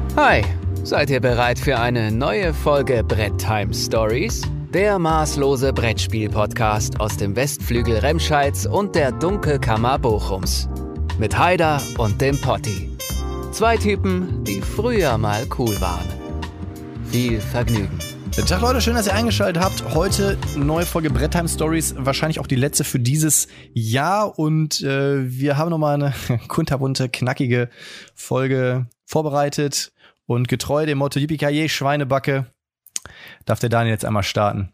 Hi, seid ihr bereit für eine neue Folge Brett Time Stories? Der maßlose Brettspiel-Podcast aus dem Westflügel Remscheids und der Dunkelkammer Bochums. Mit Haider und dem Potti. Zwei Typen, die früher mal cool waren. Viel Vergnügen. Guten Tag Leute, schön, dass ihr eingeschaltet habt. Heute eine neue Folge Brett Time Stories, wahrscheinlich auch die letzte für dieses Jahr. Und wir haben nochmal eine kunterbunte, knackige Folge vorbereitet. Und getreu dem Motto Yippie-Ki-Yay, Schweinebacke, darf der Daniel jetzt einmal starten.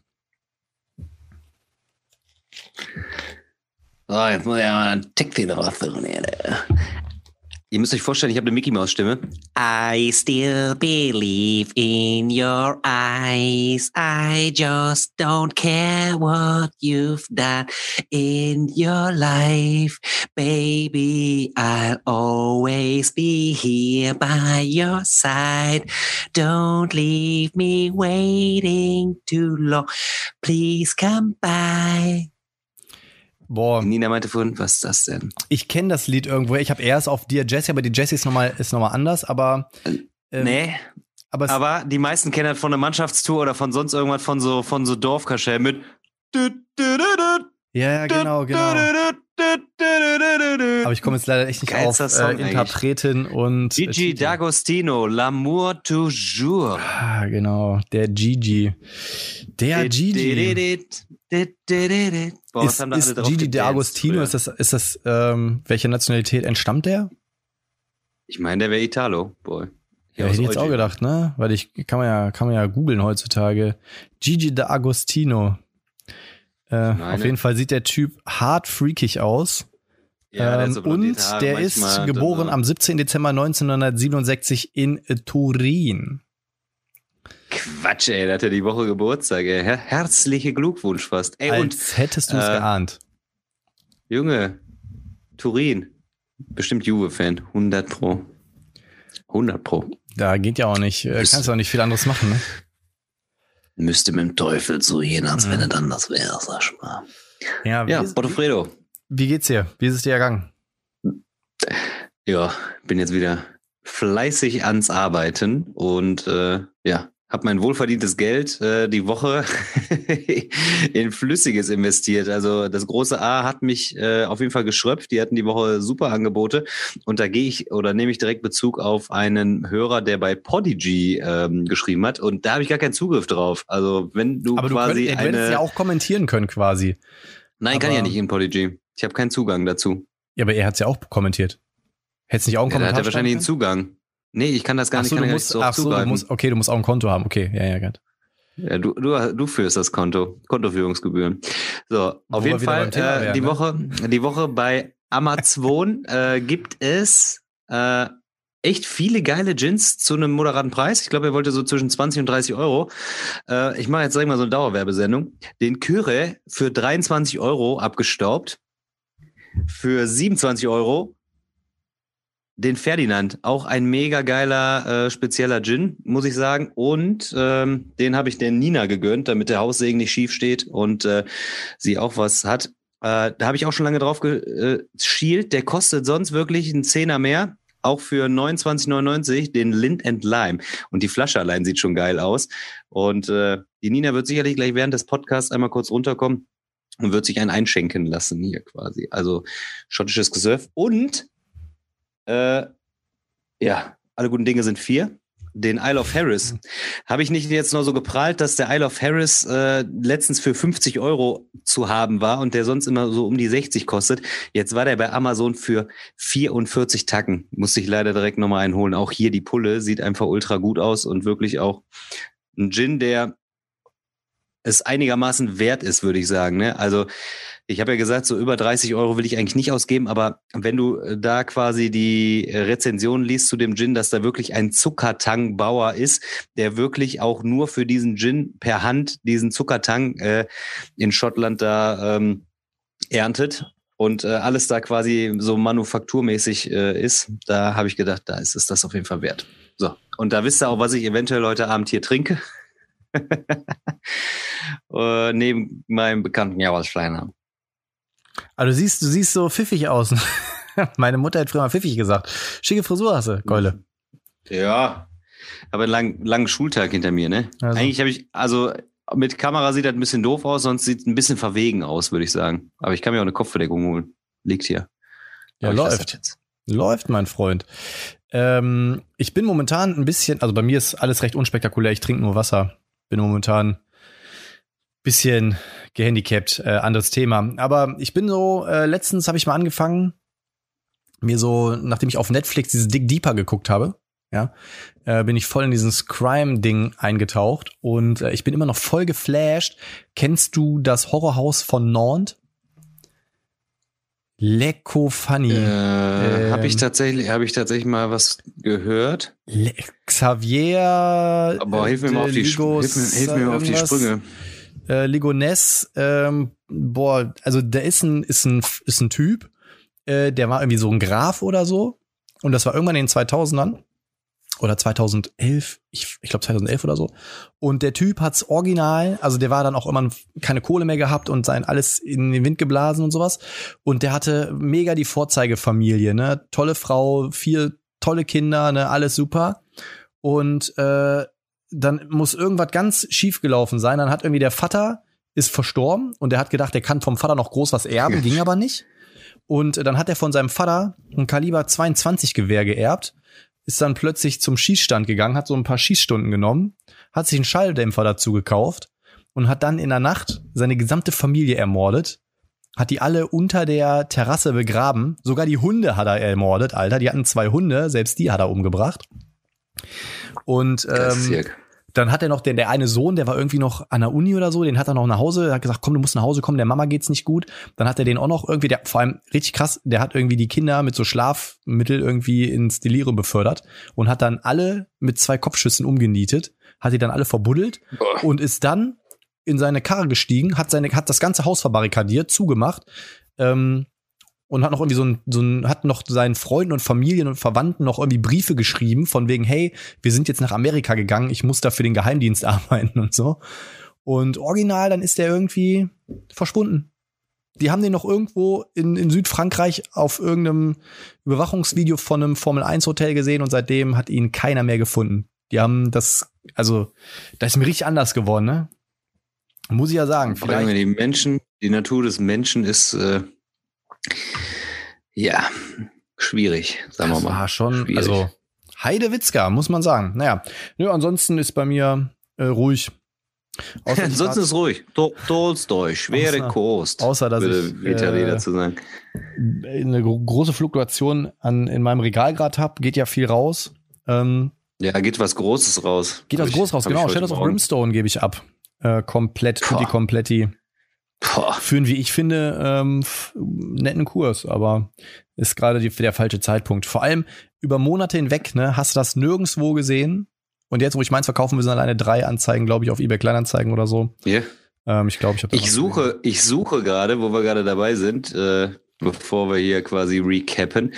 So, jetzt muss ich mal einen Text wieder raussuchen. Ihr müsst euch vorstellen, ich habe eine Mickey-Maus-Stimme. I still believe in your eyes. I just don't care what you've done in your life. Baby, I'll always be here by your side. Don't leave me waiting too long. Please come by. Boah. Nina meinte vorhin, was ist das denn? Ich kenne das Lied irgendwo. Ich habe erst auf Dear Jessie, aber die Jessie ist nochmal anders, aber nee. Aber die meisten kennen das von der Mannschaftstour oder von sonst irgendwas von so Dorfkaschell mit. Ja, genau. Aber ich komme jetzt leider echt nicht auf Interpretin und Gigi D'Agostino, L'amour toujours. Ah, genau, der Gigi. Der Gigi. Boah, ist Gigi D'Agostino, ist das welche Nationalität entstammt der? Ich meine, der wäre Italo, boy. Ja, hätte ich jetzt auch gedacht, ne? Weil kann man ja googeln heutzutage. Gigi D'Agostino. Auf jeden Fall sieht der Typ hart freakig aus. Ja, und der ist geboren am 17. Dezember 1967 in Turin. Quatsch, ey, da hat er die Woche Geburtstag, ey. Herzlichen Glückwunsch fast. Ey, als hättest du es geahnt. Junge, Turin. Bestimmt Juve-Fan. 100 Pro. 100 Pro. Da geht ja auch nicht, kannst du auch nicht viel anderes machen, ne? Müsste mit dem Teufel so gehen, als wenn es anders wäre, sag ich mal. Ja, Portofredo. Wie geht's dir? Wie ist es dir ergangen? Ja, bin jetzt wieder fleißig ans Arbeiten und habe mein wohlverdientes Geld die Woche in Flüssiges investiert. Also das große A hat mich auf jeden Fall geschröpft. Die hatten die Woche super Angebote und da nehme ich direkt Bezug auf einen Hörer, der bei Podigy geschrieben hat und da habe ich gar keinen Zugriff drauf. Also wenn du aber quasi du hättest ja auch kommentieren können quasi. Nein, kann ja nicht in Podigy. Ich habe keinen Zugang dazu. Ja, aber er hat's ja auch kommentiert. Hättest nicht auch einen Kommentar? Da hat er wahrscheinlich einen Zugang. Nee, ich kann das gar nicht. Du musst auch ein Konto haben. Okay, ja, gut. Ja, du führst das Kontoführungsgebühren. So, auf jeden Fall die Woche bei Amazon gibt es echt viele geile Gins zu einem moderaten Preis. Ich glaube, er wollte so zwischen 20 und 30 Euro. Ich mache jetzt direkt mal so eine Dauerwerbesendung. Den Kyre für 23 Euro abgestaubt. Für 27 Euro den Ferdinand, auch ein mega geiler, spezieller Gin, muss ich sagen. Und den habe ich der Nina gegönnt, damit der Haussegen nicht schief steht und sie auch was hat. Da habe ich auch schon lange drauf geschielt. Der kostet sonst wirklich einen Zehner mehr. Auch für 29,99 den Lind & Lime. Und die Flasche allein sieht schon geil aus. Und die Nina wird sicherlich gleich während des Podcasts einmal kurz runterkommen und wird sich einen einschenken lassen hier quasi. Also schottisches Gesurf. Und alle guten Dinge sind 4. Den Isle of Harris. Habe ich nicht jetzt noch so geprahlt, dass der Isle of Harris letztens für 50 Euro zu haben war und der sonst immer so um die 60 kostet. Jetzt war der bei Amazon für 44 Tacken. Musste ich leider direkt nochmal einholen. Auch hier die Pulle sieht einfach ultra gut aus und wirklich auch ein Gin, der es einigermaßen wert ist, würde ich sagen. Ne? Also ich habe ja gesagt, so über 30 Euro will ich eigentlich nicht ausgeben, aber wenn du da quasi die Rezension liest zu dem Gin, dass da wirklich ein Zuckertang-Bauer ist, der wirklich auch nur für diesen Gin per Hand diesen Zuckertang in Schottland da erntet und alles da quasi so manufakturmäßig ist, da habe ich gedacht, da ist es das auf jeden Fall wert. So, und da wisst ihr auch, was ich eventuell heute Abend hier trinke. Neben meinem bekannten Jauerschleiner. Also du siehst so pfiffig aus. Meine Mutter hat früher mal pfiffig gesagt. Schicke Frisur hast du, Keule. Ja, einen langen Schultag hinter mir, ne? Also. Eigentlich mit Kamera sieht das ein bisschen doof aus, sonst sieht es ein bisschen verwegen aus, würde ich sagen. Aber ich kann mir auch eine Kopfverdeckung holen. Liegt hier. Ja, läuft, mein Freund. Ich bin momentan ein bisschen, also bei mir ist alles recht unspektakulär. Ich trinke nur Wasser. Bin momentan ein bisschen gehandicapt, anderes Thema. Aber ich bin so, letztens habe ich mal angefangen, mir so, nachdem ich auf Netflix dieses Dig Deeper geguckt habe, ja, bin ich voll in dieses Crime-Ding eingetaucht und ich bin immer noch voll geflasht. Kennst du das Horrorhaus von Nantes? Lecco Funny. Habe ich tatsächlich mal was gehört. Xavier. Aber hilf mir mal auf die Sprünge. Ligonesse. Also der ist ein Typ, der war irgendwie so ein Graf oder so. Und das war irgendwann in den 2000ern. Oder 2011, ich glaube 2011 oder so. Und der Typ hat's original, also der war dann auch immer keine Kohle mehr gehabt und sein alles in den Wind geblasen und sowas. Und der hatte mega die Vorzeigefamilie, ne? Tolle Frau, 4 tolle Kinder, ne? Alles super. Und dann muss irgendwas ganz schief gelaufen sein. Dann hat irgendwie der Vater ist verstorben und der hat gedacht, der kann vom Vater noch groß was erben, ging aber nicht. Und dann hat er von seinem Vater ein Kaliber 22 Gewehr geerbt. Ist dann plötzlich zum Schießstand gegangen, hat so ein paar Schießstunden genommen, hat sich einen Schalldämpfer dazu gekauft und hat dann in der Nacht seine gesamte Familie ermordet, hat die alle unter der Terrasse begraben, sogar die Hunde hat er ermordet, Alter, die hatten 2 Hunde, selbst die hat er umgebracht. Und dann hat er noch der eine Sohn, der war irgendwie noch an der Uni oder so, den hat er noch nach Hause, hat gesagt, komm, du musst nach Hause kommen, der Mama geht's nicht gut. Dann hat er den auch noch irgendwie, der vor allem richtig krass, der hat irgendwie die Kinder mit so Schlafmittel irgendwie ins Delirium befördert und hat dann alle mit 2 Kopfschüssen umgenietet, hat die dann alle verbuddelt und ist dann in seine Karre gestiegen, hat das ganze Haus verbarrikadiert, zugemacht, und hat noch irgendwie hat noch seinen Freunden und Familien und Verwandten noch irgendwie Briefe geschrieben von wegen, hey, wir sind jetzt nach Amerika gegangen, ich muss da für den Geheimdienst arbeiten und so. Und original, dann ist der irgendwie verschwunden. Die haben den noch irgendwo in Südfrankreich auf irgendeinem Überwachungsvideo von einem Formel-1-Hotel gesehen und seitdem hat ihn keiner mehr gefunden. Die haben da ist mir richtig anders geworden, ne? Muss ich ja sagen. Vielleicht die Natur des Menschen ist schwierig, sagen wir mal. War schon, schwierig. Also Heidewitzka, muss man sagen. Naja, ansonsten ist bei mir ruhig. Ansonsten ist ruhig. Tolstoi, schwere Kost. Außer, dass ich dazu sagen. Eine große Fluktuation in meinem Regal gerade habe, geht ja viel raus. Geht was Großes raus. Genau. Shadows of Brimstone gebe ich ab. Komplett, tutti kompletti. Für einen, wie ich finde, netten Kurs, aber ist gerade der falsche Zeitpunkt. Vor allem über Monate hinweg, ne, hast du das nirgendwo gesehen. Und jetzt, wo ich meins verkaufen will, sind alleine 3 Anzeigen, glaube ich, auf eBay Kleinanzeigen oder so. Ja. Yeah. Ich glaube, ich suche gerade, wo wir gerade dabei sind, bevor wir hier quasi recappen.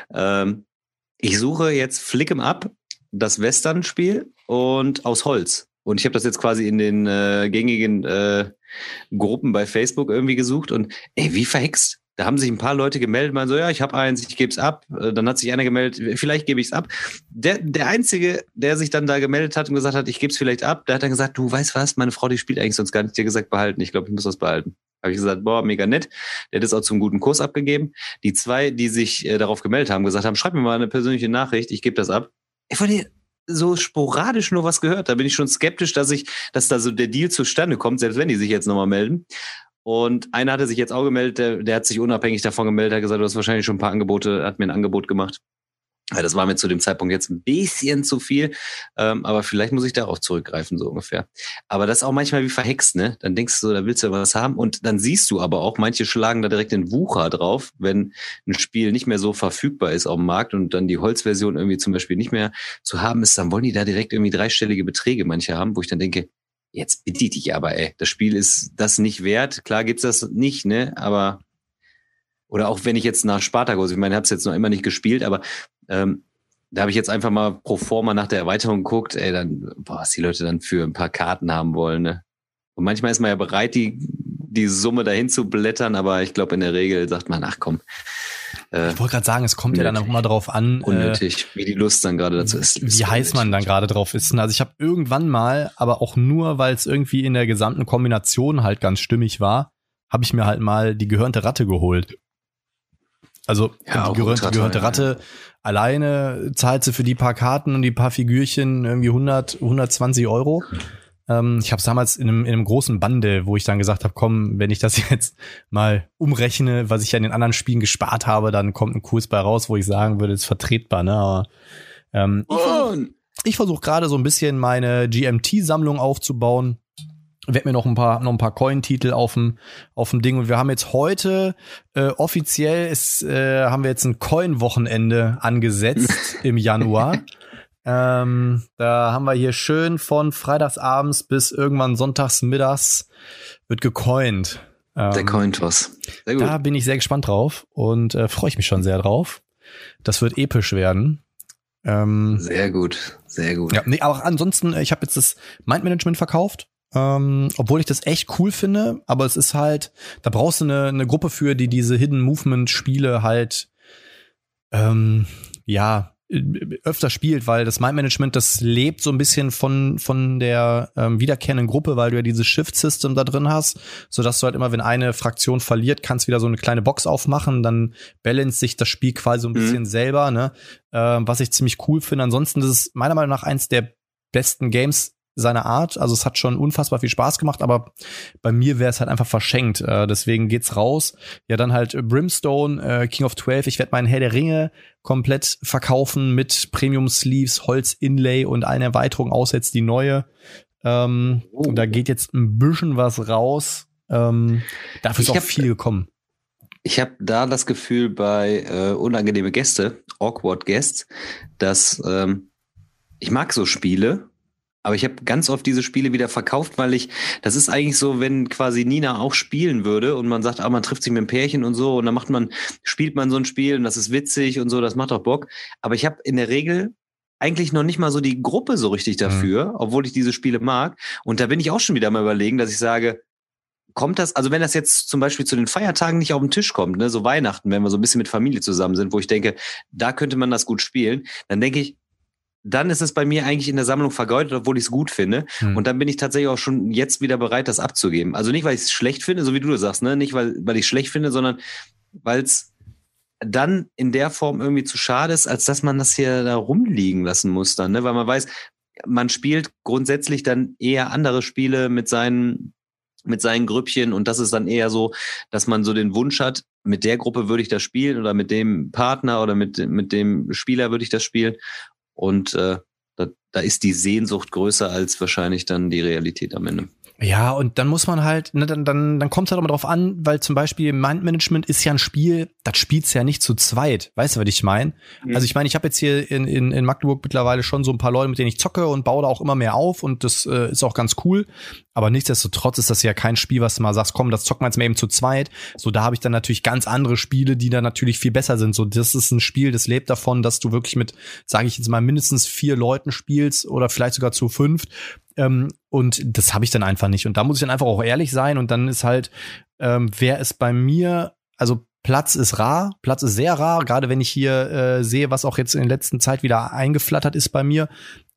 Ich suche jetzt Flick 'em Up, das Western-Spiel und aus Holz. Und ich habe das jetzt quasi in den gängigen Gruppen bei Facebook irgendwie gesucht und wie verhext. Da haben sich ein paar Leute gemeldet, meinen so, ja, ich habe eins, ich gebe es ab. Dann hat sich einer gemeldet, vielleicht gebe ich es ab. Der Einzige, der sich dann da gemeldet hat und gesagt hat, ich gebe es vielleicht ab, der hat dann gesagt, du weißt was, meine Frau, die spielt eigentlich sonst gar nicht. Die hat gesagt, behalten. Ich glaube, ich muss das behalten. Habe ich gesagt, boah, mega nett. Der hat es auch zum guten Kurs abgegeben. Die 2, die sich darauf gemeldet haben, gesagt haben, schreib mir mal eine persönliche Nachricht, ich gebe das ab. Von dir so sporadisch nur was gehört. Da bin ich schon skeptisch, dass da so der Deal zustande kommt, selbst wenn die sich jetzt nochmal melden. Und einer hatte sich jetzt auch gemeldet, der hat sich unabhängig davon gemeldet, hat gesagt, du hast wahrscheinlich schon ein paar Angebote, hat mir ein Angebot gemacht. Das war mir zu dem Zeitpunkt jetzt ein bisschen zu viel, aber vielleicht muss ich darauf zurückgreifen, so ungefähr. Aber das ist auch manchmal wie verhext, ne? Dann denkst du, da willst du ja was haben und dann siehst du aber auch, manche schlagen da direkt den Wucher drauf, wenn ein Spiel nicht mehr so verfügbar ist auf dem Markt und dann die Holzversion irgendwie zum Beispiel nicht mehr zu haben ist, dann wollen die da direkt irgendwie 3-stellige Beträge manche haben, wo ich dann denke, jetzt bitte dich aber, das Spiel ist das nicht wert. Klar gibt's das nicht, ne? Aber oder auch wenn ich jetzt nach Spartacus, ich meine, ich habe es jetzt noch immer nicht gespielt, aber da habe ich jetzt einfach mal pro forma nach der Erweiterung geguckt, was die Leute dann für ein paar Karten haben wollen, ne? Und manchmal ist man ja bereit, die Summe dahin zu blättern, aber ich glaube, in der Regel sagt man, ach komm, Ich wollte gerade sagen, es kommt ja dann auch immer drauf an. Unnötig, wie die Lust dann gerade dazu ist. Wie heiß man dann gerade drauf ist. Also ich habe irgendwann mal, aber auch nur, weil es irgendwie in der gesamten Kombination halt ganz stimmig war, habe ich mir halt mal die gehörnte Ratte geholt. Also die gehörnte Ratte alleine zahlt sie für die paar Karten und die paar Figürchen irgendwie 120 €. Ich habe es damals in einem großen Bundle, wo ich dann gesagt habe, komm, wenn ich das jetzt mal umrechne, was ich ja in den anderen Spielen gespart habe, dann kommt ein Kurs bei raus, wo ich sagen würde, ist vertretbar. Ne? Aber ich versuche gerade so ein bisschen meine GMT-Sammlung aufzubauen. Werd mir noch ein paar Coin-Titel auf dem Ding. Und wir haben jetzt heute offiziell haben wir jetzt ein Coin-Wochenende angesetzt im Januar. Da haben wir hier schön von freitagsabends bis irgendwann sonntags mittags wird gecoint. Der Cointoss. Sehr gut. Da bin ich sehr gespannt drauf und freue ich mich schon sehr drauf. Das wird episch werden. Sehr gut, sehr gut. Ja, nee, aber ansonsten, ich habe jetzt das Mind-Management verkauft. Obwohl ich das echt cool finde, aber es ist halt, da brauchst du eine Gruppe für, die diese Hidden Movement Spiele halt öfter spielt, weil das Mind Management, das lebt so ein bisschen von der wiederkehrenden Gruppe, weil du ja dieses Shift System da drin hast, sodass du halt immer, wenn eine Fraktion verliert, kannst wieder so eine kleine Box aufmachen, dann balance sich das Spiel quasi so ein bisschen selber, ne? Was ich ziemlich cool finde. Ansonsten ist es meiner Meinung nach eins der besten Games seiner Art. Also es hat schon unfassbar viel Spaß gemacht, aber bei mir wäre es halt einfach verschenkt. Deswegen geht's raus. Ja, dann halt Brimstone, King of 12. Ich werde meinen Herr der Ringe komplett verkaufen mit Premium Sleeves, Holz Inlay und allen Erweiterungen, außer jetzt die neue. Da geht jetzt ein bisschen was raus. Dafür ist auch viel gekommen. Ich habe da das Gefühl bei unangenehme Gäste, Awkward Guests, dass ich mag so Spiele, aber ich habe ganz oft diese Spiele wieder verkauft, weil das ist eigentlich so, wenn quasi Nina auch spielen würde und man sagt, man trifft sich mit einem Pärchen und so und dann spielt man so ein Spiel und das ist witzig und so, das macht auch Bock. Aber ich habe in der Regel eigentlich noch nicht mal so die Gruppe so richtig dafür, obwohl ich diese Spiele mag. Und da bin ich auch schon wieder mal überlegen, dass ich sage, kommt das, also wenn das jetzt zum Beispiel zu den Feiertagen nicht auf den Tisch kommt, ne, so Weihnachten, wenn wir so ein bisschen mit Familie zusammen sind, wo ich denke, da könnte man das gut spielen, dann denke ich, dann ist es bei mir eigentlich in der Sammlung vergeudet, obwohl ich es gut finde. Und dann bin ich tatsächlich auch schon jetzt wieder bereit, das abzugeben. Also nicht, weil ich es schlecht finde, so wie du das sagst, ne? Nicht, weil ich es schlecht finde, sondern weil es dann in der Form irgendwie zu schade ist, als dass man das hier da rumliegen lassen muss dann, ne? Weil man weiß, man spielt grundsätzlich dann eher andere Spiele mit seinen Grüppchen und das ist dann eher so, dass man so den Wunsch hat, mit der Gruppe würde ich das spielen oder mit dem Partner oder mit dem Spieler würde ich das spielen. Und da ist die Sehnsucht größer als wahrscheinlich dann die Realität am Ende. Ja, und dann muss man halt, ne, dann kommt es halt auch mal drauf an, weil zum Beispiel Mind Management ist ja ein Spiel, das spielt's ja nicht zu zweit. Weißt du, was ich meine? Also ich meine, ich habe jetzt hier in Magdeburg mittlerweile schon so ein paar Leute, mit denen ich zocke und baue da auch immer mehr auf und das ist auch ganz cool. Aber nichtsdestotrotz ist das ja kein Spiel, was du mal sagst, komm, das zocken wir jetzt mal eben zu zweit. So, da habe ich dann natürlich ganz andere Spiele, die dann natürlich viel besser sind. So, das ist ein Spiel, das lebt davon, dass du wirklich mit, sage ich jetzt mal, mindestens 4 Leuten spielst oder vielleicht sogar zu 5. Und das habe ich dann einfach nicht. Und da muss ich dann einfach auch ehrlich sein. Und dann ist halt, wer ist bei mir, also Platz ist rar, Platz ist sehr rar, gerade wenn ich hier sehe, was auch jetzt in der letzten Zeit wieder eingeflattert ist bei mir.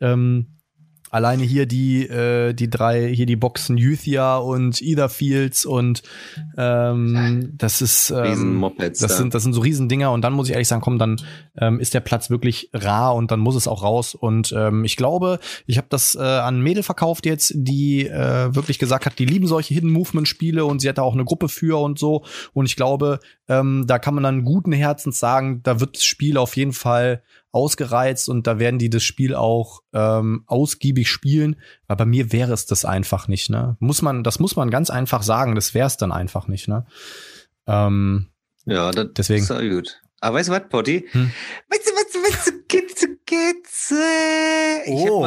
Alleine hier die drei, hier die Boxen Youthia und Etherfields und das ist Riesenmopeds, das sind so Riesendinger und dann muss ich ehrlich sagen, komm, dann ist der Platz wirklich rar und dann muss es auch raus und ich glaube, ich habe das an ein Mädel verkauft jetzt, die wirklich gesagt hat, die lieben solche Hidden Movement Spiele und sie hat da auch eine Gruppe für und so und ich glaube, da kann man dann guten Herzens sagen, da wird das Spiel auf jeden Fall ausgereizt und da werden die das Spiel auch ausgiebig spielen, weil bei mir wäre es das einfach nicht, ne? Das muss man ganz einfach sagen, das wäre es dann einfach nicht, ne? Ja, deswegen. Das ist auch gut. Aber weißt du was, Potti? Weißt du, Kitze? Oh,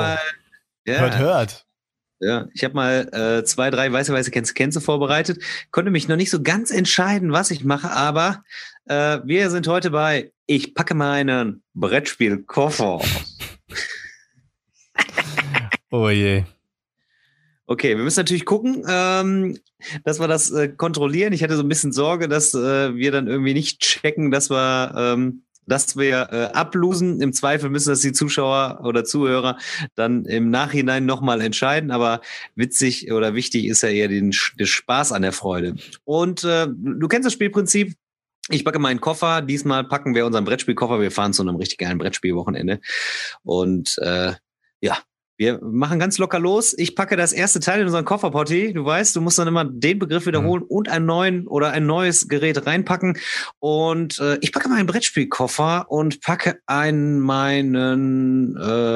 hört. Ja, ich habe mal 2, 3 weiße Känze vorbereitet, konnte mich noch nicht so ganz entscheiden, was ich mache, aber wir sind heute bei Ich packe meinen Brettspielkoffer. Oh je. Okay, wir müssen natürlich gucken, dass wir das kontrollieren. Ich hatte so ein bisschen Sorge, dass wir dann irgendwie nicht checken, dass wir ablosen. Im Zweifel müssen das die Zuschauer oder Zuhörer dann im Nachhinein nochmal entscheiden. Aber witzig oder wichtig ist ja eher der Spaß an der Freude. Und du kennst das Spielprinzip. Ich packe meinen Koffer. Diesmal packen wir unseren Brettspielkoffer. Wir fahren zu einem richtig geilen Brettspielwochenende. Und wir machen ganz locker los. Ich packe das erste Teil in unseren Koffer, Potti. Du weißt, du musst dann immer den Begriff wiederholen und einen neuen oder ein neues Gerät reinpacken. Und ich packe meinen Brettspielkoffer und packe meinen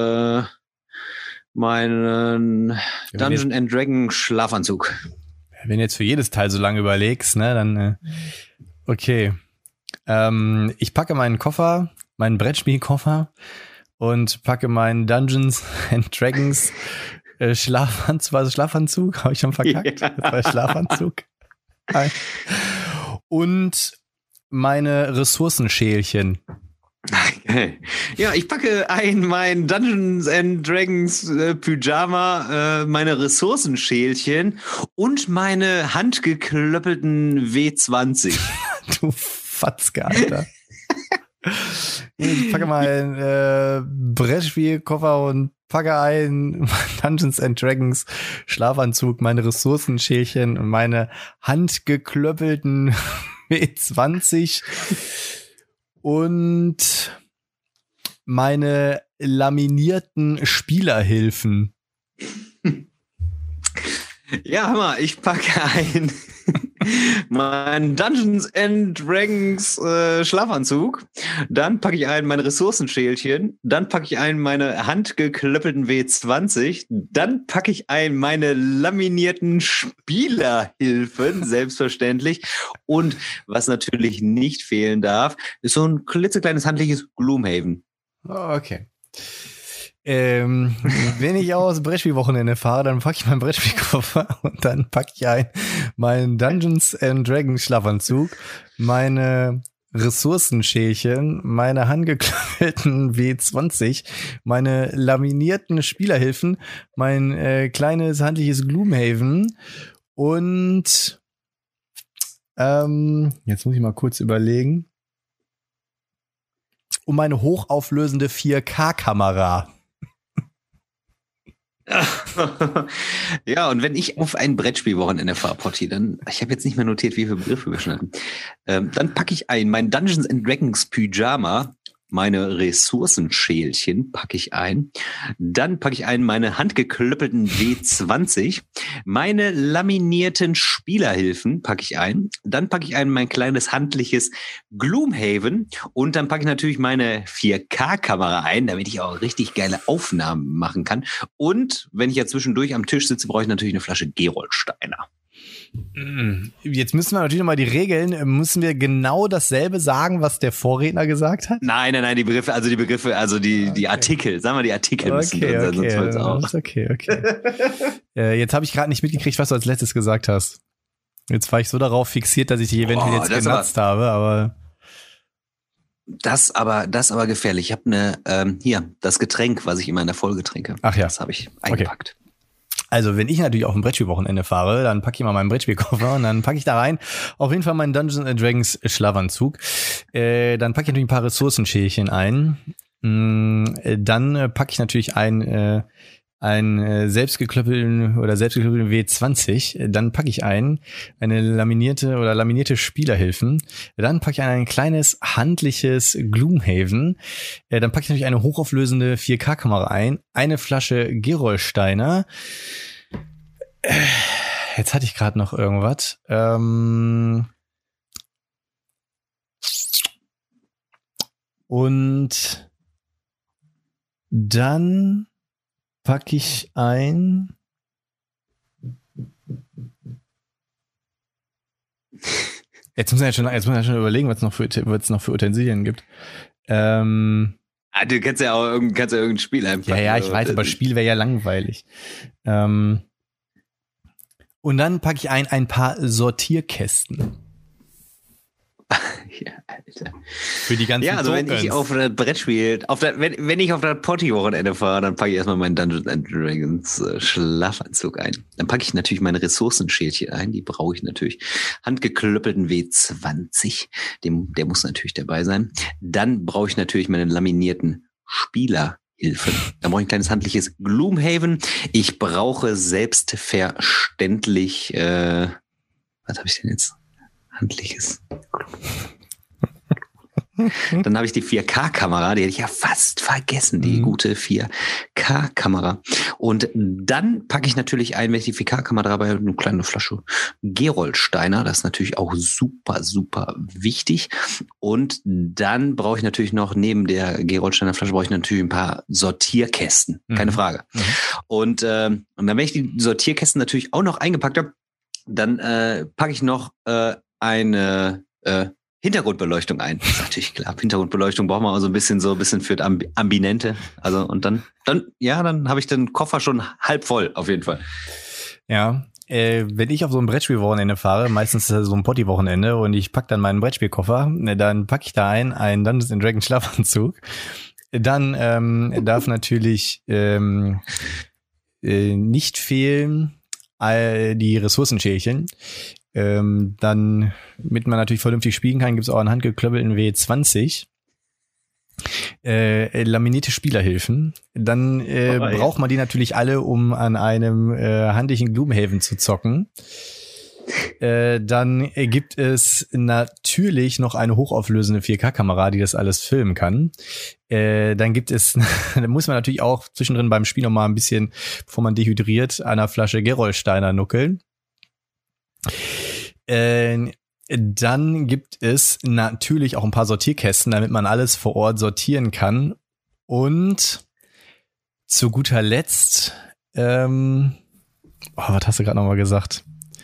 Dungeon and Dragon Schlafanzug. Wenn du jetzt für jedes Teil so lange überlegst, ne, dann okay. Ich packe meinen Brettspielkoffer und packe meinen Dungeons and Dragons Schlafanzug, habe ich schon verkackt? Ja. Das war Schlafanzug. Und meine Ressourcenschälchen. Okay. Ja, ich packe mein Dungeons and Dragons Pyjama, meine Ressourcenschälchen und meine handgeklöppelten W20. Du Fatzke, Alter. Ich packe meinen Brettspielkoffer und packe ein Dungeons and Dragons Schlafanzug, meine Ressourcenschälchen und meine handgeklöppelten W20 und meine laminierten Spielerhilfen. Ja, hör mal, ich packe meinen Dungeons and Dragons Schlafanzug, dann packe ich meine Ressourcenschälchen, dann packe ich meine handgeklöppelten W20, dann packe ich meine laminierten Spielerhilfen, selbstverständlich. Und was natürlich nicht fehlen darf, ist so ein klitzekleines handliches Gloomhaven. Okay. Wenn ich aus Brettspielwochenende fahre, dann packe ich meinen Brettspielkoffer und dann packe ich meinen Dungeons and Dragons Schlafanzug, meine Ressourcenschälchen, meine handgeklöppelten W20, meine laminierten Spielerhilfen, mein kleines handliches Gloomhaven und jetzt muss ich mal kurz überlegen. Und meine hochauflösende 4K-Kamera. Ja, und wenn ich auf ein Brettspielwochenende fahre, Potti, dann, ich habe jetzt nicht mehr notiert, wie viele Begriffe wir schon hatten, dann packe ich mein Dungeons and Dragons Pyjama, meine Ressourcenschälchen packe ich ein, dann packe ich meine handgeklöppelten W20, meine laminierten Spielerhilfen packe ich ein, dann packe ich mein kleines handliches Gloomhaven und dann packe ich natürlich meine 4K-Kamera ein, damit ich auch richtig geile Aufnahmen machen kann. Und wenn ich ja zwischendurch am Tisch sitze, brauche ich natürlich eine Flasche Gerolsteiner. Jetzt müssen wir natürlich nochmal die Regeln, müssen wir genau dasselbe sagen, was der Vorredner gesagt hat? Nein, die Begriffe, die Artikel, sagen wir die Artikel müssen drin sein, sonst wird's auch. Okay. Jetzt habe ich gerade nicht mitgekriegt, was du als letztes gesagt hast. Jetzt war ich so darauf fixiert, dass ich dich eventuell jetzt genutzt habe, aber... Das aber gefährlich. Ich habe das Getränk, was ich immer in der Folge trinke. Ach ja. Das habe ich eingepackt. Okay. Also, wenn ich natürlich auf ein Brettspielwochenende fahre, dann packe ich mal meinen Brettspielkoffer und dann packe ich da rein auf jeden Fall meinen Dungeons and Dragons Schlafanzug. Dann packe ich natürlich ein paar Ressourcenschälchen ein. Dann packe ich natürlich einen selbstgeklöppelten W20. Dann packe ich eine laminierte Spielerhilfen. Dann packe ich ein kleines handliches Gloomhaven. Dann packe ich natürlich eine hochauflösende 4K-Kamera ein. Eine Flasche Gerolsteiner. Jetzt hatte ich gerade noch irgendwas. Und dann packe ich ein. Jetzt muss man schon überlegen, was es noch für Utensilien gibt. Du kannst ja auch irgendein Spiel einpacken. Ja, ich weiß, aber Spiel wäre ja langweilig. Und dann packe ich ein paar Sortierkästen. Ja, Alter. Für die ganzen also Tokens. Wenn ich auf das Brettspiel, wenn ich auf das Potty-Wochenende fahre, dann packe ich erstmal meinen Dungeons & Dragons Schlafanzug ein. Dann packe ich natürlich meine Ressourcenschälchen ein, die brauche ich natürlich. Handgeklöppelten W20, der muss natürlich dabei sein. Dann brauche ich natürlich meine laminierten Spielerhilfen. Da brauche ich ein kleines handliches Gloomhaven. Ich brauche selbstverständlich, was habe ich denn jetzt? Handliches. Dann habe ich die 4K-Kamera, die hätte ich ja fast vergessen, die gute 4K-Kamera. Und dann packe ich natürlich ein, wenn ich die 4K-Kamera dabei habe, eine kleine Flasche Gerolsteiner. Das ist natürlich auch super, super wichtig. Und dann brauche ich natürlich noch, neben der Gerolsteiner Flasche, brauche ich natürlich ein paar Sortierkästen. Keine Frage. Und dann, wenn ich die Sortierkästen natürlich auch noch eingepackt habe, dann packe ich noch eine Hintergrundbeleuchtung ein. Das ist natürlich klar. Hintergrundbeleuchtung braucht man auch so ein bisschen für das Ambinente. Also und dann habe ich den Koffer schon halb voll, auf jeden Fall. Ja, wenn ich auf so ein Brettspielwochenende fahre, meistens ist das so ein Potti-Wochenende und ich pack dann meinen Brettspielkoffer, dann packe ich da einen Dungeons & Dragons Schlafanzug. Dann darf natürlich nicht fehlen die Ressourcenschälchen. Dann, damit man natürlich vernünftig spielen kann, gibt es auch einen handgeklöppelten W20. Laminierte Spielerhilfen. Dann braucht man die natürlich alle, um an einem handlichen Gloomhaven zu zocken. Dann gibt es natürlich noch eine hochauflösende 4K-Kamera, die das alles filmen kann. Dann gibt es, da muss man natürlich auch zwischendrin beim Spiel noch mal ein bisschen, bevor man dehydriert, an einer Flasche Gerolsteiner nuckeln. Dann gibt es natürlich auch ein paar Sortierkästen, damit man alles vor Ort sortieren kann. Und zu guter Letzt, was hast du gerade nochmal gesagt?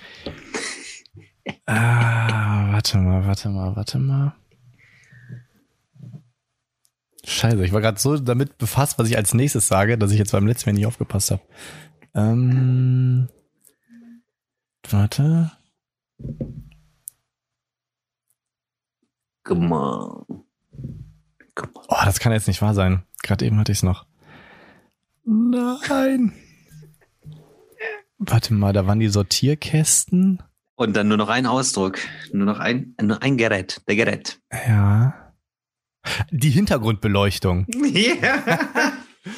Warte mal. Scheiße, ich war gerade so damit befasst, was ich als nächstes sage, dass ich jetzt beim letzten Mal nicht aufgepasst habe. Warte. Come on. Oh, das kann jetzt nicht wahr sein. Gerade eben hatte ich es noch. Nein. Warte mal, da waren die Sortierkästen. Und dann nur noch ein Ausdruck. Nur noch ein Gerät. Der Gerät. Ja. Die Hintergrundbeleuchtung. Ja.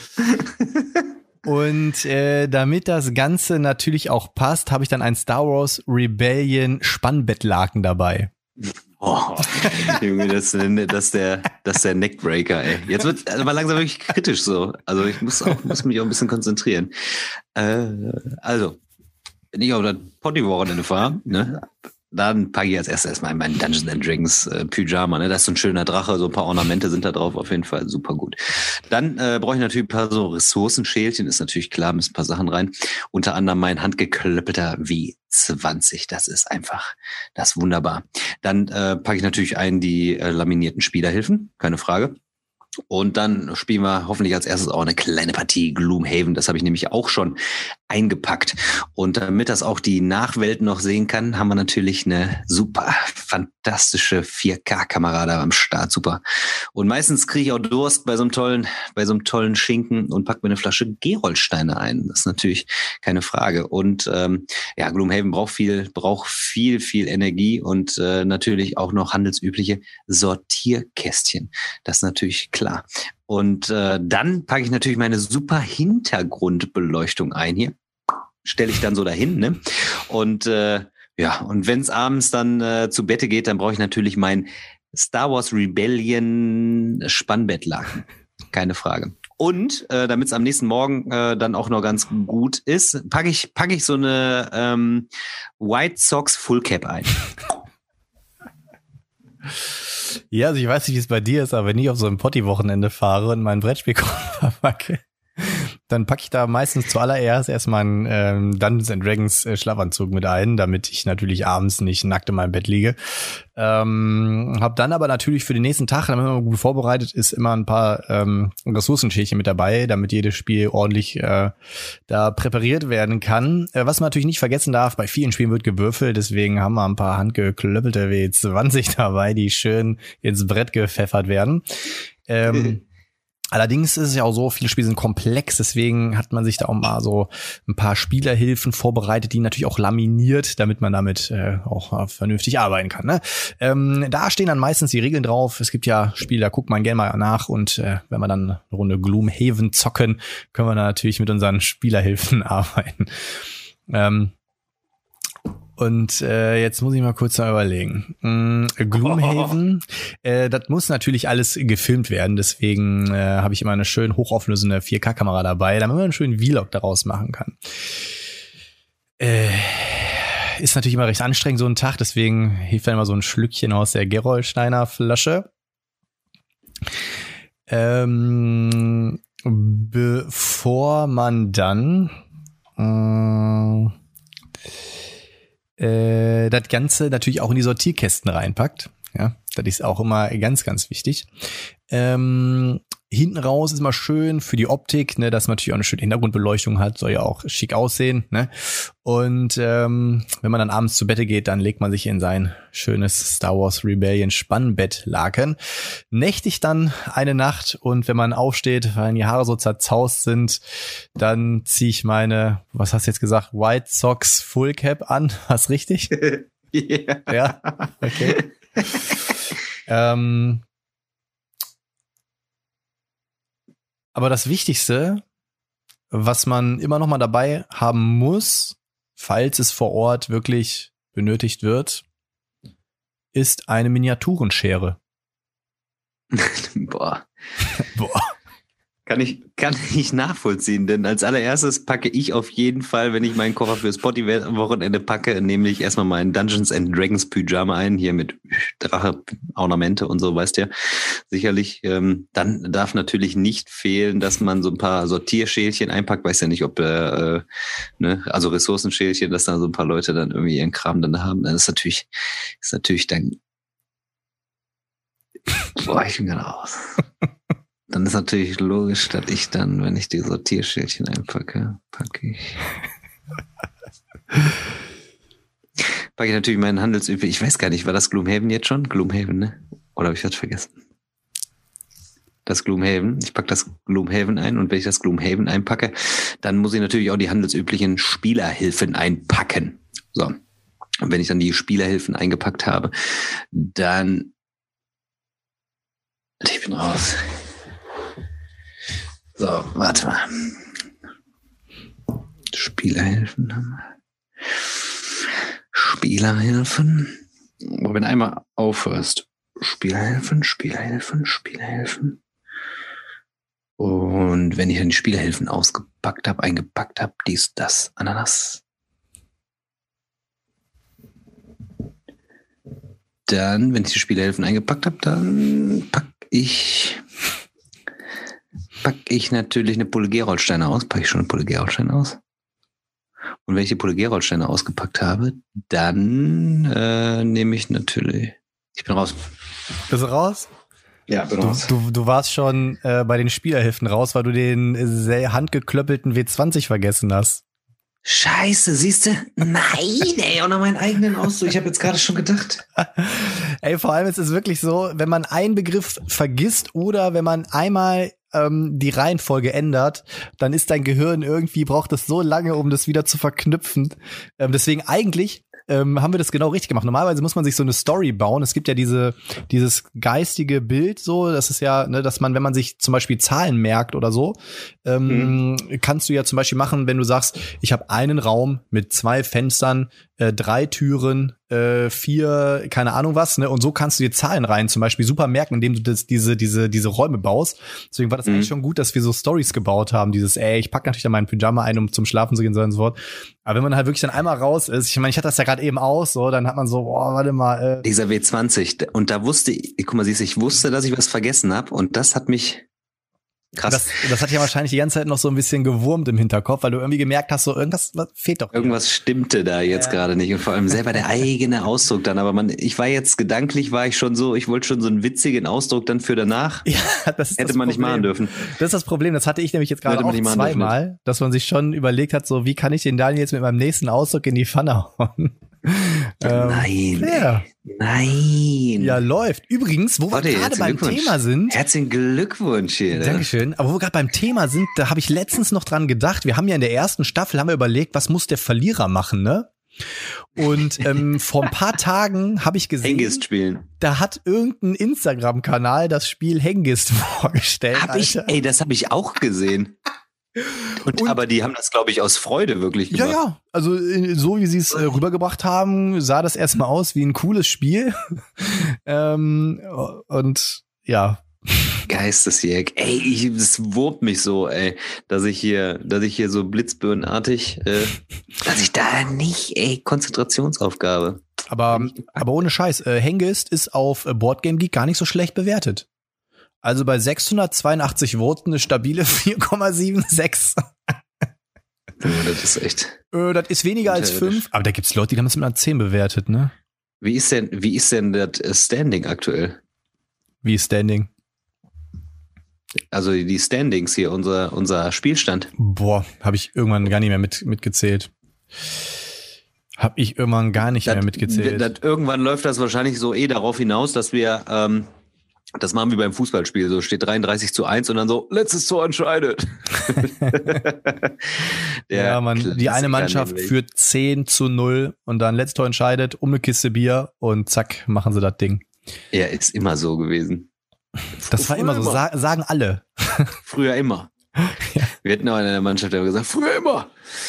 Und damit das Ganze natürlich auch passt, habe ich dann ein Star Wars Rebellion Spannbettlaken dabei. Oh, Junge, das ist der Neckbreaker, ey. Jetzt wird aber langsam wirklich kritisch so. Also ich muss mich auch ein bisschen konzentrieren. Also, wenn ich auf das Potty-Wochenende fahre, ne, dann packe ich als erstes erstmal meinen Dungeons & Dragons Pyjama, ne? Das ist so ein schöner Drache, so ein paar Ornamente sind da drauf, auf jeden Fall super gut. Dann brauche ich natürlich ein paar so Ressourcenschälchen, ist natürlich klar, müssen ein paar Sachen rein. Unter anderem mein handgeklöppelter W20, das ist wunderbar. Dann packe ich natürlich ein die laminierten Spielerhilfen, keine Frage. Und dann spielen wir hoffentlich als erstes auch eine kleine Partie Gloomhaven. Das habe ich nämlich auch schon eingepackt. Und damit das auch die Nachwelt noch sehen kann, haben wir natürlich eine super fantastische 4K-Kamera da am Start. Super. Und meistens kriege ich auch Durst bei so einem tollen Schinken und pack mir eine Flasche Gerolsteiner ein. Das ist natürlich keine Frage. Und Gloomhaven braucht viel Energie und natürlich auch noch handelsübliche Sortierkästchen. Das ist natürlich klar. Und dann packe ich natürlich meine super Hintergrundbeleuchtung ein hier. Stelle ich dann so dahin, ne? Und und wenn es abends dann zu Bette geht, dann brauche ich natürlich mein Star Wars Rebellion Spannbettlaken. Keine Frage. Und damit es am nächsten Morgen dann auch noch ganz gut ist, packe ich so eine White Sox Full Cap ein. Ja, also ich weiß nicht, wie es bei dir ist, aber wenn ich auf so ein Potty-Wochenende fahre und meinen Brettspielkoffer packe, dann packe ich da meistens zuallererst erstmal einen Dungeons & Dragons Schlafanzug mit ein, damit ich natürlich abends nicht nackt in meinem Bett liege. Hab dann aber natürlich für den nächsten Tag, damit man gut vorbereitet ist, immer ein paar Ressourcenschälchen mit dabei, damit jedes Spiel ordentlich da präpariert werden kann. Was man natürlich nicht vergessen darf, bei vielen Spielen wird gewürfelt, deswegen haben wir ein paar handgeklöppelte W20 dabei, die schön ins Brett gepfeffert werden. Allerdings ist es ja auch so, viele Spiele sind komplex, deswegen hat man sich da auch mal so ein paar Spielerhilfen vorbereitet, die natürlich auch laminiert, damit man damit auch vernünftig arbeiten kann. Ne? Da stehen dann meistens die Regeln drauf. Es gibt ja Spiele, da guckt man gerne mal nach und wenn wir dann eine Runde Gloomhaven zocken, können wir da natürlich mit unseren Spielerhilfen arbeiten. Und jetzt muss ich mal kurz mal überlegen. Gloomhaven, das muss natürlich alles gefilmt werden. Deswegen habe ich immer eine schön hochauflösende 4K-Kamera dabei, damit man einen schönen Vlog daraus machen kann. Ist natürlich immer recht anstrengend, so ein Tag. Deswegen hilft dann immer so ein Schlückchen aus der Gerolsteiner Flasche. Bevor man dann das Ganze natürlich auch in die Sortierkästen reinpackt. Ja, das ist auch immer ganz, ganz wichtig. Hinten raus ist mal schön für die Optik, ne, dass man natürlich auch eine schöne Hintergrundbeleuchtung hat, soll ja auch schick aussehen, ne? Und wenn man dann abends zu Bette geht, dann legt man sich in sein schönes Star Wars Rebellion Spannbettlaken, nächtigt dann eine Nacht und wenn man aufsteht, weil die Haare so zerzaust sind, dann ziehe ich meine, was hast du jetzt gesagt, White Sox Full Cap an, was richtig? Yeah. Ja, okay. Aber das Wichtigste, was man immer noch mal dabei haben muss, falls es vor Ort wirklich benötigt wird, ist eine Miniaturenschere. Boah. Kann ich nachvollziehen, denn als allererstes packe ich auf jeden Fall, wenn ich meinen Koffer fürs Potty-Wochenende packe, nämlich erstmal meinen Dungeons & Dragons Pyjama ein, hier mit Drache, Ornamente und so, weißt du ja, sicherlich. Dann darf natürlich nicht fehlen, dass man so ein paar Sortierschälchen einpackt, weiß ja nicht, ob ne, also Ressourcenschälchen, dass da so ein paar Leute dann irgendwie ihren Kram dann haben. Das ist natürlich dann, boah, ich bin gerade raus. Dann ist natürlich logisch, dass ich dann, wenn ich die Sortierschälchen einpacke, packe ich natürlich meinen handelsüblichen. Ich weiß gar nicht, war das Gloomhaven jetzt schon? Gloomhaven, ne? Oder habe ich das vergessen? Das Gloomhaven. Ich packe das Gloomhaven ein und wenn ich das Gloomhaven einpacke, dann muss ich natürlich auch die handelsüblichen Spielerhilfen einpacken. So. Und wenn ich dann die Spielerhilfen eingepackt habe, dann ich bin raus. So, warte mal. Spielerhilfen. Wenn du einmal aufhörst. Spielerhilfen. Und wenn ich dann die Spielerhilfen eingepackt habe, dies, das, Ananas. Dann, wenn ich die Spielerhilfen eingepackt habe, dann packe ich natürlich eine Pulle Gerolsteine aus. Packe ich schon eine Pulle Gerolsteine aus? Und wenn ich die Pulle Gerolsteine ausgepackt habe, dann nehme ich natürlich... Ich bin raus. Bist du raus? Ja, bin raus. Du warst schon bei den Spielerhilfen raus, weil du den sehr handgeklöppelten W20 vergessen hast. Scheiße, siehst du? Nein, ey, auch noch meinen eigenen Auszug. Ich habe jetzt gerade schon gedacht. Ey, vor allem ist es wirklich so, wenn man einen Begriff vergisst oder wenn man einmal die Reihenfolge ändert, dann ist dein Gehirn irgendwie, braucht es so lange, um das wieder zu verknüpfen. Deswegen eigentlich haben wir das genau richtig gemacht. Normalerweise muss man sich so eine Story bauen. Es gibt ja dieses geistige Bild so, das ist ja, ne, dass man, wenn man sich zum Beispiel Zahlen merkt oder so, kannst du ja zum Beispiel machen, wenn du sagst, ich habe einen Raum mit 2 Fenstern, 3 Türen, 4, keine Ahnung was, ne? Und so kannst du dir Zahlen rein zum Beispiel super merken, indem du diese Räume baust. Deswegen war das eigentlich schon gut, dass wir so Stories gebaut haben. Ich packe natürlich dann meinen Pyjama ein, um zum Schlafen zu gehen, so und so fort. Aber wenn man halt wirklich dann einmal raus ist, ich meine, ich hatte das ja gerade eben aus, so, dann hat man so, boah, warte mal. Dieser W20, und da wusste ich, guck mal, siehst du, ich wusste, dass ich was vergessen habe und das hat mich Krass. Das hat ja wahrscheinlich die ganze Zeit noch so ein bisschen gewurmt im Hinterkopf, weil du irgendwie gemerkt hast, so irgendwas fehlt doch. Irgendwas stimmte da jetzt gerade nicht und vor allem selber der eigene Ausdruck dann. Aber ich war jetzt gedanklich, ich wollte schon so einen witzigen Ausdruck dann für danach. Ja, das ist hätte man nicht machen dürfen. Das ist das Problem. Das hatte ich nämlich jetzt gerade auch zweimal, dass man sich schon überlegt hat, so wie kann ich den Daniel jetzt mit meinem nächsten Ausdruck in die Pfanne hauen? Nein. Ja. Nein. Ja, läuft. Übrigens, wo wir gerade beim Thema sind. Herzlichen Glückwunsch hier. Dankeschön. Aber wo wir gerade beim Thema sind, da habe ich letztens noch dran gedacht. Wir haben ja in der ersten Staffel überlegt, was muss der Verlierer machen, ne? Und vor ein paar Tagen habe ich gesehen, Hengist spielen. Da hat irgendein Instagram-Kanal das Spiel Hengist vorgestellt. Das habe ich auch gesehen. Und aber die haben das, glaube ich, aus Freude wirklich gemacht. Ja. Also so wie sie es rübergebracht haben, sah das erstmal aus wie ein cooles Spiel. Und ja. Geistesjäg. Es wurmt mich so, dass ich hier so blitzbirnenartig, dass ich da nicht, Konzentrationsaufgabe. Aber ohne Scheiß, Hengist ist auf Boardgame Geek gar nicht so schlecht bewertet. Also bei 682 Voten eine stabile 4,76. Das ist echt. Das ist weniger als 5. Aber da gibt's Leute, die haben es mit einer 10 bewertet, ne? Wie ist denn das Standing aktuell? Wie ist Standing? Also die Standings hier, unser Spielstand. Boah, habe ich irgendwann gar nicht mehr mitgezählt. Irgendwann läuft das wahrscheinlich so darauf hinaus, dass wir das machen wir beim Fußballspiel, so steht 33:1 und dann so, letztes Tor entscheidet. Die eine Mannschaft führt 10:0 und dann letztes Tor entscheidet, um eine Kiste Bier und zack, machen sie das Ding. Ja, ist immer so gewesen. Das war immer so, sagen alle. Früher immer. Ja. Wir hatten auch in der Mannschaft gesagt, früher immer.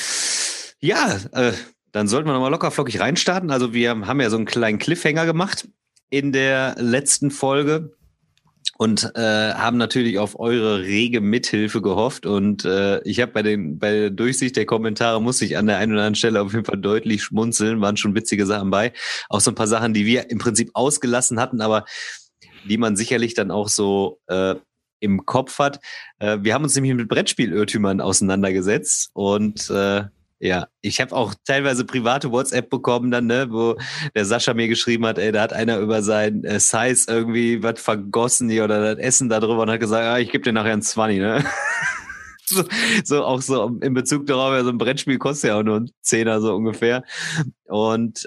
Ja, dann sollten wir nochmal locker flockig reinstarten. Also wir haben ja so einen kleinen Cliffhanger gemacht in der letzten Folge. Und haben natürlich auf eure rege Mithilfe gehofft. Und ich habe bei der Durchsicht der Kommentare musste ich an der einen oder anderen Stelle auf jeden Fall deutlich schmunzeln. Waren schon witzige Sachen bei. Auch so ein paar Sachen, die wir im Prinzip ausgelassen hatten, aber die man sicherlich dann auch so im Kopf hat. Wir haben uns nämlich mit Brettspielirrtümern auseinandergesetzt. Und ja, ich habe auch teilweise private WhatsApp bekommen dann, ne, wo der Sascha mir geschrieben hat, da hat einer über sein Size irgendwie was vergossen hier oder das Essen da drüber und hat gesagt, ich gebe dir nachher einen 20, ne? so auch so in Bezug darauf, so ein Brettspiel kostet ja auch nur einen 10er so ungefähr. Und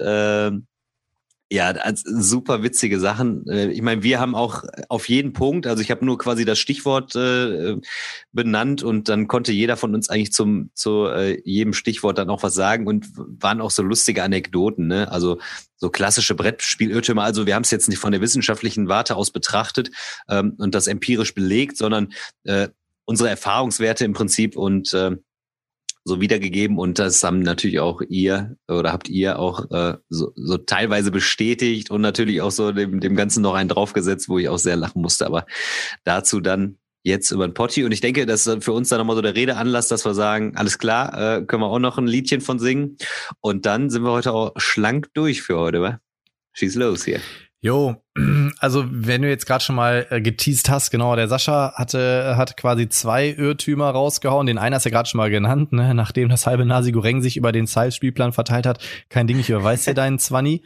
ja, super witzige Sachen. Ich meine, wir haben auch auf jeden Punkt, also ich habe nur quasi das Stichwort benannt und dann konnte jeder von uns eigentlich zu jedem Stichwort dann auch was sagen und waren auch so lustige Anekdoten, ne? Also so klassische Brettspielirrtümer. Also wir haben es jetzt nicht von der wissenschaftlichen Warte aus betrachtet und das empirisch belegt, sondern unsere Erfahrungswerte im Prinzip und so wiedergegeben und das haben natürlich auch habt ihr auch so teilweise bestätigt und natürlich auch so dem Ganzen noch einen draufgesetzt, wo ich auch sehr lachen musste, aber dazu dann jetzt über den Potti und ich denke, das ist für uns dann nochmal so der Redeanlass, dass wir sagen, alles klar, können wir auch noch ein Liedchen von singen und dann sind wir heute auch schlank durch für heute, wa? Schieß los hier. Jo, also wenn du jetzt gerade schon mal geteased hast, genau, der Sascha hat quasi 2 Irrtümer rausgehauen. Den einen hast du ja gerade schon mal genannt, ne? Nachdem das halbe Nasi Goreng sich über den Size-Spielplan verteilt hat. Kein Ding, ich überweis dir deinen 20.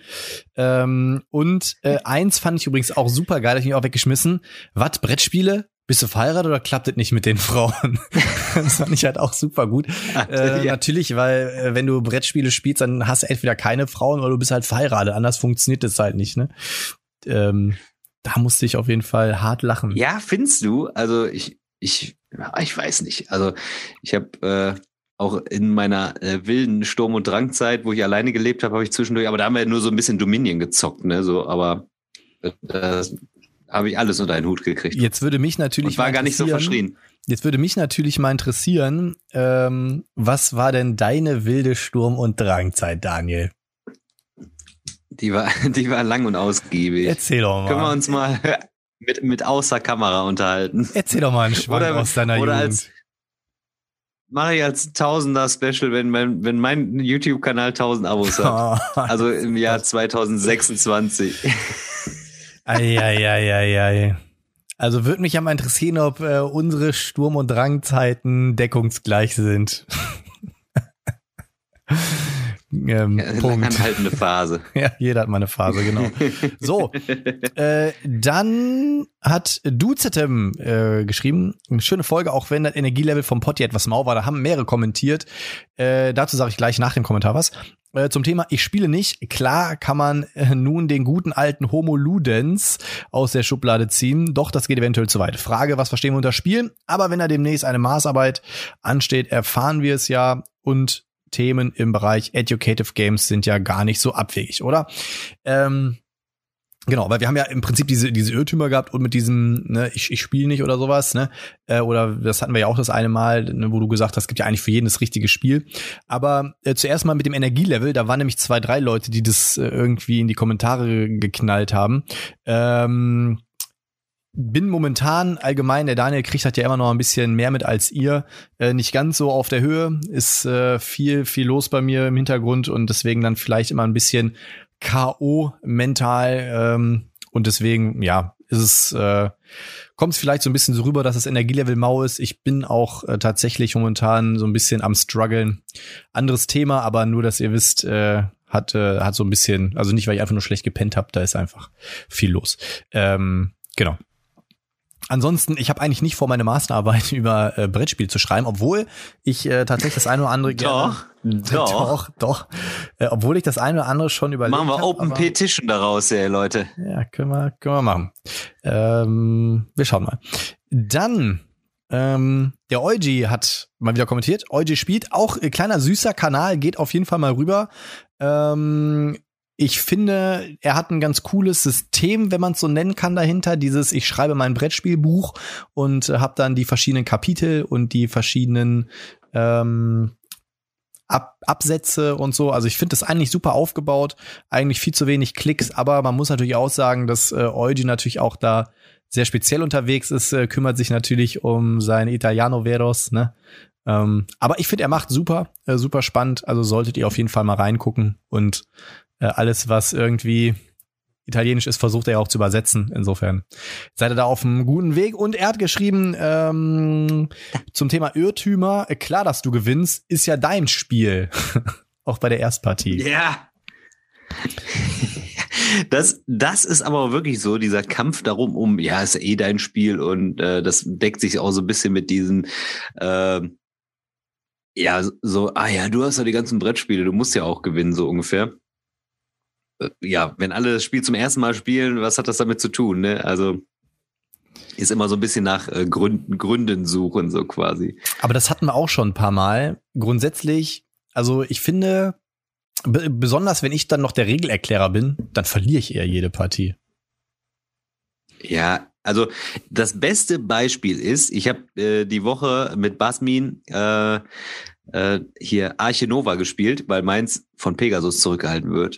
Und eins fand ich übrigens auch super geil, hab ich mich auch weggeschmissen. Was, Brettspiele? Bist du verheiratet oder klappt das nicht mit den Frauen? Das fand ich halt auch super gut. Ja. Natürlich, weil wenn du Brettspiele spielst, dann hast du entweder keine Frauen oder du bist halt verheiratet. Anders funktioniert das halt nicht, ne? Da musste ich auf jeden Fall hart lachen. Ja, findest du? Also ich weiß nicht. Also ich habe auch in meiner wilden Sturm- und Drangzeit, wo ich alleine gelebt habe, habe ich zwischendurch, aber da haben wir ja nur so ein bisschen Dominion gezockt, ne? So, aber habe ich alles unter einen Hut gekriegt. Jetzt würde mich natürlich war gar nicht so verschrien. Jetzt würde mich natürlich mal interessieren, was war denn deine wilde Sturm- und Drangzeit, Daniel? Die war lang und ausgiebig. Erzähl doch mal. Können wir uns mal mit außer Kamera unterhalten? Erzähl doch mal einen Schwank aus deiner Jugend. Mache ich als Tausender-Special, wenn mein YouTube-Kanal 1000 Abos hat. Also im Jahr 2026. Eieieiei. Also würde mich ja mal interessieren, ob unsere Sturm- und Drangzeiten deckungsgleich sind. Punkt. Anhaltende Phase. Ja, jeder hat mal eine Phase, genau. So, dann hat Duzetem geschrieben, eine schöne Folge, auch wenn das Energielevel vom Potti etwas mau war, da haben mehrere kommentiert. Dazu sage ich gleich nach dem Kommentar was. Zum Thema, ich spiele nicht. Klar kann man nun den guten alten Homo Ludens aus der Schublade ziehen, doch das geht eventuell zu weit. Frage, was verstehen wir unter Spielen? Aber wenn da demnächst eine Maßarbeit ansteht, erfahren wir es ja, und Themen im Bereich Educative Games sind ja gar nicht so abwegig, oder? Genau, weil wir haben ja im Prinzip diese Irrtümer gehabt und mit diesem, ne, ich spiele nicht oder sowas, ne? Oder das hatten wir ja auch das eine Mal, ne, wo du gesagt hast, es gibt ja eigentlich für jeden das richtige Spiel. Aber zuerst mal mit dem Energielevel, da waren nämlich 2, 3 Leute, die das irgendwie in die Kommentare geknallt haben. Bin momentan allgemein, der Daniel kriegt halt ja immer noch ein bisschen mehr mit als ihr, nicht ganz so auf der Höhe, ist viel los bei mir im Hintergrund und deswegen dann vielleicht immer ein bisschen K.O. mental, und deswegen, ja, ist es, kommt es vielleicht so ein bisschen so rüber, dass das Energielevel mau ist. Ich bin auch tatsächlich momentan so ein bisschen am struggeln. Anderes Thema, aber nur, dass ihr wisst, hat so ein bisschen, also nicht, weil ich einfach nur schlecht gepennt habe, da ist einfach viel los. Genau. Ansonsten, ich habe eigentlich nicht vor, meine Masterarbeit über Brettspiel zu schreiben, obwohl ich tatsächlich das eine oder andere gerne... Doch. Obwohl ich das eine oder andere schon überlegt habe. Machen wir Open Petition daraus, ey, Leute. Ja, können wir machen. Wir schauen mal. Dann, der Eugi hat mal wieder kommentiert. Eugi spielt, auch kleiner süßer Kanal, geht auf jeden Fall mal rüber. Ich finde, er hat ein ganz cooles System, wenn man es so nennen kann, dahinter. Dieses, ich schreibe mein Brettspielbuch und habe dann die verschiedenen Kapitel und die verschiedenen Absätze und so. Also ich finde das eigentlich super aufgebaut. Eigentlich viel zu wenig Klicks, aber man muss natürlich auch sagen, dass Eugi natürlich auch da sehr speziell unterwegs ist, kümmert sich natürlich um seine Italiano Veros, ne? Aber ich finde, er macht super spannend. Also solltet ihr auf jeden Fall mal reingucken und alles, was irgendwie italienisch ist, versucht er ja auch zu übersetzen. Insofern seid ihr da auf einem guten Weg. Und er hat geschrieben, zum Thema Irrtümer, klar, dass du gewinnst, ist ja dein Spiel. Auch bei der Erstpartie. Ja. Das ist aber wirklich so, dieser Kampf darum, ja, ist eh dein Spiel, und das deckt sich auch so ein bisschen mit diesen ja, so, ja, du hast ja die ganzen Brettspiele, du musst ja auch gewinnen, so ungefähr. Ja, wenn alle das Spiel zum ersten Mal spielen, was hat das damit zu tun, ne? Also ist immer so ein bisschen nach Gründen suchen, so quasi. Aber das hatten wir auch schon ein paar Mal. Grundsätzlich, also ich finde, besonders wenn ich dann noch der Regelerklärer bin, dann verliere ich eher jede Partie. Ja, also das beste Beispiel ist, ich habe die Woche mit Basmin hier Arche Nova gespielt, weil meins von Pegasus zurückgehalten wird.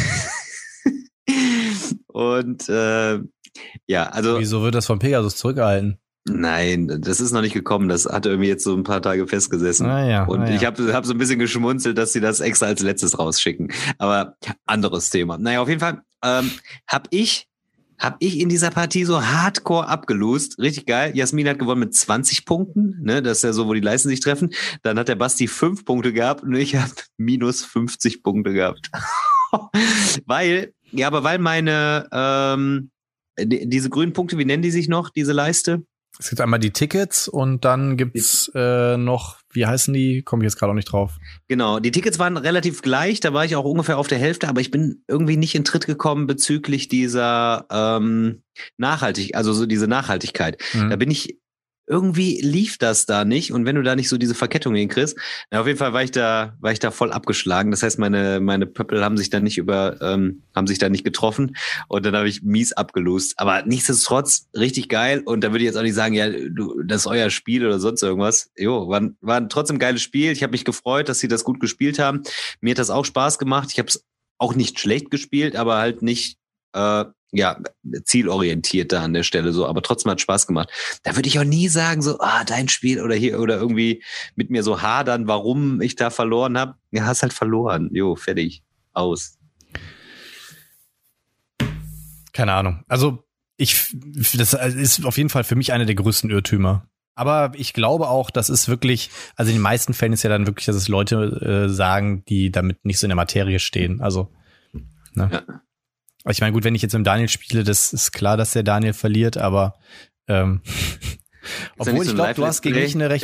Und ja, also... Wieso wird das von Pegasus zurückgehalten? Nein, das ist noch nicht gekommen. Das hat irgendwie jetzt so ein paar Tage festgesessen. Und ich habe so ein bisschen geschmunzelt, dass sie das extra als letztes rausschicken. Aber anderes Thema. Naja, auf jeden Fall habe ich in dieser Partie so hardcore abgelost. Richtig geil. Jasmin hat gewonnen mit 20 Punkten. Ne? Das ist ja so, wo die Leisten sich treffen. Dann hat der Basti 5 Punkte gehabt und ich habe minus 50 Punkte gehabt. Weil meine diese grünen Punkte, wie nennen die sich noch, diese Leiste? Es gibt einmal die Tickets und dann gibt's noch, wie heißen die? Komme ich jetzt gerade auch nicht drauf. Genau, die Tickets waren relativ gleich, da war ich auch ungefähr auf der Hälfte, aber ich bin irgendwie nicht in Tritt gekommen bezüglich dieser diese Nachhaltigkeit. Mhm. Da bin ich, irgendwie lief das da nicht, und wenn du da nicht so diese Verkettung hinkriegst, na, auf jeden Fall war ich da voll abgeschlagen. Das heißt, meine Pöppel haben sich da nicht getroffen, und dann habe ich mies abgelost. Aber nichtsdestotrotz richtig geil, und da würde ich jetzt auch nicht sagen, ja, das ist euer Spiel oder sonst irgendwas. Jo, war ein trotzdem geiles Spiel. Ich habe mich gefreut, dass sie das gut gespielt haben. Mir hat das auch Spaß gemacht. Ich habe es auch nicht schlecht gespielt, aber halt nicht zielorientiert da an der Stelle so, aber trotzdem hat Spaß gemacht. Da würde ich auch nie sagen so, dein Spiel oder hier, oder irgendwie mit mir so hadern, warum ich da verloren habe. Ja, hast halt verloren. Jo, fertig. Aus. Keine Ahnung. Also Das ist auf jeden Fall für mich einer der größten Irrtümer. Aber ich glaube auch, das ist wirklich, also in den meisten Fällen ist ja dann wirklich, dass es Leute sagen, die damit nicht so in der Materie stehen. Also, ne? Ja. Aber ich meine, gut, wenn ich jetzt mit Daniel spiele, das ist klar, dass der Daniel verliert, aber obwohl ich glaube, du hast gegen mich eine recht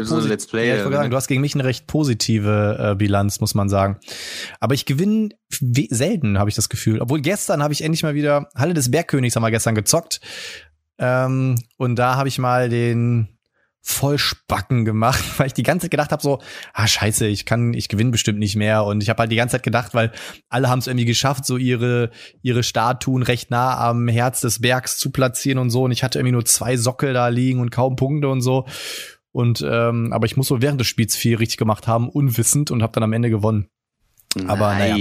positive Bilanz, muss man sagen. Aber ich gewinne selten, habe ich das Gefühl. Obwohl gestern habe ich endlich mal wieder Halle des Bergkönigs haben wir gestern gezockt. Und da habe ich mal den Vollspacken gemacht, weil ich die ganze Zeit gedacht habe so, scheiße, ich gewinne bestimmt nicht mehr. Und ich habe halt die ganze Zeit gedacht, weil alle haben es irgendwie geschafft, so ihre Statuen recht nah am Herz des Bergs zu platzieren und so. Und ich hatte irgendwie nur 2 Sockel da liegen und kaum Punkte und so. Und aber ich muss so während des Spiels viel richtig gemacht haben, unwissend, und habe dann am Ende gewonnen. Aber naja.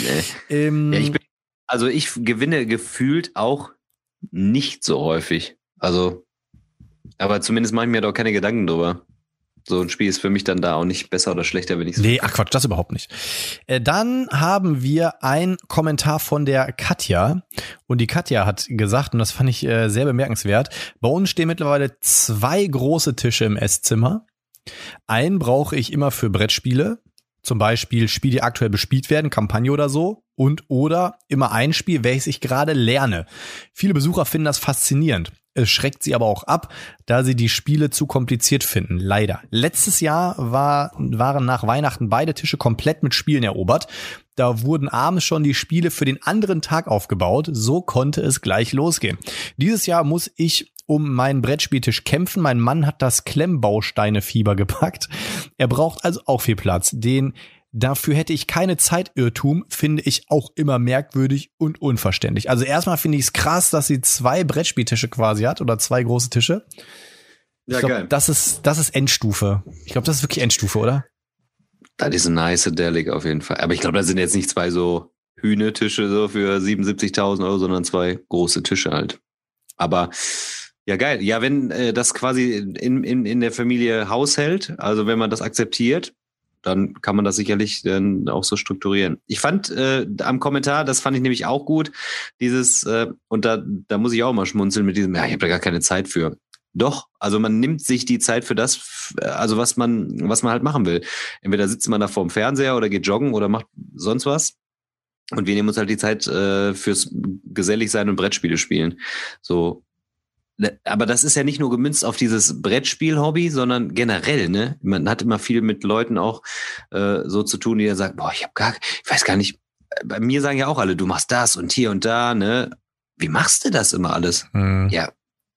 Ich gewinne gefühlt auch nicht so häufig. Aber zumindest mache ich mir doch keine Gedanken drüber. So ein Spiel ist für mich dann da auch nicht besser oder schlechter, wenn ich so. Nee, Quatsch, das überhaupt nicht. Dann haben wir einen Kommentar von der Katja. Und die Katja hat gesagt, und das fand ich sehr bemerkenswert, bei uns stehen mittlerweile 2 große Tische im Esszimmer. Einen brauche ich immer für Brettspiele. Zum Beispiel Spiele, die aktuell bespielt werden, Kampagne oder so. Oder immer ein Spiel, welches ich gerade lerne. Viele Besucher finden das faszinierend. Es schreckt sie aber auch ab, da sie die Spiele zu kompliziert finden. Leider. Letztes Jahr waren nach Weihnachten beide Tische komplett mit Spielen erobert. Da wurden abends schon die Spiele für den anderen Tag aufgebaut. So konnte es gleich losgehen. Dieses Jahr muss ich um meinen Brettspieltisch kämpfen. Mein Mann hat das Klemmbausteinefieber gepackt. Er braucht also auch viel Platz. Dafür hätte ich keine Zeitirrtum, finde ich auch immer merkwürdig und unverständlich. Also erstmal finde ich es krass, dass sie 2 Brettspieltische quasi hat oder 2 große Tische. Ich glaube, das ist Endstufe. Ich glaube, das ist wirklich Endstufe, oder? Das ist ein nice Delic auf jeden Fall. Aber ich glaube, da sind jetzt nicht 2 so Hühnetische so für 77.000 Euro, sondern 2 große Tische halt. Aber ja, geil. Ja, wenn das quasi in der Familie haushält, also wenn man das akzeptiert, dann kann man das sicherlich dann auch so strukturieren. Ich fand am Kommentar, das fand ich nämlich auch gut, dieses, und da muss ich auch mal schmunzeln mit diesem, ich habe da gar keine Zeit für. Doch, also man nimmt sich die Zeit für das, also was man halt machen will. Entweder sitzt man da vorm Fernseher oder geht joggen oder macht sonst was. Und wir nehmen uns halt die Zeit fürs Geselligsein und Brettspiele spielen. So. Aber das ist ja nicht nur gemünzt auf dieses Brettspiel-Hobby, sondern generell, ne? Man hat immer viel mit Leuten auch so zu tun, die dann sagen, ich weiß gar nicht, bei mir sagen ja auch alle, du machst das und hier und da, ne? Wie machst du das immer alles? Ja,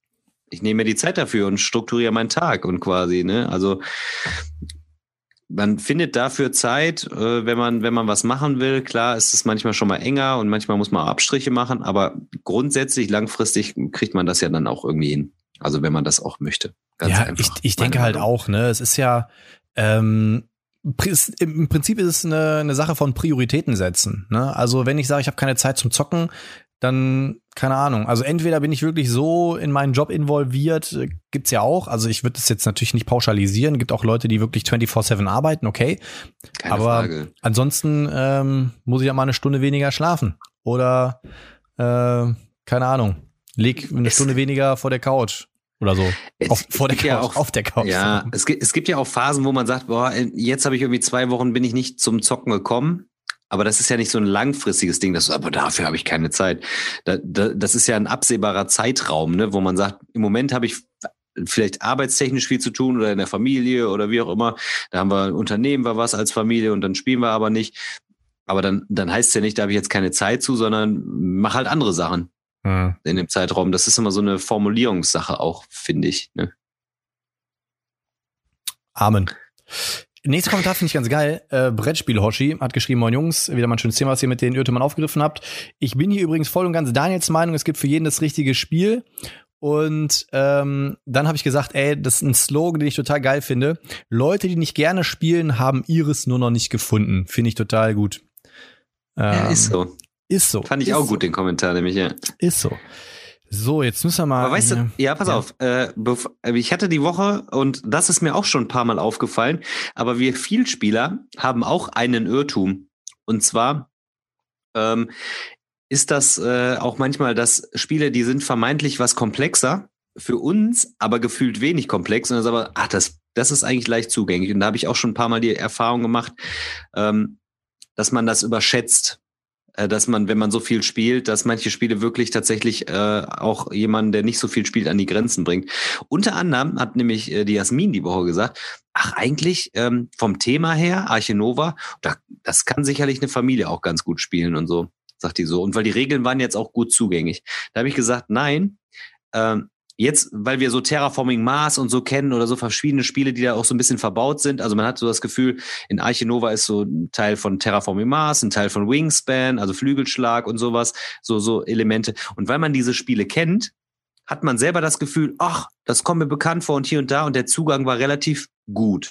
ich nehme mir die Zeit dafür und strukturiere meinen Tag und quasi, ne? Also man findet dafür Zeit, wenn man was machen will. Klar, ist es manchmal schon mal enger und manchmal muss man Abstriche machen, aber grundsätzlich langfristig kriegt man das ja dann auch irgendwie hin. Also wenn man das auch möchte. Ganz einfach. Ich denke halt auch, ne, es ist ja im Prinzip ist es eine Sache von Prioritäten setzen, ne? Also wenn ich sage, ich habe keine Zeit zum Zocken, dann, keine Ahnung, also entweder bin ich wirklich so in meinen Job involviert, gibt's ja auch, also ich würde das jetzt natürlich nicht pauschalisieren, gibt auch Leute, die wirklich 24/7 arbeiten, okay, keine Frage. Ansonsten muss ich ja mal eine Stunde weniger schlafen oder, keine Ahnung, leg eine Stunde weniger vor der Couch oder so, auf der Couch. Ja, es gibt ja auch Phasen, wo man sagt, jetzt habe ich irgendwie 2 Wochen, bin ich nicht zum Zocken gekommen. Aber das ist ja nicht so ein langfristiges Ding, aber dafür habe ich keine Zeit. Das ist ja ein absehbarer Zeitraum, ne, wo man sagt, im Moment habe ich vielleicht arbeitstechnisch viel zu tun oder in der Familie oder wie auch immer. Da haben wir Unternehmen, was als Familie und dann spielen wir aber nicht. Aber dann heißt es ja nicht, da habe ich jetzt keine Zeit zu, sondern mach halt andere Sachen in dem Zeitraum. Das ist immer so eine Formulierungssache auch, finde ich. Ne? Amen. Nächster Kommentar finde ich ganz geil. Brettspiel-Hoshi hat geschrieben, moin Jungs, wieder mal ein schönes Thema, was ihr mit den Irrtümern aufgegriffen habt. Ich bin hier übrigens voll und ganz Daniels Meinung, es gibt für jeden das richtige Spiel. Und dann habe ich gesagt, das ist ein Slogan, den ich total geil finde. Leute, die nicht gerne spielen, haben ihres nur noch nicht gefunden. Finde ich total gut. Ja, ist so. Ist so. Fand ich auch gut, den Kommentar nämlich, ja. Ist so. So, jetzt müssen wir mal. Aber weißt du, pass auf. Ich hatte die Woche, und das ist mir auch schon ein paar Mal aufgefallen, aber wir Vielspieler haben auch einen Irrtum. Und zwar, ist das auch manchmal, dass Spiele, die sind vermeintlich was komplexer für uns, aber gefühlt wenig komplex. Und das aber, das ist eigentlich leicht zugänglich. Und da habe ich auch schon ein paar Mal die Erfahrung gemacht, dass man das überschätzt. Dass man, wenn man so viel spielt, dass manche Spiele wirklich tatsächlich auch jemanden, der nicht so viel spielt, an die Grenzen bringt. Unter anderem hat nämlich die Jasmin die Woche gesagt, eigentlich vom Thema her, Arche Nova, das kann sicherlich eine Familie auch ganz gut spielen und so, sagt die so. Und weil die Regeln waren jetzt auch gut zugänglich. Da habe ich gesagt, nein, jetzt, weil wir so Terraforming Mars und so kennen oder so verschiedene Spiele, die da auch so ein bisschen verbaut sind. Also man hat so das Gefühl, in Arche Nova ist so ein Teil von Terraforming Mars, ein Teil von Wingspan, also Flügelschlag und sowas, so Elemente. Und weil man diese Spiele kennt, hat man selber das Gefühl, das kommt mir bekannt vor und hier und da, und der Zugang war relativ gut.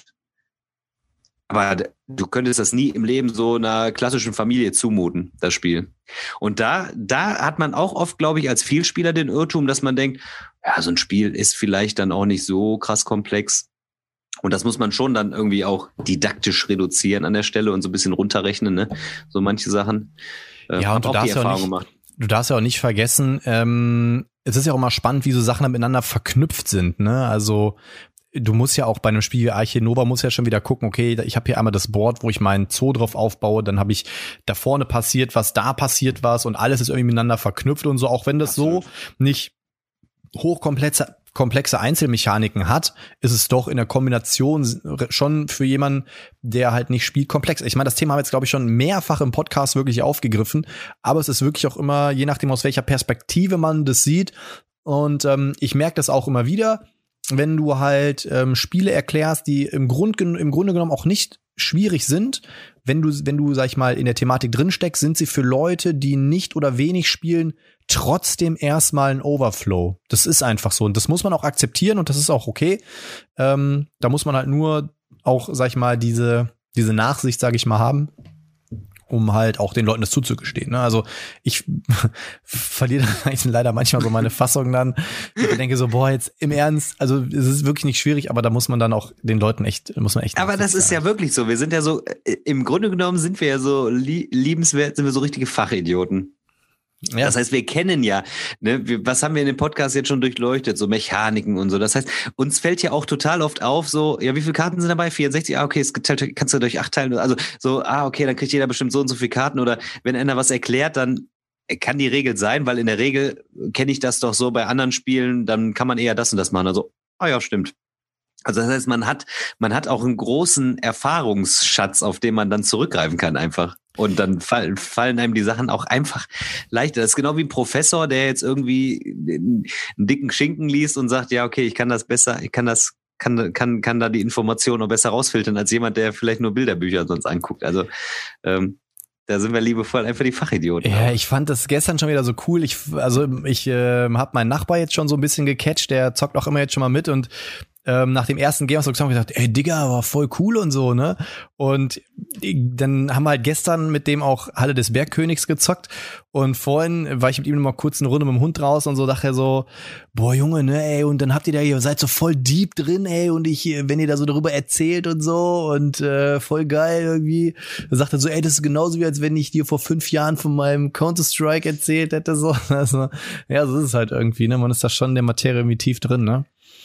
Aber du könntest das nie im Leben so einer klassischen Familie zumuten, das Spiel. Und da hat man auch oft, glaube ich, als Vielspieler den Irrtum, dass man denkt, ja, so ein Spiel ist vielleicht dann auch nicht so krass komplex. Und das muss man schon dann irgendwie auch didaktisch reduzieren an der Stelle und so ein bisschen runterrechnen, ne? So manche Sachen. Ja, und du darfst ja auch nicht vergessen, es ist ja auch immer spannend, wie so Sachen dann miteinander verknüpft sind, ne? Also du musst ja auch bei einem Spiel wie Arche Nova musst ja schon wieder gucken, okay, ich habe hier einmal das Board, wo ich meinen Zoo drauf aufbaue, dann habe ich da vorne passiert was, da passiert was und alles ist irgendwie miteinander verknüpft und so, auch wenn das so nicht hochkomplexe Einzelmechaniken hat, ist es doch in der Kombination schon für jemanden, der halt nicht spielt, komplex. Ich meine, das Thema haben wir jetzt, glaube ich, schon mehrfach im Podcast wirklich aufgegriffen, aber es ist wirklich auch immer, je nachdem, aus welcher Perspektive man das sieht, und ich merke das auch immer wieder, wenn du halt Spiele erklärst, die im Grunde genommen auch nicht schwierig sind, wenn du, sag ich mal, in der Thematik drin steckst, sind sie für Leute, die nicht oder wenig spielen, trotzdem erstmal ein Overflow. Das ist einfach so. Und das muss man auch akzeptieren und das ist auch okay. Da muss man halt nur auch, sag ich mal, diese Nachsicht, sag ich mal, haben, um halt auch den Leuten das zuzugestehen. Ne? Also ich verliere dann leider manchmal so meine Fassung dann. Ich denke so, jetzt im Ernst, also es ist wirklich nicht schwierig, aber da muss man dann auch den Leuten muss man echt. Aber das ist ja wirklich so. Wir sind ja so, im Grunde genommen sind wir ja so liebenswert, sind wir so richtige Fachidioten. Ja. Das heißt, wir kennen ja, ne, was haben wir in dem Podcast jetzt schon durchleuchtet, so Mechaniken und so. Das heißt, uns fällt ja auch total oft auf, so, ja, wie viele Karten sind dabei? 64? Okay, es kannst du durch 8 teilen. Also so, okay, dann kriegt jeder bestimmt so und so viele Karten. Oder wenn einer was erklärt, dann kann die Regel sein, weil in der Regel kenne ich das doch so bei anderen Spielen, dann kann man eher das und das machen. Also, ja, stimmt. Also das heißt, man hat auch einen großen Erfahrungsschatz, auf den man dann zurückgreifen kann einfach. Und dann fallen einem die Sachen auch einfach leichter. Das ist genau wie ein Professor, der jetzt irgendwie einen dicken Schinken liest und sagt, ja, okay, ich kann das besser, kann da die Information noch besser rausfiltern als jemand, der vielleicht nur Bilderbücher sonst anguckt. Also da sind wir liebevoll einfach die Fachidioten. Ja, ich fand das gestern schon wieder so cool. Ich habe meinen Nachbar jetzt schon so ein bisschen gecatcht, der zockt auch immer jetzt schon mal mit, und nach dem ersten Game haben wir gesagt, ey Digga, war voll cool und so, ne? Und dann haben wir halt gestern mit dem auch Halle des Bergkönigs gezockt, und vorhin war ich mit ihm noch mal kurz eine Runde mit dem Hund raus und so, dachte er so, Junge, ne, ey, und dann habt ihr seid so voll deep drin, ey, und wenn ihr da so darüber erzählt und so und voll geil irgendwie, dann sagt er so, ey, das ist genauso wie als wenn ich dir vor 5 Jahren von meinem Counter-Strike erzählt hätte, so. Also, ja, so ist es halt irgendwie, ne? Man ist da schon in der Materie irgendwie tief drin, ne?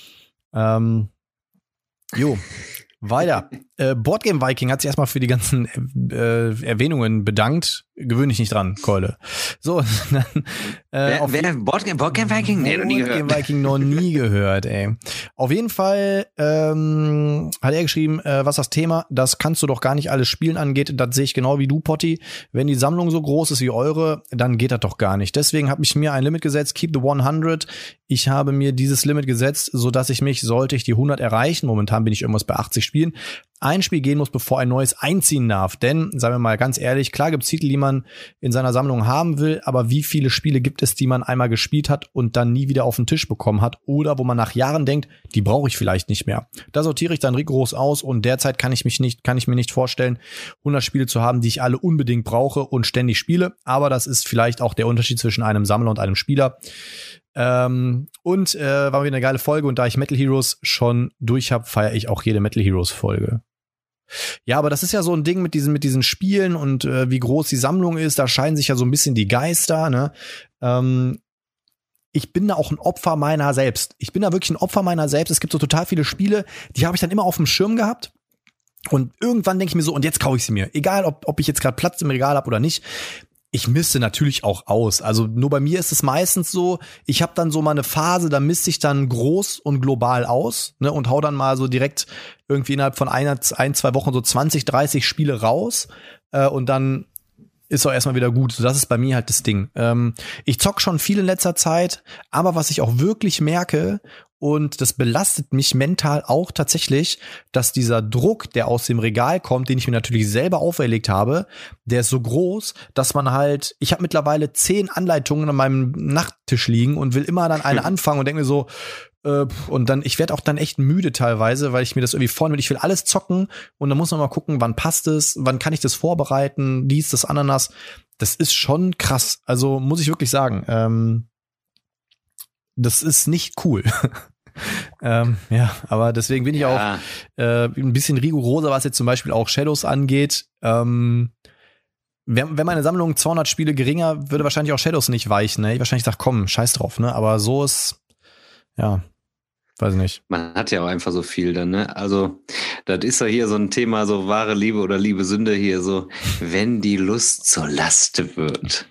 Weiter. Boardgame Viking hat sich erstmal für die ganzen Erwähnungen bedankt. Gewöhne dich nicht dran, Keule. So, dann wer Boardgame Viking? Nee, noch nie gehört. Boardgame Viking noch nie gehört, ey. Auf jeden Fall hat er geschrieben, was das Thema, das kannst du doch gar nicht alles spielen angeht, das sehe ich genau wie du, Potti. Wenn die Sammlung so groß ist wie eure, dann geht das doch gar nicht. Deswegen habe ich mir ein Limit gesetzt, keep the 100. Ich habe mir dieses Limit gesetzt, sodass ich mich, sollte ich die 100 erreichen, momentan bin ich irgendwas bei 80 Spielen, ein Spiel gehen muss, bevor ein neues einziehen darf. Denn, sagen wir mal ganz ehrlich, klar gibt's Titel, die man in seiner Sammlung haben will, aber wie viele Spiele gibt es, die man einmal gespielt hat und dann nie wieder auf den Tisch bekommen hat oder wo man nach Jahren denkt, die brauche ich vielleicht nicht mehr. Da sortiere ich dann rigoros aus, und derzeit kann ich mir nicht vorstellen, 100 Spiele zu haben, die ich alle unbedingt brauche und ständig spiele. Aber das ist vielleicht auch der Unterschied zwischen einem Sammler und einem Spieler. War wieder eine geile Folge, und da ich Metal Heroes schon durch habe, feiere ich auch jede Metal Heroes Folge. Ja, aber das ist ja so ein Ding mit diesen Spielen und wie groß die Sammlung ist, da scheiden sich ja so ein bisschen die Geister, ne? Ich bin da auch ein Opfer meiner selbst. Ich bin da wirklich ein Opfer meiner selbst. Es gibt so total viele Spiele, die habe ich dann immer auf dem Schirm gehabt. Und irgendwann denke ich mir so, und jetzt kaufe ich sie mir. Egal, ob ich jetzt gerade Platz im Regal habe oder nicht. Ich misste natürlich auch aus. Also nur bei mir ist es meistens so, ich habe dann so mal eine Phase, da misste ich dann groß und global aus, ne, und hau dann mal so direkt irgendwie innerhalb von 2 Wochen so 20, 30 Spiele raus. Und dann ist auch erstmal wieder gut. So, das ist bei mir halt das Ding. Ich zock schon viel in letzter Zeit, aber was ich auch wirklich merke, und das belastet mich mental auch tatsächlich, dass dieser Druck, der aus dem Regal kommt, den ich mir natürlich selber auferlegt habe, der ist so groß, dass man halt, ich habe mittlerweile 10 Anleitungen an meinem Nachttisch liegen und will immer dann eine anfangen und denke mir so, und dann, ich werde auch dann echt müde teilweise, weil ich mir das irgendwie vornehme. Ich will alles zocken und dann muss man mal gucken, wann passt es, wann kann ich das vorbereiten, dies, das, Ananas. Das ist schon krass. Also muss ich wirklich sagen, das ist nicht cool. Ja, aber deswegen bin ich auch ein bisschen rigoroser, was jetzt zum Beispiel auch Shadows angeht. Wenn meine Sammlung 200 Spiele geringer, würde wahrscheinlich auch Shadows nicht weichen. Ne? Ich wahrscheinlich sag, komm, scheiß drauf. Ne? Aber so ist, ja, weiß ich nicht. Man hat ja auch einfach so viel dann, ne? Also, das ist ja hier so ein Thema, so wahre Liebe oder liebe Sünde hier, so, wenn die Lust zur Last wird.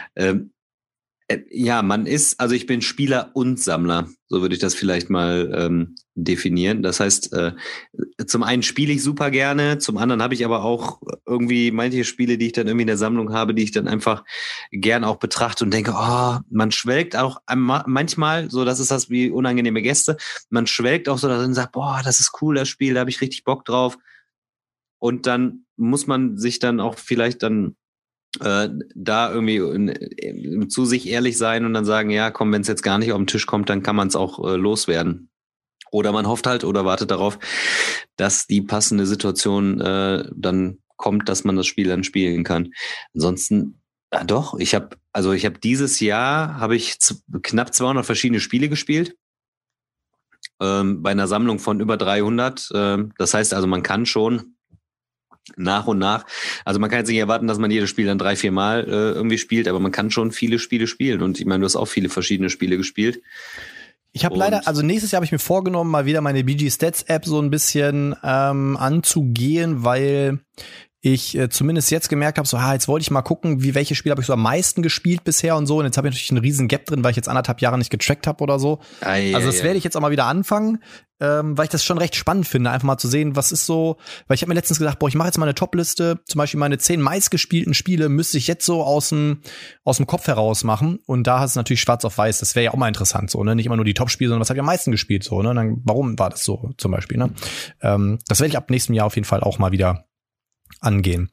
Ja, also ich bin Spieler und Sammler, so würde ich das vielleicht mal definieren. Das heißt, zum einen spiele ich super gerne, zum anderen habe ich aber auch irgendwie manche Spiele, die ich dann irgendwie in der Sammlung habe, die ich dann einfach gern auch betrachte und denke, oh, man schwelgt auch manchmal, so das ist das wie unangenehme Gäste, man schwelgt auch so darin und sagt, boah, das ist cool, das Spiel, da habe ich richtig Bock drauf. Und dann muss man sich dann auch vielleicht dann da irgendwie zu sich ehrlich sein und dann sagen, ja, komm, wenn es jetzt gar nicht auf den Tisch kommt, dann kann man es auch loswerden. Oder man hofft halt oder wartet darauf, dass die passende Situation dann kommt, dass man das Spiel dann spielen kann. Ansonsten, doch, ich habe dieses Jahr knapp 200 verschiedene Spiele gespielt. Bei einer Sammlung von über 300. Das heißt also, man kann schon nach und nach. Also man kann jetzt nicht erwarten, dass man jedes Spiel dann 3-4 Mal irgendwie spielt, aber man kann schon viele Spiele spielen. Und ich meine, du hast auch viele verschiedene Spiele gespielt. Ich habe leider, also nächstes Jahr habe ich mir vorgenommen, mal wieder meine BG Stats App so ein bisschen anzugehen, weil ich zumindest jetzt gemerkt habe, so, jetzt wollte ich mal gucken, welche Spiele habe ich so am meisten gespielt bisher und so. Und jetzt habe ich natürlich einen riesen Gap drin, weil ich jetzt 1,5 Jahre nicht getrackt habe oder so. Also das werde ich jetzt auch mal wieder anfangen, weil ich das schon recht spannend finde, einfach mal zu sehen, was ist so, weil ich habe mir letztens gedacht, ich mache jetzt mal eine Top-Liste, zum Beispiel meine 10 meistgespielten Spiele müsste ich jetzt so aus dem Kopf heraus machen. Und da hast du natürlich schwarz auf weiß, das wäre ja auch mal interessant, so, ne? Nicht immer nur die Top-Spiele, sondern was habe ich am meisten gespielt, so, ne? Dann, warum war das so zum Beispiel, ne? Das werde ich ab nächstem Jahr auf jeden Fall auch mal wieder angehen.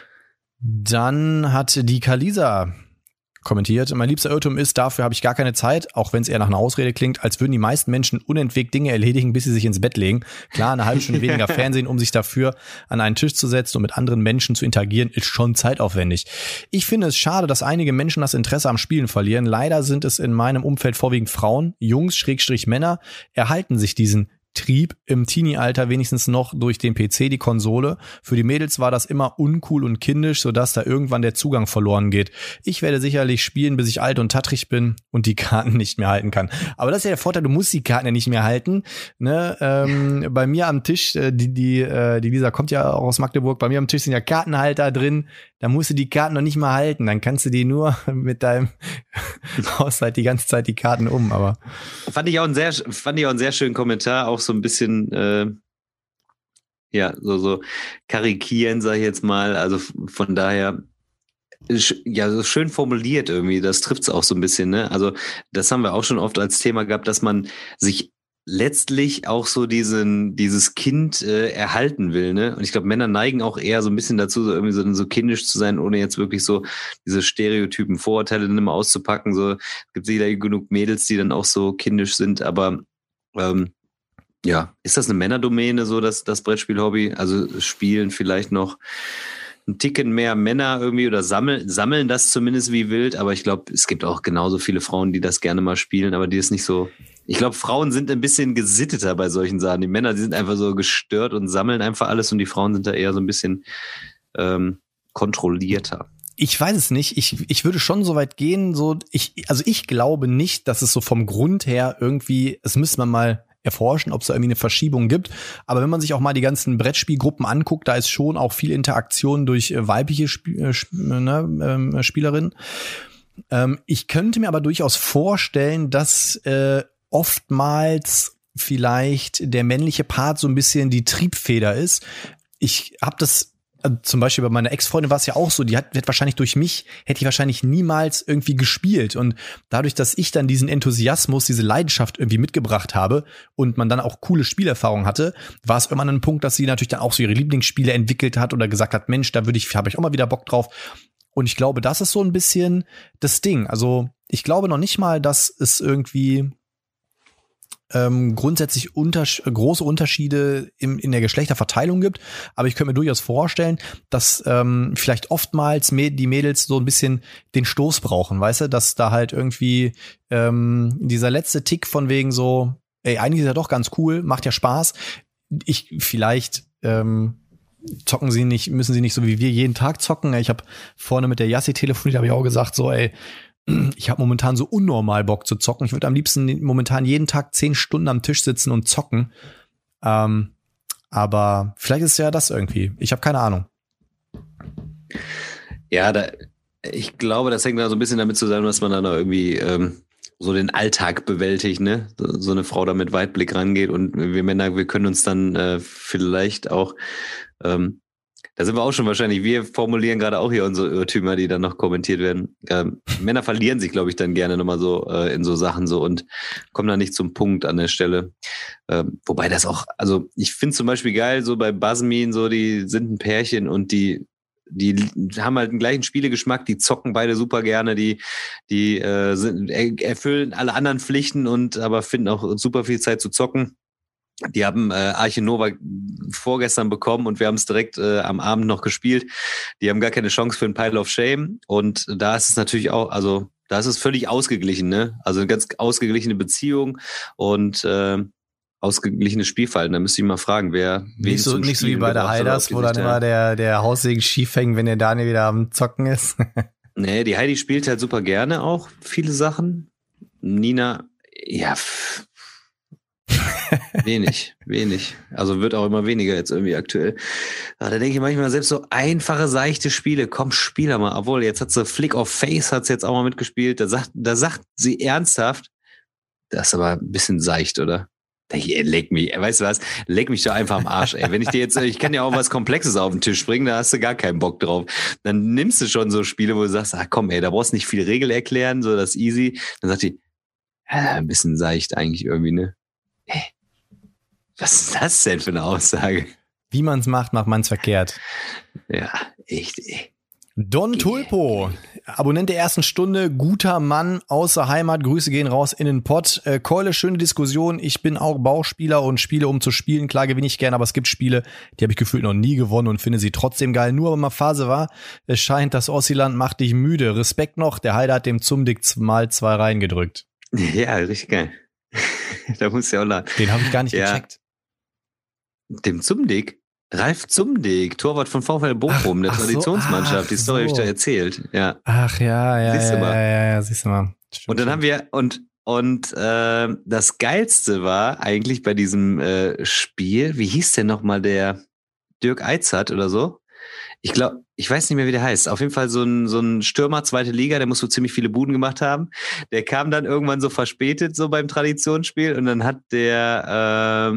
Dann hat die Kalisa kommentiert, mein liebster Irrtum ist, dafür habe ich gar keine Zeit, auch wenn es eher nach einer Ausrede klingt, als würden die meisten Menschen unentwegt Dinge erledigen, bis sie sich ins Bett legen. Klar, eine halbe Stunde weniger Fernsehen, um sich dafür an einen Tisch zu setzen und mit anderen Menschen zu interagieren, ist schon zeitaufwendig. Ich finde es schade, dass einige Menschen das Interesse am Spielen verlieren. Leider sind es in meinem Umfeld vorwiegend Frauen, Jungs, Männer, erhalten sich diesen Trieb im Teenie-Alter wenigstens noch durch den PC, die Konsole. Für die Mädels war das immer uncool und kindisch, sodass da irgendwann der Zugang verloren geht. Ich werde sicherlich spielen, bis ich alt und tattrig bin und die Karten nicht mehr halten kann. Aber das ist ja der Vorteil, du musst die Karten ja nicht mehr halten. Ne? Bei mir am Tisch, die Lisa kommt ja auch aus Magdeburg, bei mir am Tisch sind ja Kartenhalter drin. Da musst du die Karten noch nicht mal halten. Dann kannst du die nur mit deinem haust halt die ganze Zeit die Karten um. Aber fand ich auch einen sehr schönen Kommentar, auch so ein bisschen so karikieren, sag ich jetzt mal. Also von daher ja, so schön formuliert irgendwie. Das trifft's auch so ein bisschen, ne? Also das haben wir auch schon oft als Thema gehabt, dass man sich letztlich auch so dieses Kind erhalten will, ne? Und ich glaube, Männer neigen auch eher so ein bisschen dazu, so irgendwie so kindisch zu sein, ohne jetzt wirklich so diese Stereotypen, Vorurteile dann immer auszupacken. So, es gibt sicher genug Mädels, die dann auch so kindisch sind, aber ja, ist das eine Männerdomäne, so das Brettspiel-Hobby? Also spielen vielleicht noch ein Ticken mehr Männer irgendwie oder sammeln das zumindest wie wild, aber ich glaube, es gibt auch genauso viele Frauen, die das gerne mal spielen, aber die es nicht so Ich glaube, Frauen sind ein bisschen gesitteter bei solchen Sachen. Die Männer, die sind einfach so gestört und sammeln einfach alles und die Frauen sind da eher so ein bisschen kontrollierter. Ich weiß es nicht. Ich würde schon so weit gehen, ich glaube nicht, dass es so vom Grund her irgendwie, es müsste man mal erforschen, ob es da irgendwie eine Verschiebung gibt. Aber wenn man sich auch mal die ganzen Brettspielgruppen anguckt, da ist schon auch viel Interaktion durch weibliche Spielerinnen. Ich könnte mir aber durchaus vorstellen, dass oftmals vielleicht der männliche Part so ein bisschen die Triebfeder ist. Ich habe das zum Beispiel bei meiner Ex-Freundin war es ja auch so, hätte ich wahrscheinlich niemals irgendwie gespielt. Und dadurch, dass ich dann diesen Enthusiasmus, diese Leidenschaft irgendwie mitgebracht habe und man dann auch coole Spielerfahrungen hatte, war es immer ein Punkt, dass sie natürlich dann auch so ihre Lieblingsspiele entwickelt hat oder gesagt hat, Mensch, habe ich auch mal wieder Bock drauf. Und ich glaube, das ist so ein bisschen das Ding. Also ich glaube noch nicht mal, dass es irgendwie grundsätzlich große Unterschiede in der Geschlechterverteilung gibt, aber ich könnte mir durchaus vorstellen, dass vielleicht oftmals die Mädels so ein bisschen den Stoß brauchen, weißt du, dass da halt irgendwie dieser letzte Tick von wegen so, ey, eigentlich ist ja doch ganz cool, macht ja Spaß. Vielleicht müssen sie nicht so wie wir jeden Tag zocken. Ich habe vorne mit der Yassi telefoniert, habe ich auch gesagt, so, ey, ich habe momentan so unnormal Bock zu zocken. Ich würde am liebsten momentan jeden Tag 10 Stunden am Tisch sitzen und zocken. Aber vielleicht ist es ja das irgendwie. Ich habe keine Ahnung. Ja, ich glaube, das hängt da so ein bisschen damit zusammen, dass man dann irgendwie so den Alltag bewältigt, ne? So eine Frau da mit Weitblick rangeht und wir Männer, wir können uns dann vielleicht auch da sind wir auch schon wahrscheinlich, wir formulieren gerade auch hier unsere Irrtümer, die dann noch kommentiert werden. Männer verlieren sich, glaube ich, dann gerne nochmal so in so Sachen so und kommen dann nicht zum Punkt an der Stelle. Wobei das auch, also ich finde zum Beispiel geil, so bei Basmin, so die sind ein Pärchen und die haben halt den gleichen Spielegeschmack, die zocken beide super gerne, die erfüllen alle anderen Pflichten aber finden auch super viel Zeit zu zocken. Die haben Arche Nova vorgestern bekommen und wir haben es direkt am Abend noch gespielt. Die haben gar keine Chance für ein Pile of Shame und da ist es natürlich auch, also da ist es völlig ausgeglichen, ne? Also eine ganz ausgeglichene Beziehung und ausgeglichenes Spielverhalten. Da müsste ich mal fragen, wer nicht so wie bei der Heiders, wo dann immer der Haussegen schief hängt, wenn der Daniel wieder am Zocken ist. Nee, die Heidi spielt halt super gerne auch viele Sachen. Nina, ja, wenig. Also wird auch immer weniger jetzt irgendwie aktuell. Aber da denke ich manchmal, selbst so einfache, seichte Spiele, komm, spiel da mal. Obwohl, jetzt hat sie Flick of Face, hat sie jetzt auch mal mitgespielt. Da sagt sie ernsthaft, das ist aber ein bisschen seicht, oder? Leck mich, weißt du was? Leck mich doch einfach am Arsch, ey. Wenn ich dir jetzt, ich kann ja auch was Komplexes auf den Tisch bringen, da hast du gar keinen Bock drauf. Dann nimmst du schon so Spiele, wo du sagst, komm, ey, da brauchst du nicht viel Regel erklären, so das easy. Dann sagt die, ein bisschen seicht eigentlich irgendwie, ne? Hey, was ist das denn für eine Aussage? Wie man's macht, macht man's verkehrt. Ja, echt, ey. Don Tulpo, Abonnent der ersten Stunde, guter Mann aus der Heimat, Grüße gehen raus in den Pott. Keule, schöne Diskussion, ich bin auch Bauspieler und spiele um zu spielen, klar gewinne ich gerne, aber es gibt Spiele, die habe ich gefühlt noch nie gewonnen und finde sie trotzdem geil, nur wenn mal Phase war, es scheint, das Ossiland macht dich müde, Respekt noch, der Heider hat dem Zumdick mal 2 reingedrückt. Ja, richtig geil. Da muss ja auch lachen. Den habe ich gar nicht gecheckt. Dem Zumdick? Ralf Zumdick, Torwart von VfL Bochum, der Traditionsmannschaft. Die Story habe ich da erzählt. Ja. Ach ja. Siehst du mal. Stimmt, und dann haben wir, und das Geilste war eigentlich bei diesem Spiel, wie hieß denn nochmal der Dirk Eitzert oder so? Ich glaube, ich weiß nicht mehr, wie der heißt. Auf jeden Fall so ein Stürmer, 2. Liga, der muss so ziemlich viele Buden gemacht haben. Der kam dann irgendwann so verspätet so beim Traditionsspiel und dann hat der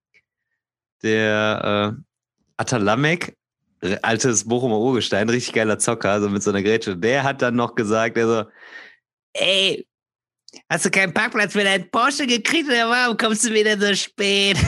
Atalamek, altes Bochumer Urgestein, richtig geiler Zocker, so mit so einer Grätsche, der hat dann noch gesagt, ey, hast du keinen Parkplatz für deinen Porsche gekriegt oder warum kommst du wieder so spät?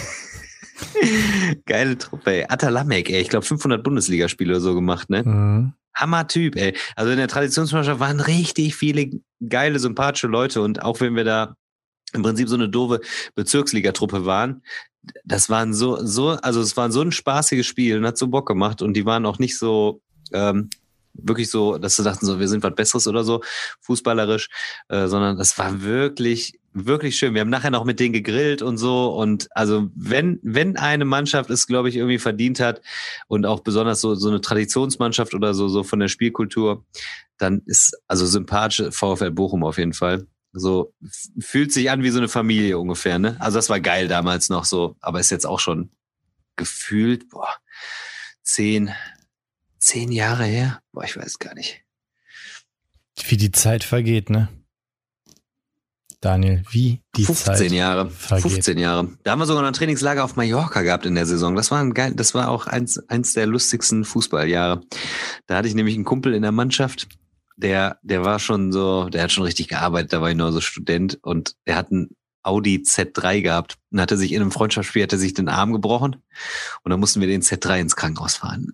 Geile Truppe, ey. Atalamek, ey, ich glaube 500 Bundesligaspiele oder so gemacht, ne? Mhm. Hammer-Typ, ey. Also in der Traditionsmannschaft waren richtig viele geile, sympathische Leute und auch wenn wir da im Prinzip so eine doofe Bezirksligatruppe waren, das waren also es war so ein spaßiges Spiel und hat so Bock gemacht und die waren auch nicht so, wirklich so, dass sie dachten so, wir sind was Besseres oder so, fußballerisch, sondern das war wirklich, wirklich schön. Wir haben nachher noch mit denen gegrillt und so und also wenn eine Mannschaft es, glaube ich, irgendwie verdient hat und auch besonders so eine Traditionsmannschaft oder so von der Spielkultur, dann ist also sympathische VfL Bochum auf jeden Fall. So fühlt sich an wie so eine Familie ungefähr, ne? Also das war geil damals noch so, aber ist jetzt auch schon gefühlt, 10 Jahre her? Ich weiß gar nicht. Wie die Zeit vergeht, ne? Daniel, wie die 15 Zeit Jahre. vergeht. 15 Jahre. Da haben wir sogar noch ein Trainingslager auf Mallorca gehabt in der Saison. Das war auch eins der lustigsten Fußballjahre. Da hatte ich nämlich einen Kumpel in der Mannschaft, der war schon so, der hat schon richtig gearbeitet, da war ich noch so Student und der hat einen Audi Z3 gehabt und hatte sich in einem Freundschaftsspiel den Arm gebrochen und dann mussten wir den Z3 ins Krankenhaus fahren.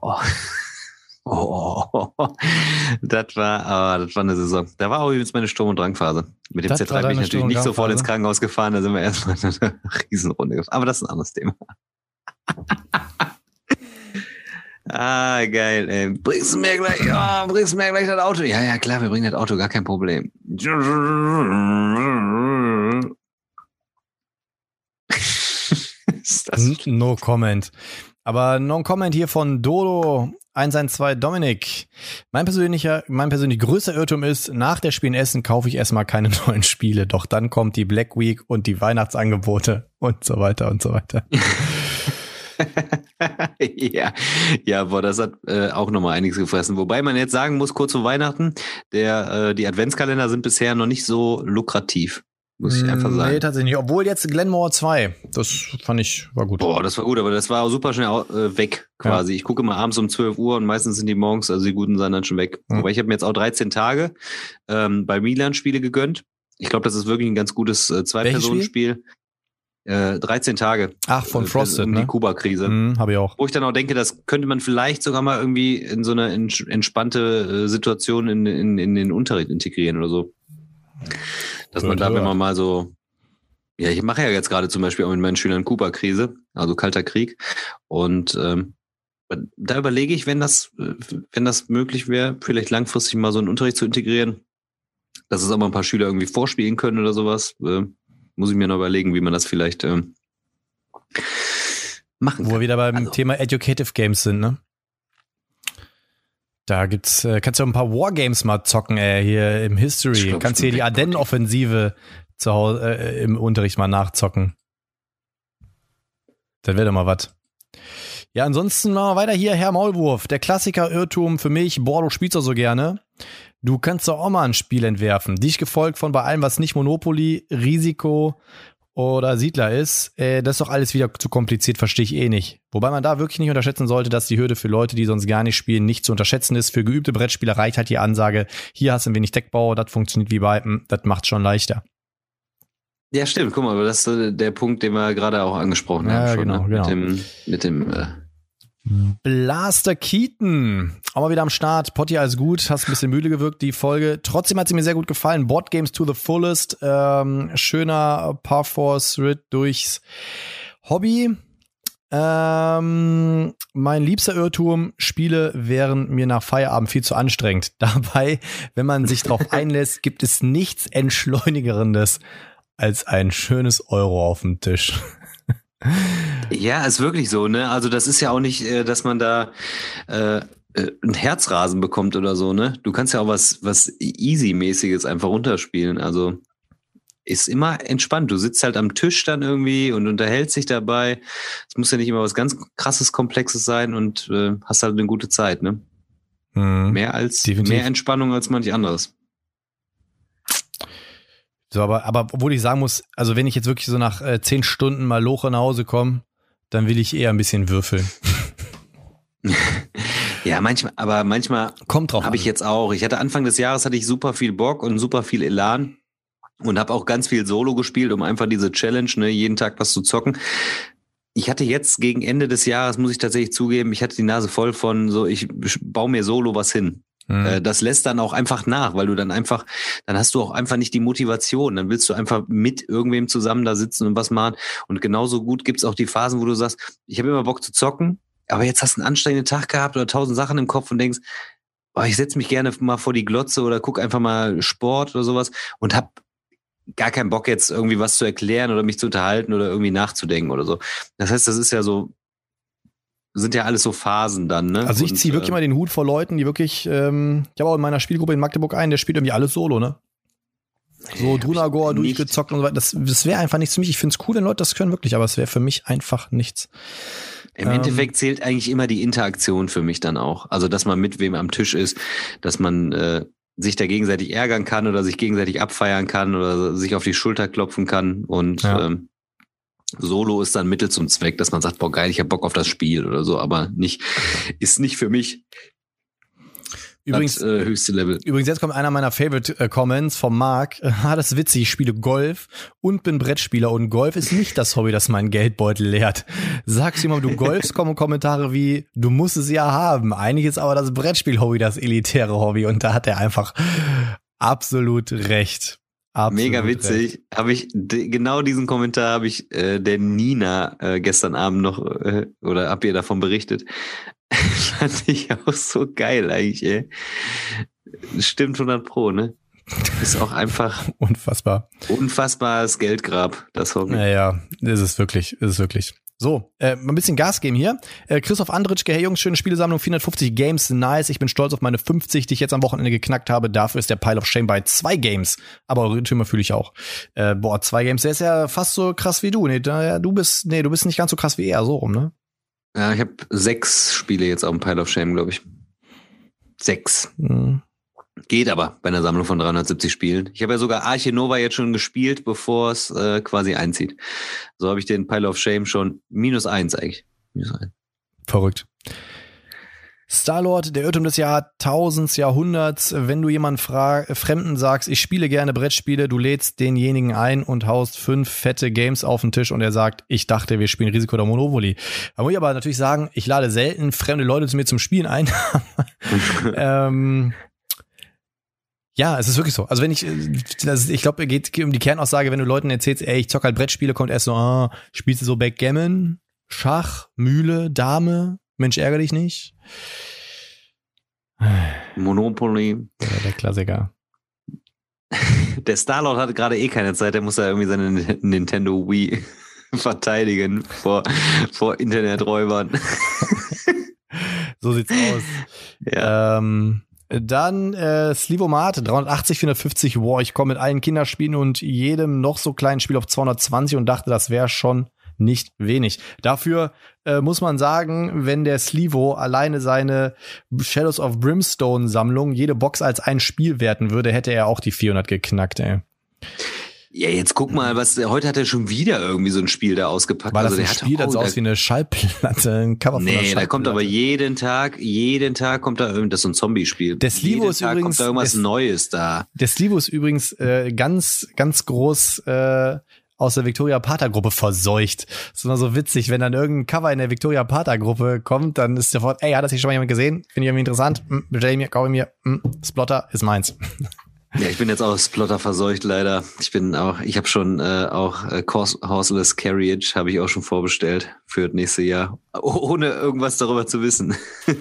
Das war eine Saison. Da war auch übrigens meine Sturm- und Drangphase. Mit dem Das Z3 bin ich natürlich nicht sofort ins Krankenhaus gefahren, da sind wir erstmal eine Riesenrunde gefahren. Aber das ist ein anderes Thema. Geil, ey. Bringst du mir gleich das Auto? Ja, klar, wir bringen das Auto, gar kein Problem. Ist das no comment. Aber no comment hier von Dodo 112 Dominik. Mein persönlich größter Irrtum ist, nach der Spiel in Essen kaufe ich erstmal keine neuen Spiele. Doch dann kommt die Black Week und die Weihnachtsangebote und so weiter und so weiter. Ja, das hat auch nochmal einiges gefressen. Wobei man jetzt sagen muss, kurz vor Weihnachten, die Adventskalender sind bisher noch nicht so lukrativ, muss ich einfach sagen. Nee, tatsächlich nicht. Obwohl jetzt Glenmore 2, das fand ich, war gut. Das war gut, aber das war auch super schnell weg quasi. Ja. Ich gucke immer abends um 12 Uhr und meistens sind die morgens, also die guten sind dann schon weg. Mhm. Wobei ich habe mir jetzt auch 13 Tage bei Milan Spiele gegönnt. Ich glaube, das ist wirklich ein ganz gutes Zwei-Personen-Spiel. 13 Tage. Ach, von Frosted, die Kuba-Krise. Habe ich auch. Wo ich dann auch denke, das könnte man vielleicht sogar mal irgendwie in so eine entspannte Situation in den Unterricht integrieren oder so. Dass man da, wenn man mal so, ja, ich mache ja jetzt gerade zum Beispiel auch mit meinen Schülern Kuba-Krise, also Kalter Krieg. Und da überlege ich, wenn das möglich wäre, vielleicht langfristig mal so einen Unterricht zu integrieren, dass es auch mal ein paar Schüler irgendwie vorspielen können oder sowas. Muss ich mir noch überlegen, wie man das vielleicht machen kann. Wo wir wieder beim Thema Educative Games sind, ne? Da kannst du ein paar Wargames mal zocken, hier im History. Kannst hier die Ardennen-Offensive zu Hause im Unterricht mal nachzocken. Das wäre doch mal was. Ja, ansonsten machen wir weiter hier, Herr Maulwurf. Der Klassiker-Irrtum für mich, du spielst doch so gerne. Du kannst doch auch mal ein Spiel entwerfen. Dich gefolgt von bei allem, was nicht Monopoly, Risiko oder Siedler ist. Das ist doch alles wieder zu kompliziert, verstehe ich nicht. Wobei man da wirklich nicht unterschätzen sollte, dass die Hürde für Leute, die sonst gar nicht spielen, nicht zu unterschätzen ist. Für geübte Brettspieler reicht halt die Ansage, hier hast du ein wenig Deckbau, das funktioniert wie bei das macht's schon leichter. Ja, stimmt. Guck mal, aber das ist der Punkt, den wir gerade auch angesprochen haben. Ja, schon, genau. Mit dem Blaster Keaton, auch mal wieder am Start. Potti, alles gut, hast ein bisschen müde gewirkt, die Folge. Trotzdem hat sie mir sehr gut gefallen. Board Games to the fullest, schöner Par-Force-Ritt durchs Hobby. Mein liebster Irrtum, Spiele wären mir nach Feierabend viel zu anstrengend. Dabei, wenn man sich drauf einlässt, gibt es nichts Entschleunigerendes als ein schönes Euro auf dem Tisch. Ja, ist wirklich so, ne? Also das ist ja auch nicht, dass man da ein Herzrasen bekommt oder so, ne? Du kannst ja auch was Easy-mäßiges einfach runterspielen. Also ist immer entspannt. Du sitzt halt am Tisch dann irgendwie und unterhältst dich dabei. Es muss ja nicht immer was ganz krasses, Komplexes sein und hast halt eine gute Zeit, ne? Mehr Entspannung als manch anderes. So, aber obwohl ich sagen muss, also wenn ich jetzt wirklich so nach 10 Stunden mal Loche nach Hause komme, dann will ich eher ein bisschen würfeln. Ja, manchmal kommt drauf habe ich jetzt auch. Anfang des Jahres hatte ich super viel Bock und super viel Elan und habe auch ganz viel Solo gespielt, um einfach diese Challenge, ne, jeden Tag was zu zocken. Ich hatte jetzt gegen Ende des Jahres, muss ich tatsächlich zugeben, ich hatte die Nase voll von so, ich baue mir Solo was hin. Das lässt dann auch einfach nach, weil du dann hast du auch einfach nicht die Motivation. Dann willst du einfach mit irgendwem zusammen da sitzen und was machen. Und genauso gut gibt's auch die Phasen, wo du sagst, ich habe immer Bock zu zocken, aber jetzt hast du einen anstrengenden Tag gehabt oder 1000 Sachen im Kopf und denkst, ich setze mich gerne mal vor die Glotze oder gucke einfach mal Sport oder sowas und habe gar keinen Bock jetzt irgendwie was zu erklären oder mich zu unterhalten oder irgendwie nachzudenken oder so. Das heißt, das ist ja so, sind ja alles so Phasen dann, ne? Also ich ziehe wirklich mal den Hut vor Leuten, die wirklich, ich habe auch in meiner Spielgruppe in Magdeburg einen, der spielt irgendwie alles solo, ne? So Drunagor durchgezockt und so weiter. Das wäre einfach nichts für mich. Ich finde es cool, wenn Leute das können, wirklich, aber es wäre für mich einfach nichts. Im Endeffekt zählt eigentlich immer die Interaktion für mich dann auch. Also, dass man mit wem am Tisch ist, dass man sich da gegenseitig ärgern kann oder sich gegenseitig abfeiern kann oder sich auf die Schulter klopfen kann. Und Solo ist dann Mittel zum Zweck, dass man sagt, boah geil, ich hab Bock auf das Spiel oder so, aber ist nicht für mich. Übrigens, das höchste Level. Übrigens, jetzt kommt einer meiner Favorite-Comments vom Marc. Das ist witzig, ich spiele Golf und bin Brettspieler und Golf ist nicht das Hobby, das meinen Geldbeutel leert. Sagst du immer, du golfst, kommen Kommentare wie, du musst es ja haben. Eigentlich ist aber das Brettspiel-Hobby das elitäre Hobby und da hat er einfach absolut recht. Absolut mega witzig. Habe ich genau diesen Kommentar habe ich der Nina gestern Abend noch oder hab ihr davon berichtet. Fand ich auch so geil eigentlich, ey. Stimmt 100%, ne? Ist auch einfach unfassbares Geldgrab, das Hobby. Ja, ist es wirklich. So, ein bisschen Gas geben hier. Christoph Andritschke, hey Jungs, schöne Spielesammlung, 450 Games, nice. Ich bin stolz auf meine 50, die ich jetzt am Wochenende geknackt habe. Dafür ist der Pile of Shame bei 2 Games. Aber Irrtümer fühle ich auch. 2 Games, der ist ja fast so krass wie du. Du bist nicht ganz so krass wie er, so rum, ne? Ja, ich habe 6 Spiele jetzt auf dem Pile of Shame, glaube ich. 6. Geht aber bei einer Sammlung von 370 Spielen. Ich habe ja sogar Arche Nova jetzt schon gespielt, bevor es quasi einzieht. So habe ich den Pile of Shame schon -1 eigentlich. -1. Verrückt. Starlord, der Irrtum des Jahrhunderts. Wenn du jemanden Fremden sagst, ich spiele gerne Brettspiele, du lädst denjenigen ein und haust 5 fette Games auf den Tisch und er sagt, ich dachte, wir spielen Risiko oder Monopoly. Da muss ich aber natürlich sagen, ich lade selten fremde Leute zu mir zum Spielen ein. Ja, es ist wirklich so. Also wenn ich glaube, es geht um die Kernaussage, wenn du Leuten erzählst, ey, ich zock halt Brettspiele, kommt erst so, spielst du so Backgammon, Schach, Mühle, Dame, Mensch, ärgere dich nicht. Monopoly. Ja, der Klassiker. Der Starlord hatte gerade keine Zeit, der muss ja irgendwie seine Nintendo Wii verteidigen vor Interneträubern. So sieht's aus. Ja. Dann Slivomat, 380, 450. Wow, ich komme mit allen Kinderspielen und jedem noch so kleinen Spiel auf 220 und dachte, das wäre schon nicht wenig. Dafür muss man sagen, wenn der Slivo alleine seine Shadows of Brimstone Sammlung jede Box als ein Spiel werten würde, hätte er auch die 400 geknackt, ey. Ja, jetzt guck mal, heute hat er schon wieder irgendwie so ein Spiel da ausgepackt. War das ein Spiel, das aus wie eine Schallplatte, ein Cover von einer Schallplatte? Da kommt aber jeden Tag kommt da das ist so ein Zombie-Spiel. Der Slivo ist übrigens, kommt da irgendwas Neues da. Der Slivo ist übrigens ganz, ganz groß aus der Victoria Pater Gruppe verseucht. Das ist immer so witzig, wenn dann irgendein Cover in der Victoria Pater Gruppe kommt, dann ist sofort, ey, hat das hier schon mal jemand gesehen? Finde ich irgendwie interessant. Bestell mir, kaufe mir, Splotter ist meins. Ja, ich bin jetzt auch Splotter verseucht, leider. Ich habe schon auch Horseless Carriage habe ich auch schon vorbestellt für das nächste Jahr, ohne irgendwas darüber zu wissen.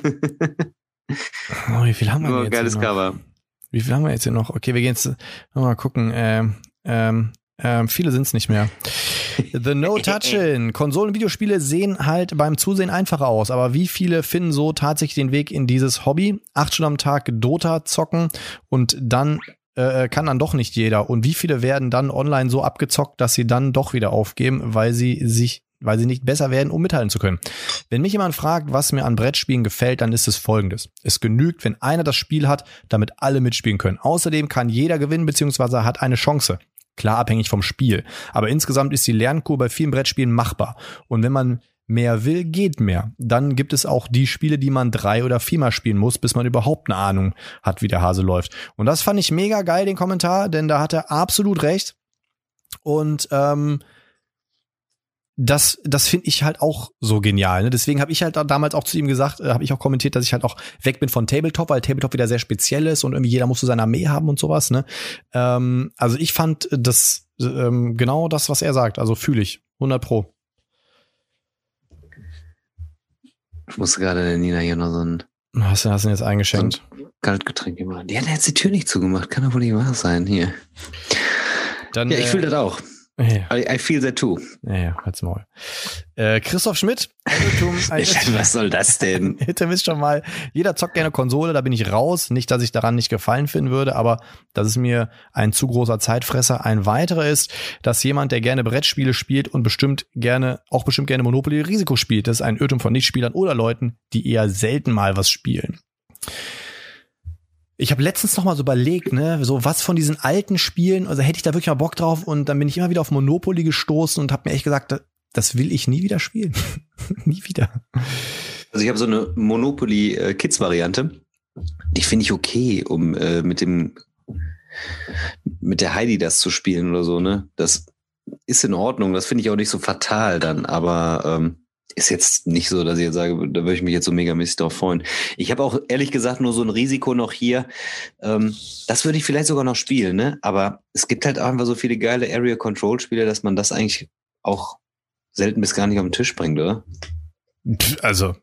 Oh, wie viel haben wir Nur jetzt geiles hier noch? Cover. Wie viel haben wir jetzt hier noch? Okay, wir gehen jetzt mal gucken. Viele sind's nicht mehr. The No Touchin'. Konsolen- und Videospiele sehen halt beim Zusehen einfacher aus, aber wie viele finden so tatsächlich den Weg in dieses Hobby? 8 Stunden am Tag Dota zocken und dann kann dann doch nicht jeder. Und wie viele werden dann online so abgezockt, dass sie dann doch wieder aufgeben, weil sie nicht besser werden, um mithalten zu können. Wenn mich jemand fragt, was mir an Brettspielen gefällt, dann ist es Folgendes. Es genügt, wenn einer das Spiel hat, damit alle mitspielen können. Außerdem kann jeder gewinnen, beziehungsweise hat eine Chance. Klar, abhängig vom Spiel. Aber insgesamt ist die Lernkurve bei vielen Brettspielen machbar. Und wenn man mehr will, geht mehr. Dann gibt es auch die Spiele, die man 3- oder 4-mal spielen muss, bis man überhaupt eine Ahnung hat, wie der Hase läuft. Und das fand ich mega geil, den Kommentar, denn da hat er absolut recht. Und das finde ich halt auch so genial. Ne? Deswegen habe ich halt damals auch zu ihm gesagt, habe ich auch kommentiert, dass ich halt auch weg bin von Tabletop, weil Tabletop wieder sehr speziell ist und irgendwie jeder muss so seine Armee haben und sowas. Ne? Also ich fand das genau das, was er sagt. Also fühle ich 100%. Ich muss gerade der Nina hier noch so ein... Hast du ihn jetzt eingeschenkt? Kaltgetränk gemacht. Die hat jetzt die Tür nicht zugemacht. Kann doch wohl nicht wahr sein hier. Dann, ja, ich fühle das auch. Ja. I feel that too. Ja, halt's Maul. Christoph Schmidt. Was soll das denn? Ihr wisst schon mal, jeder zockt gerne Konsole, da bin ich raus. Nicht, dass ich daran nicht gefallen finden würde, aber das ist mir ein zu großer Zeitfresser. Ein weiterer ist, dass jemand, der gerne Brettspiele spielt und bestimmt gerne Monopoly Risiko spielt. Das ist ein Irrtum von Nichtspielern oder Leuten, die eher selten mal was spielen. Ich habe letztens noch mal so überlegt, ne, so was von diesen alten Spielen, also hätte ich da wirklich mal Bock drauf, und dann bin ich immer wieder auf Monopoly gestoßen und habe mir echt gesagt, das will ich nie wieder spielen. Nie wieder. Also ich habe so eine Monopoly Kids Variante. Die finde ich okay, um mit der Heidi das zu spielen oder so, ne? Das ist in Ordnung, das finde ich auch nicht so fatal dann, aber ist jetzt nicht so, dass ich jetzt sage, da würde ich mich jetzt so megamäßig drauf freuen. Ich habe auch ehrlich gesagt nur so ein Risiko noch hier. Das würde ich vielleicht sogar noch spielen, ne? Aber es gibt halt einfach so viele geile Area-Control-Spiele, dass man das eigentlich auch selten bis gar nicht auf den Tisch bringt, oder? Also.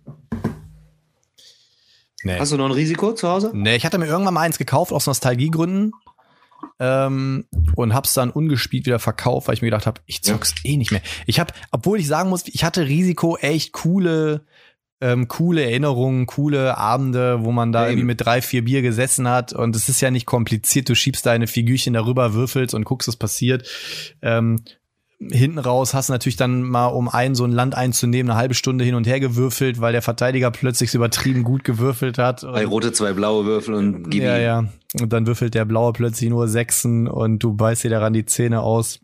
Nee. Hast du noch ein Risiko zu Hause? Nee, ich hatte mir irgendwann mal eins gekauft, aus Nostalgiegründen. Und hab's dann ungespielt wieder verkauft, weil ich mir gedacht habe, ich zock's eh nicht mehr. Obwohl ich sagen muss, ich hatte Risiko echt coole Erinnerungen, coole Abende, wo man da irgendwie mit 3-4 Bier gesessen hat, und es ist ja nicht kompliziert, du schiebst deine Figürchen darüber, würfelst und guckst, was passiert. Hinten raus hast du natürlich dann mal, um so ein Land einzunehmen, eine halbe Stunde hin und her gewürfelt, weil der Verteidiger plötzlich so übertrieben gut gewürfelt hat. 2 rote, 2 blaue Würfel und gib ihm. Ja. Und dann würfelt der Blaue plötzlich nur 6 und du beißt dir daran die Zähne aus.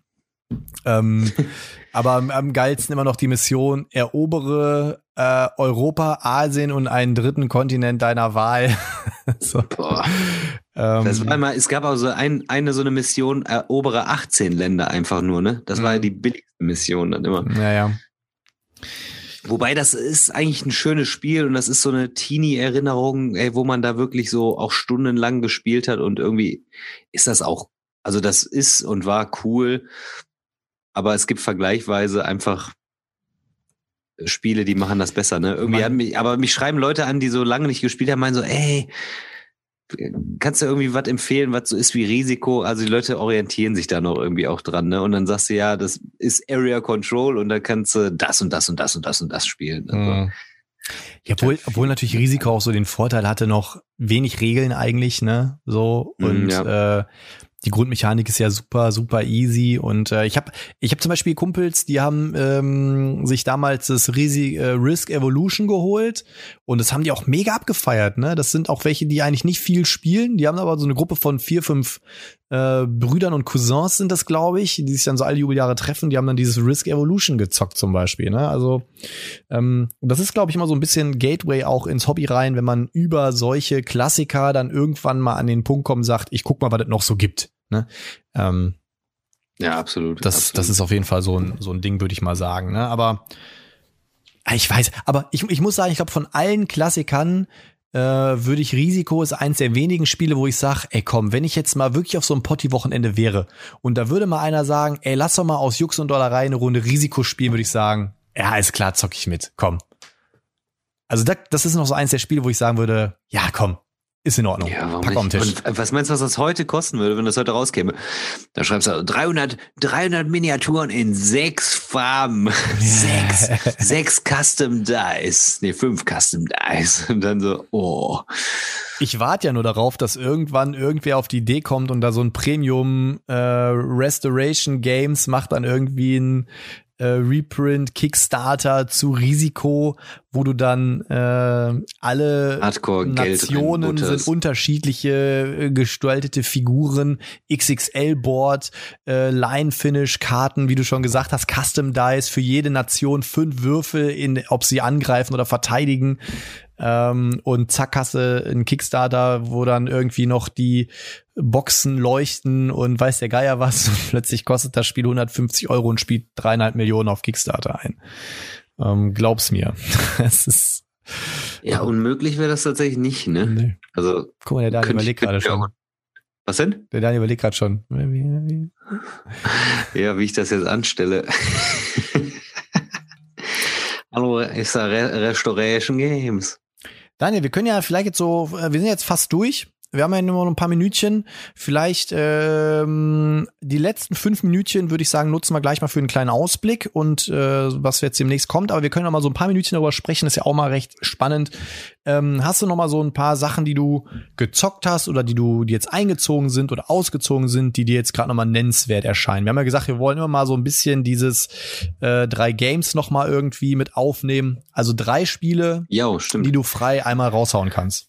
Aber am geilsten immer noch die Mission: erobere Europa, Asien und einen dritten Kontinent deiner Wahl. So. Boah. Das war mal, es gab auch so eine Mission, erobere 18 Länder einfach nur, ne? Das war ja die billigste Mission dann immer. Ja. Wobei, das ist eigentlich ein schönes Spiel und das ist so eine Teenie-Erinnerung, wo man da wirklich so auch stundenlang gespielt hat, und irgendwie ist das auch, also das ist und war cool, aber es gibt vergleichsweise einfach Spiele, die machen das besser, ne? Aber mich schreiben Leute an, die so lange nicht gespielt haben, meinen so, ey, kannst du irgendwie was empfehlen, was so ist wie Risiko? Also die Leute orientieren sich da noch irgendwie auch dran, ne? Und dann sagst du, ja, das ist Area Control und dann kannst du das und das und das und das und das spielen. Also, ja, obwohl natürlich Risiko auch so den Vorteil hatte, noch wenig Regeln eigentlich, ne? So, und die Grundmechanik ist ja super, super easy, und ich hab zum Beispiel Kumpels, die haben sich damals das Risk Evolution geholt, und das haben die auch mega abgefeiert, ne? Das sind auch welche, die eigentlich nicht viel spielen, die haben aber so eine Gruppe von 4, 5 Brüdern und Cousins sind das, glaube ich, die sich dann so alle Jubeljahre treffen, die haben dann dieses Risk Evolution gezockt zum Beispiel, ne? Also das ist, glaube ich, immer so ein bisschen Gateway auch ins Hobby rein, wenn man über solche Klassiker dann irgendwann mal an den Punkt kommt und sagt, ich guck mal, was es noch so gibt, ne? Ja, absolut. Das ist auf jeden Fall so ein Ding, würde ich mal sagen, ne? Aber ich weiß, aber ich muss sagen, ich glaube, von allen Klassikern würde ich Risiko, ist eins der wenigen Spiele, wo ich sage, ey komm, wenn ich jetzt mal wirklich auf so einem Potti-Wochenende wäre und da würde mal einer sagen, ey, lass doch mal aus Jux und Dollerei eine Runde Risiko spielen, würde ich sagen, ja, ist klar, zock ich mit, komm. Also das ist noch so eins der Spiele, wo ich sagen würde, ja, komm, ist in Ordnung. Ja, pack auf den Tisch. Und was meinst du, was das heute kosten würde, wenn das heute rauskäme? Da schreibst du 300 Miniaturen in 6 Farben. 6 Custom Dice. 5 Custom Dice. Und dann so, oh. Ich warte ja nur darauf, dass irgendwann irgendwer auf die Idee kommt und da so ein Premium Restoration Games macht, dann irgendwie ein Reprint, Kickstarter zu Risiko, wo du dann alle Nationen sind unterschiedliche gestaltete Figuren, XXL-Board, Line-Finish-Karten, wie du schon gesagt hast, Custom Dice, für jede Nation 5 Würfel, ob sie angreifen oder verteidigen. Und zack, hast du einen Kickstarter, wo dann irgendwie noch die Boxen leuchten und weiß der Geier was. Und plötzlich kostet das Spiel 150 € und spielt 3,5 Millionen auf Kickstarter ein. Glaub's mir. Es ist. Ja, unmöglich wäre das tatsächlich nicht, ne? Nee. Also. Guck mal, der Daniel überlegt gerade schon. Was denn? Der Daniel überlegt gerade schon. Ja, wie ich das jetzt anstelle. Hallo, ist da Restoration Games. Daniel, wir können ja vielleicht jetzt so, wir sind jetzt fast durch. Wir haben ja nur noch ein paar Minütchen. Vielleicht die letzten 5 Minütchen, würde ich sagen, nutzen wir gleich mal für einen kleinen Ausblick und was jetzt demnächst kommt. Aber wir können noch mal so ein paar Minütchen darüber sprechen. Das ist ja auch mal recht spannend. Hast du noch mal so ein paar Sachen, die du gezockt hast oder die jetzt eingezogen sind oder ausgezogen sind, die dir jetzt gerade noch mal nennenswert erscheinen? Wir haben ja gesagt, wir wollen immer mal so ein bisschen dieses 3 Games noch mal irgendwie mit aufnehmen. Also 3 Spiele, die du frei einmal raushauen kannst.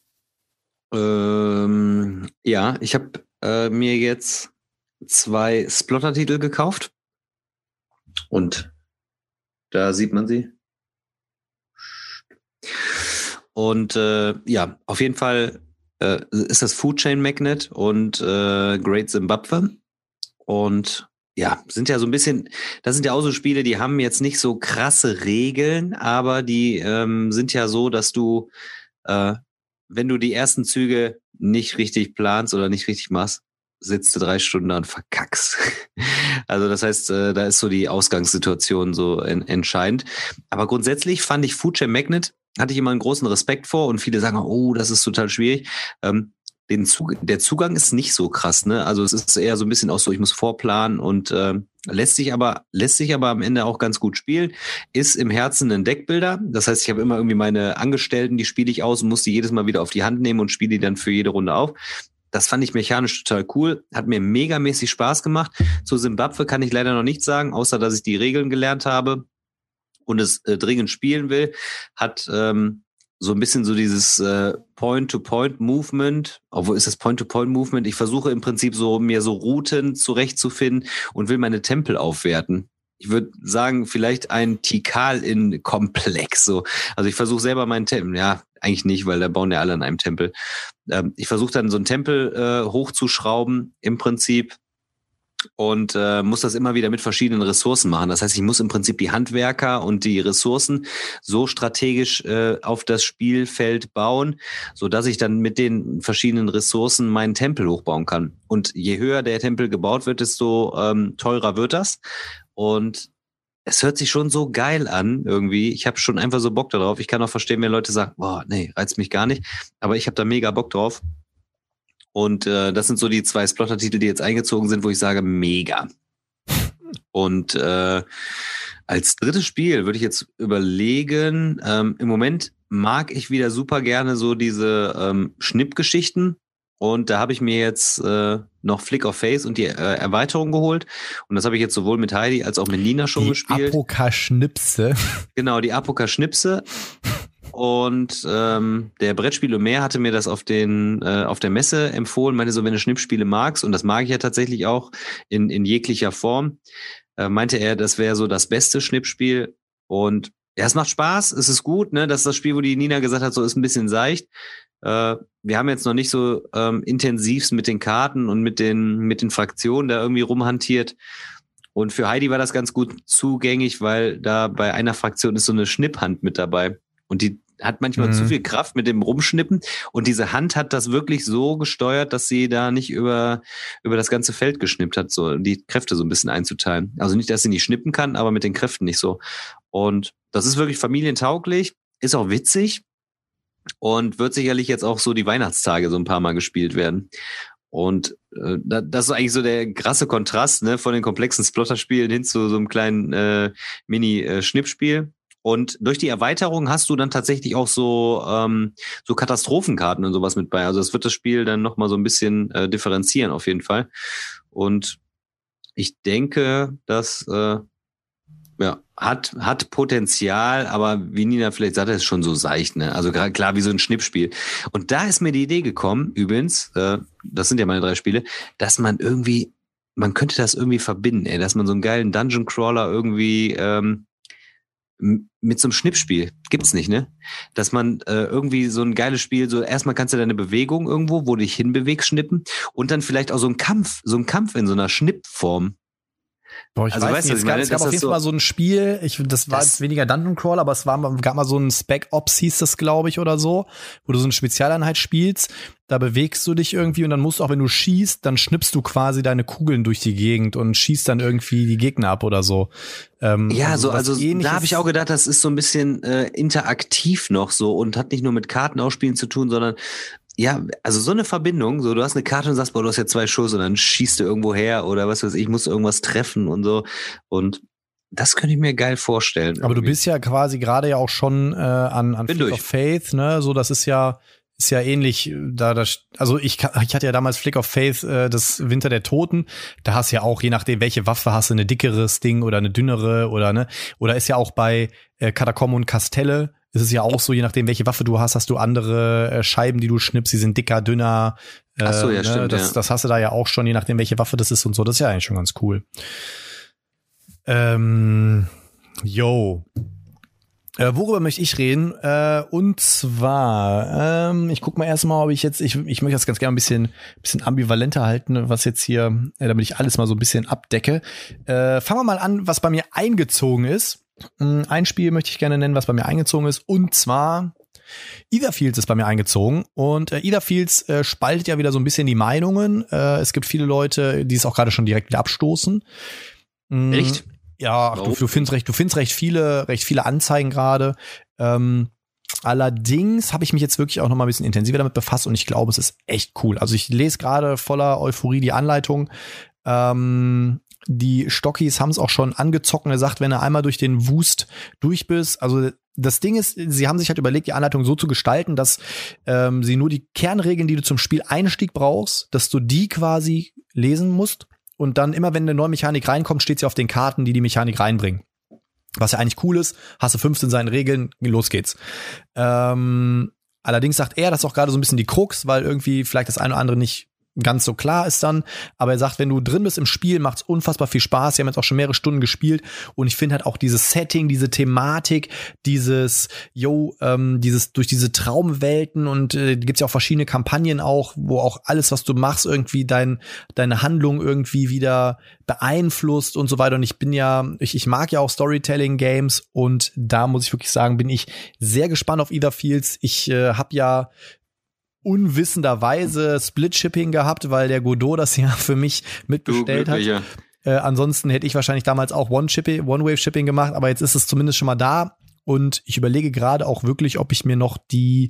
Ja, ich habe mir jetzt 2 Splotter-Titel gekauft und da sieht man sie. Und ja, auf jeden Fall ist das Food Chain Magnet und Great Zimbabwe und ja, sind ja so ein bisschen, das sind ja auch so Spiele, die haben jetzt nicht so krasse Regeln, aber die sind ja so, dass du wenn du die ersten Züge nicht richtig planst oder nicht richtig machst, sitzt du 3 Stunden da und verkackst. Also das heißt, da ist so die Ausgangssituation so entscheidend. Aber grundsätzlich fand ich Food Chain Magnet, hatte ich immer einen großen Respekt vor und viele sagen, oh, das ist total schwierig. Der Zugang ist nicht so krass, ne? Also es ist eher so ein bisschen auch so, ich muss vorplanen und lässt sich aber am Ende auch ganz gut spielen. Ist im Herzen ein Deckbuilder. Das heißt, ich habe immer irgendwie meine Angestellten, die spiele ich aus und muss die jedes Mal wieder auf die Hand nehmen und spiele die dann für jede Runde auf. Das fand ich mechanisch total cool. Hat mir megamäßig Spaß gemacht. Zu Zimbabwe kann ich leider noch nichts sagen, außer dass ich die Regeln gelernt habe und es dringend spielen will. Hat so ein bisschen so dieses Point-to-Point-Movement. Obwohl ist das Point-to-Point-Movement? Ich versuche im Prinzip so mir so Routen zurechtzufinden und will meine Tempel aufwerten. Ich würde sagen, vielleicht ein Tikal-In-Komplex. So. Also ich versuche selber meinen Tempel, ja, eigentlich nicht, weil da bauen ja alle an einem Tempel. Ich versuche dann so einen Tempel hochzuschrauben im Prinzip und muss das immer wieder mit verschiedenen Ressourcen machen. Das heißt, ich muss im Prinzip die Handwerker und die Ressourcen so strategisch auf das Spielfeld bauen, so dass ich dann mit den verschiedenen Ressourcen meinen Tempel hochbauen kann. Und je höher der Tempel gebaut wird, desto teurer wird das. Und es hört sich schon so geil an irgendwie. Ich habe schon einfach so Bock darauf. Ich kann auch verstehen, wenn Leute sagen, boah, nee, reizt mich gar nicht. Aber ich habe da mega Bock drauf. Und das sind so die 2 Splotter-Titel, die jetzt eingezogen sind, wo ich sage, mega. Und als drittes Spiel würde ich jetzt überlegen, im Moment mag ich wieder super gerne so diese Schnippgeschichten. Und da habe ich mir jetzt noch Flick of Faith und die Erweiterung geholt. Und das habe ich jetzt sowohl mit Heidi als auch mit Nina schon gespielt. Die Apoka-Schnipse. Genau, die Apoka-Schnipse. Und der Brettspiel und mehr hatte mir das auf der Messe empfohlen, meinte so, wenn du Schnippspiele magst, und das mag ich ja tatsächlich auch in jeglicher Form, meinte er, das wäre so das beste Schnippspiel. Und ja, es macht Spaß, es ist gut, ne? Das ist das Spiel, wo die Nina gesagt hat, so ist ein bisschen seicht. Wir haben jetzt noch nicht so intensivst mit den Karten und mit den Fraktionen da irgendwie rumhantiert. Und für Heidi war das ganz gut zugänglich, weil da bei einer Fraktion ist so eine Schnipphand mit dabei. Und die hat manchmal zu viel Kraft mit dem Rumschnippen. Und diese Hand hat das wirklich so gesteuert, dass sie da nicht über das ganze Feld geschnippt hat, so die Kräfte so ein bisschen einzuteilen. Also nicht, dass sie nicht schnippen kann, aber mit den Kräften nicht so. Und das ist wirklich familientauglich, ist auch witzig und wird sicherlich jetzt auch so die Weihnachtstage so ein paar Mal gespielt werden. Und das ist eigentlich so der krasse Kontrast, ne, von den komplexen Splotter-Spielen hin zu so einem kleinen Mini-Schnippspiel. Und durch die Erweiterung hast du dann tatsächlich auch so Katastrophenkarten und sowas mit bei. Also das wird das Spiel dann nochmal so ein bisschen differenzieren auf jeden Fall. Und ich denke, das hat Potenzial, aber wie Nina vielleicht sagte, ist schon so seicht, ne? Also klar, wie so ein Schnippspiel. Und da ist mir die Idee gekommen, übrigens, das sind ja meine 3 Spiele, dass man könnte das irgendwie verbinden, dass man so einen geilen Dungeon Crawler irgendwie mit so einem Schnippspiel, gibt's nicht, ne? Dass man irgendwie so ein geiles Spiel, so erstmal kannst du deine Bewegung irgendwo, wo du dich hinbewegst, schnippen und dann vielleicht auch so ein Kampf in so einer Schnippform. Boah, ich weiß nicht, es gab auf jeden Fall mal so ein Spiel, das war jetzt weniger Dungeon Crawl, aber gab mal so ein Spec Ops, hieß das, glaube ich, oder so, wo du so eine Spezialeinheit spielst, da bewegst du dich irgendwie und dann musst du auch, wenn du schießt, dann schnippst du quasi deine Kugeln durch die Gegend und schießt dann irgendwie die Gegner ab oder so. Da habe ich auch gedacht, das ist so ein bisschen interaktiv noch so und hat nicht nur mit Kartenausspielen zu tun, sondern ja, also so eine Verbindung, so du hast eine Karte und sagst, boah, du hast ja 2 Schuss und dann schießt du irgendwo her oder was weiß ich, musst irgendwas treffen und so und das könnte ich mir geil vorstellen. Aber irgendwie. Du bist ja quasi gerade ja auch schon an Flick of Faith, ne, so das ist ja ähnlich, also ich hatte ja damals Flick of Faith, das Winter der Toten, da hast du ja auch, je nachdem welche Waffe hast du, eine dickeres Ding oder eine dünnere oder ist ja auch bei Katakomben und Kastelle, ist es ja auch so, je nachdem welche Waffe du hast du andere Scheiben, die du schnippst, die sind dicker, dünner. Ach so, ja, stimmt. Das hast du da ja auch schon, je nachdem welche Waffe das ist und so, das ist ja eigentlich schon ganz cool. Worüber möchte ich reden? Und zwar, ich guck mal erstmal, ob ich möchte das ganz gerne ein bisschen ambivalenter halten, was jetzt hier, damit ich alles mal so ein bisschen abdecke. Fangen wir mal an, was bei mir eingezogen ist. Ein Spiel möchte ich gerne nennen, was bei mir eingezogen ist, und zwar Etherfields ist bei mir eingezogen und Etherfields spaltet ja wieder so ein bisschen die Meinungen. Es gibt viele Leute, die es auch gerade schon direkt wieder abstoßen. Echt? Ja, du findest recht viele Anzeigen gerade. Allerdings habe ich mich jetzt wirklich auch noch mal ein bisschen intensiver damit befasst und ich glaube, es ist echt cool. Also ich lese gerade voller Euphorie die Anleitung. Die Stockis haben es auch schon angezockt und er sagt, wenn er einmal durch den Wust durch bist, also das Ding ist, sie haben sich halt überlegt, die Anleitung so zu gestalten, dass sie nur die Kernregeln, die du zum Spieleinstieg brauchst, dass du die quasi lesen musst. Und dann immer, wenn eine neue Mechanik reinkommt, steht sie auf den Karten, die Mechanik reinbringen. Was ja eigentlich cool ist, hast du 15 seinen Regeln, los geht's. Allerdings sagt er, das ist auch gerade so ein bisschen die Krux, weil irgendwie vielleicht das eine oder andere nicht ganz so klar ist dann, aber er sagt, wenn du drin bist im Spiel, macht's unfassbar viel Spaß. Wir haben jetzt auch schon mehrere Stunden gespielt und ich finde halt auch dieses Setting, diese Thematik, dieses durch diese Traumwelten und gibt's ja auch verschiedene Kampagnen auch, wo auch alles, was du machst, irgendwie deine Handlung irgendwie wieder beeinflusst und so weiter. Und ich mag ja auch Storytelling-Games und da muss ich wirklich sagen, bin ich sehr gespannt auf Etherfields. Ich habe ja unwissenderweise Split-Shipping gehabt, weil der Godot das ja für mich mitbestellt hat. Ansonsten hätte ich wahrscheinlich damals auch One-Wave-Shipping gemacht, aber jetzt ist es zumindest schon mal da und ich überlege gerade auch wirklich, ob ich mir noch die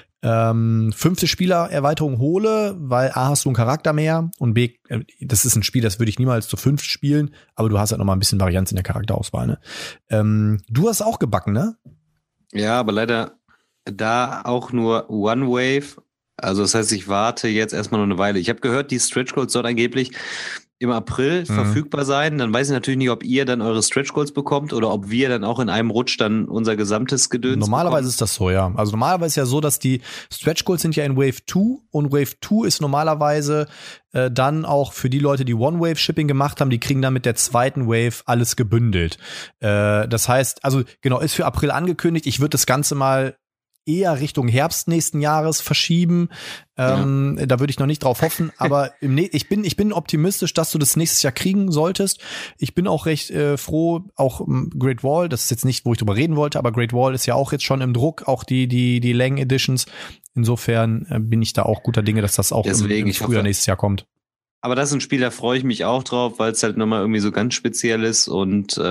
5. Spieler-Erweiterung hole, weil A, hast du einen Charakter mehr und B, das ist ein Spiel, das würde ich niemals zu 5 spielen, aber du hast halt noch mal ein bisschen Varianz in der Charakterauswahl, ne? Du hast auch gebacken, ne? Ja, aber leider da auch nur One-Wave. Also das heißt, ich warte jetzt erstmal noch eine Weile. Ich habe gehört, die Stretch Goals sollen angeblich im April verfügbar sein. Dann weiß ich natürlich nicht, ob ihr dann eure Stretch Goals bekommt oder ob wir dann auch in einem Rutsch dann unser gesamtes Gedöns Normalerweise bekommen. Ist das so, ja. Also normalerweise ist ja so, dass die Stretch Goals sind ja in Wave 2 und Wave 2 ist normalerweise dann auch für die Leute, die One-Wave-Shipping gemacht haben, die kriegen dann mit der zweiten Wave alles gebündelt. Das heißt, also genau, ist für April angekündigt. Ich würde das Ganze mal eher Richtung Herbst nächsten Jahres verschieben. Da würde ich noch nicht drauf hoffen, aber ich bin optimistisch, dass du das nächstes Jahr kriegen solltest. Ich bin auch recht froh, auch Great Wall, das ist jetzt nicht, wo ich drüber reden wollte, aber Great Wall ist ja auch jetzt schon im Druck, auch die Lang Editions. Insofern bin ich da auch guter Dinge, dass das auch im Frühjahr nächstes Jahr kommt. Aber das ist ein Spiel, da freue ich mich auch drauf, weil es halt nochmal irgendwie so ganz speziell ist und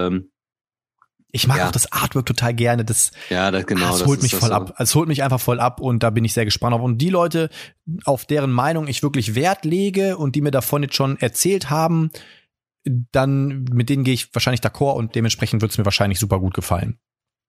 ich mag auch das Artwork total gerne. Das holt mich voll ab. Es holt mich einfach voll ab und da bin ich sehr gespannt auf. Und die Leute, auf deren Meinung ich wirklich Wert lege und die mir davon jetzt schon erzählt haben, dann mit denen gehe ich wahrscheinlich d'accord und dementsprechend wird es mir wahrscheinlich super gut gefallen.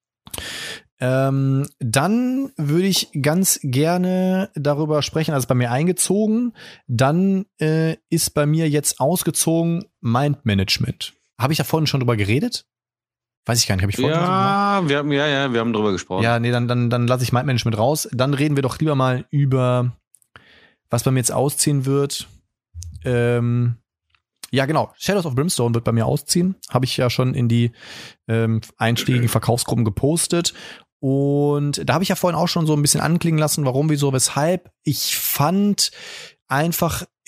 Dann würde ich ganz gerne darüber sprechen, also bei mir eingezogen. Dann ist bei mir jetzt ausgezogen Mind Management. Habe ich da vorhin schon drüber geredet? Weiß ich gar nicht, habe ich vorhin schon gemacht? Wir haben drüber gesprochen. Ja, nee, dann lasse ich Mind Management raus. Dann reden wir doch lieber mal über, was bei mir jetzt ausziehen wird. Ja, genau. Shadows of Brimstone wird bei mir ausziehen. Habe ich ja schon in die einstiegigen Verkaufsgruppen gepostet. Und da habe ich ja vorhin auch schon so ein bisschen anklingen lassen, warum, wieso, weshalb. Ich fand einfach,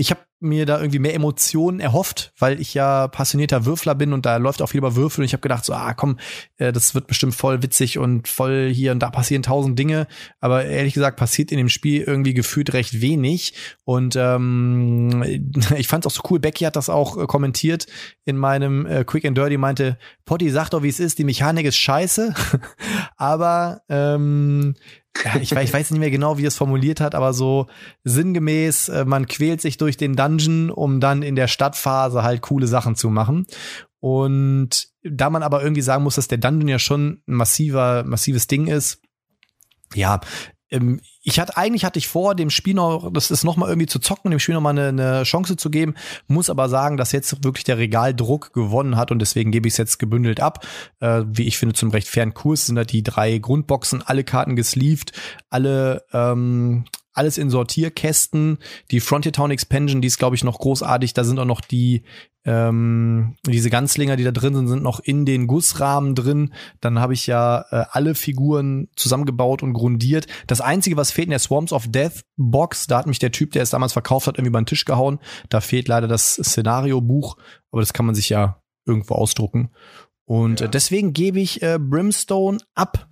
ich habe mir da irgendwie mehr Emotionen erhofft, weil ich ja passionierter Würfler bin und da läuft auch viel über Würfel und ich habe gedacht so, komm, das wird bestimmt voll witzig und voll hier und da passieren 1000 Dinge, aber ehrlich gesagt passiert in dem Spiel irgendwie gefühlt recht wenig und ich fand's auch so cool, Becky hat das auch kommentiert in meinem Quick and Dirty, meinte, Potti, sag doch, wie es ist, die Mechanik ist scheiße, aber ja, ich weiß nicht mehr genau, wie er es formuliert hat, aber so sinngemäß, man quält sich durch den Dungeon, um dann in der Stadtphase halt coole Sachen zu machen. Und da man aber irgendwie sagen muss, dass der Dungeon ja schon ein massives Ding ist, ja, eigentlich hatte ich vor, dem Spiel noch mal irgendwie zu zocken, dem Spiel noch mal eine Chance zu geben, muss aber sagen, dass jetzt wirklich der Regaldruck gewonnen hat und deswegen gebe ich es jetzt gebündelt ab. Wie ich finde, zum recht fairen Kurs sind da die 3 Grundboxen, alle Karten gesleeved, alles in Sortierkästen. Die Frontier Town Expansion, die ist, glaube ich, noch großartig. Da sind auch noch diese Ganzlinger, die da drin sind noch in den Gussrahmen drin. Dann habe ich ja alle Figuren zusammengebaut und grundiert. Das Einzige, was fehlt in der Swarms of Death Box, da hat mich der Typ, der es damals verkauft hat, irgendwie über den Tisch gehauen. Da fehlt leider das Szenario-Buch, aber das kann man sich ja irgendwo ausdrucken. Und deswegen gebe ich Brimstone ab.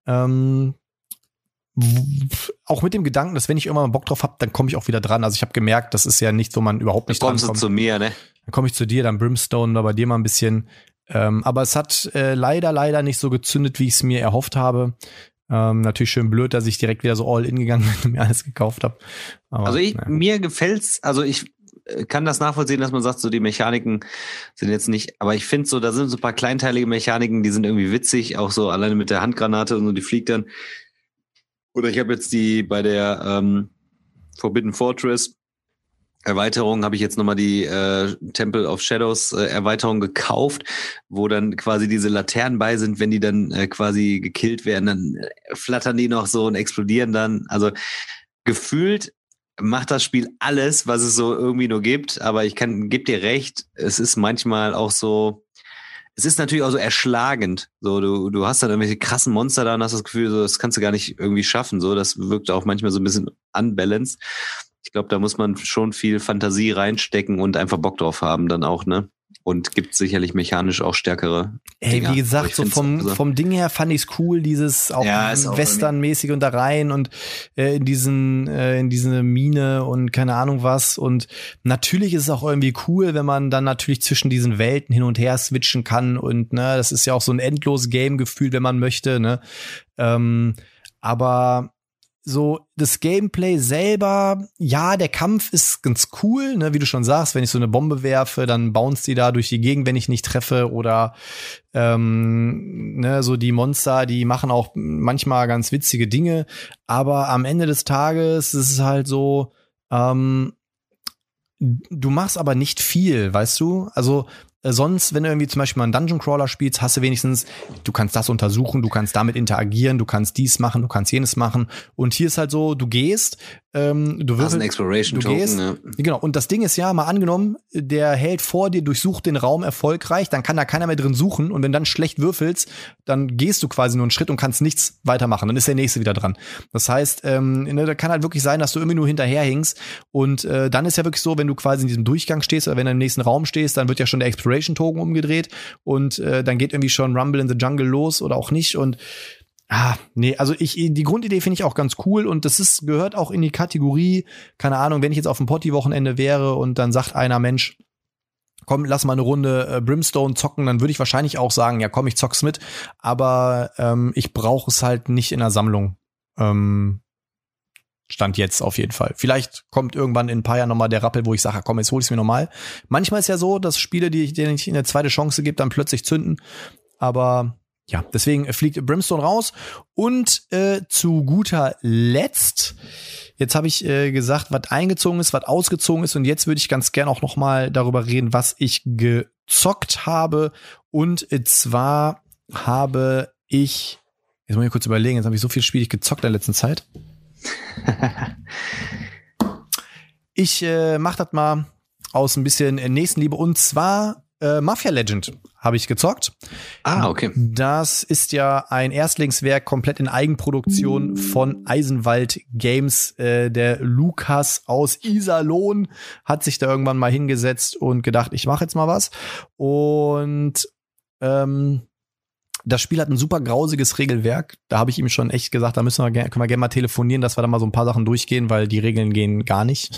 Auch mit dem Gedanken, dass wenn ich irgendwann mal Bock drauf habe, dann komme ich auch wieder dran. Also ich habe gemerkt, das ist ja nichts, wo man überhaupt nicht drankommt. Dann kommst du zu mir, ne? Dann komme ich zu dir, dann Brimstone, da bei dir mal ein bisschen. Aber es hat leider nicht so gezündet, wie ich es mir erhofft habe. Natürlich schön blöd, dass ich direkt wieder so all in gegangen bin und mir alles gekauft habe. Also mir gefällt's, also ich kann das nachvollziehen, dass man sagt, so die Mechaniken sind jetzt nicht, aber ich finde so, da sind so ein paar kleinteilige Mechaniken, die sind irgendwie witzig, auch so alleine mit der Handgranate und so, die fliegt dann. Oder ich habe jetzt bei der Forbidden Fortress Erweiterung habe ich jetzt nochmal die Temple of Shadows Erweiterung gekauft, wo dann quasi diese Laternen bei sind, wenn die dann quasi gekillt werden, dann flattern die noch so und explodieren dann. Also gefühlt macht das Spiel alles, was es so irgendwie nur gibt, aber geb dir recht, es ist manchmal auch so, es ist natürlich auch so erschlagend. So, du hast dann irgendwelche krassen Monster da und hast das Gefühl, so, das kannst du gar nicht irgendwie schaffen. So, das wirkt auch manchmal so ein bisschen unbalanced. Ich glaube, da muss man schon viel Fantasie reinstecken und einfach Bock drauf haben dann auch, ne? Und gibt sicherlich mechanisch auch stärkere Dinger. Wie gesagt, so vom Ding her fand ich's cool, dieses auch Western-mäßig und da rein und in diese Mine und keine Ahnung was. Und natürlich ist es auch irgendwie cool, wenn man dann natürlich zwischen diesen Welten hin und her switchen kann und ne, das ist ja auch so ein endloses Game-Gefühl, wenn man möchte, ne? Aber so das Gameplay selber, ja, der Kampf ist ganz cool, ne, wie du schon sagst, wenn ich so eine Bombe werfe, dann bounce die da durch die Gegend, wenn ich nicht treffe oder ne, so die Monster, die machen auch manchmal ganz witzige Dinge, aber am Ende des Tages ist es halt so, du machst aber nicht viel, weißt du? Also sonst, wenn du irgendwie zum Beispiel mal einen Dungeon Crawler spielst, hast du wenigstens, du kannst das untersuchen, du kannst damit interagieren, du kannst dies machen, du kannst jenes machen. Und hier ist halt so, du gehst, du wirst ein Exploration-Token, ne? Genau. Und das Ding ist ja, mal angenommen, der Held vor dir durchsucht den Raum erfolgreich, dann kann da keiner mehr drin suchen. Und wenn dann schlecht würfelst, dann gehst du quasi nur einen Schritt und kannst nichts weitermachen. Dann ist der nächste wieder dran. Das heißt, da kann halt wirklich sein, dass du irgendwie nur hinterherhängst. Und dann ist ja wirklich so, wenn du quasi in diesem Durchgang stehst oder wenn du im nächsten Raum stehst, dann wird ja schon der Exploration-Token umgedreht und dann geht irgendwie schon Rumble in the Jungle los oder auch nicht. Und nee, also die Grundidee finde ich auch ganz cool und das gehört auch in die Kategorie, keine Ahnung, wenn ich jetzt auf dem Potti-Wochenende wäre und dann sagt einer, Mensch, komm, lass mal eine Runde Brimstone zocken, dann würde ich wahrscheinlich auch sagen, ja komm, ich zock's mit, aber ich brauche es halt nicht in der Sammlung. Stand jetzt auf jeden Fall. Vielleicht kommt irgendwann in ein paar Jahren nochmal der Rappel, wo ich sage, komm, jetzt hol ich es mir nochmal. Manchmal ist ja so, dass Spiele, denen ich eine zweite Chance gebe, dann plötzlich zünden, aber ja, deswegen fliegt Brimstone raus. Und zu guter Letzt, jetzt habe ich gesagt, was eingezogen ist, was ausgezogen ist. Und jetzt würde ich ganz gern auch noch mal darüber reden, was ich gezockt habe. Und zwar habe ich, jetzt muss ich kurz überlegen, jetzt habe ich so viel Spiele gezockt in der letzten Zeit. Ich mache das mal aus ein bisschen Nächstenliebe. Und zwar Mafia Legend habe ich gezockt. Okay. Das ist ja ein Erstlingswerk komplett in Eigenproduktion von Eisenwald Games. Der Lukas aus Iserlohn hat sich da irgendwann mal hingesetzt und gedacht, ich mache jetzt mal was. Und das Spiel hat ein super grausiges Regelwerk. Da habe ich ihm schon echt gesagt, da können wir gerne mal telefonieren, dass wir da mal so ein paar Sachen durchgehen, weil die Regeln gehen gar nicht.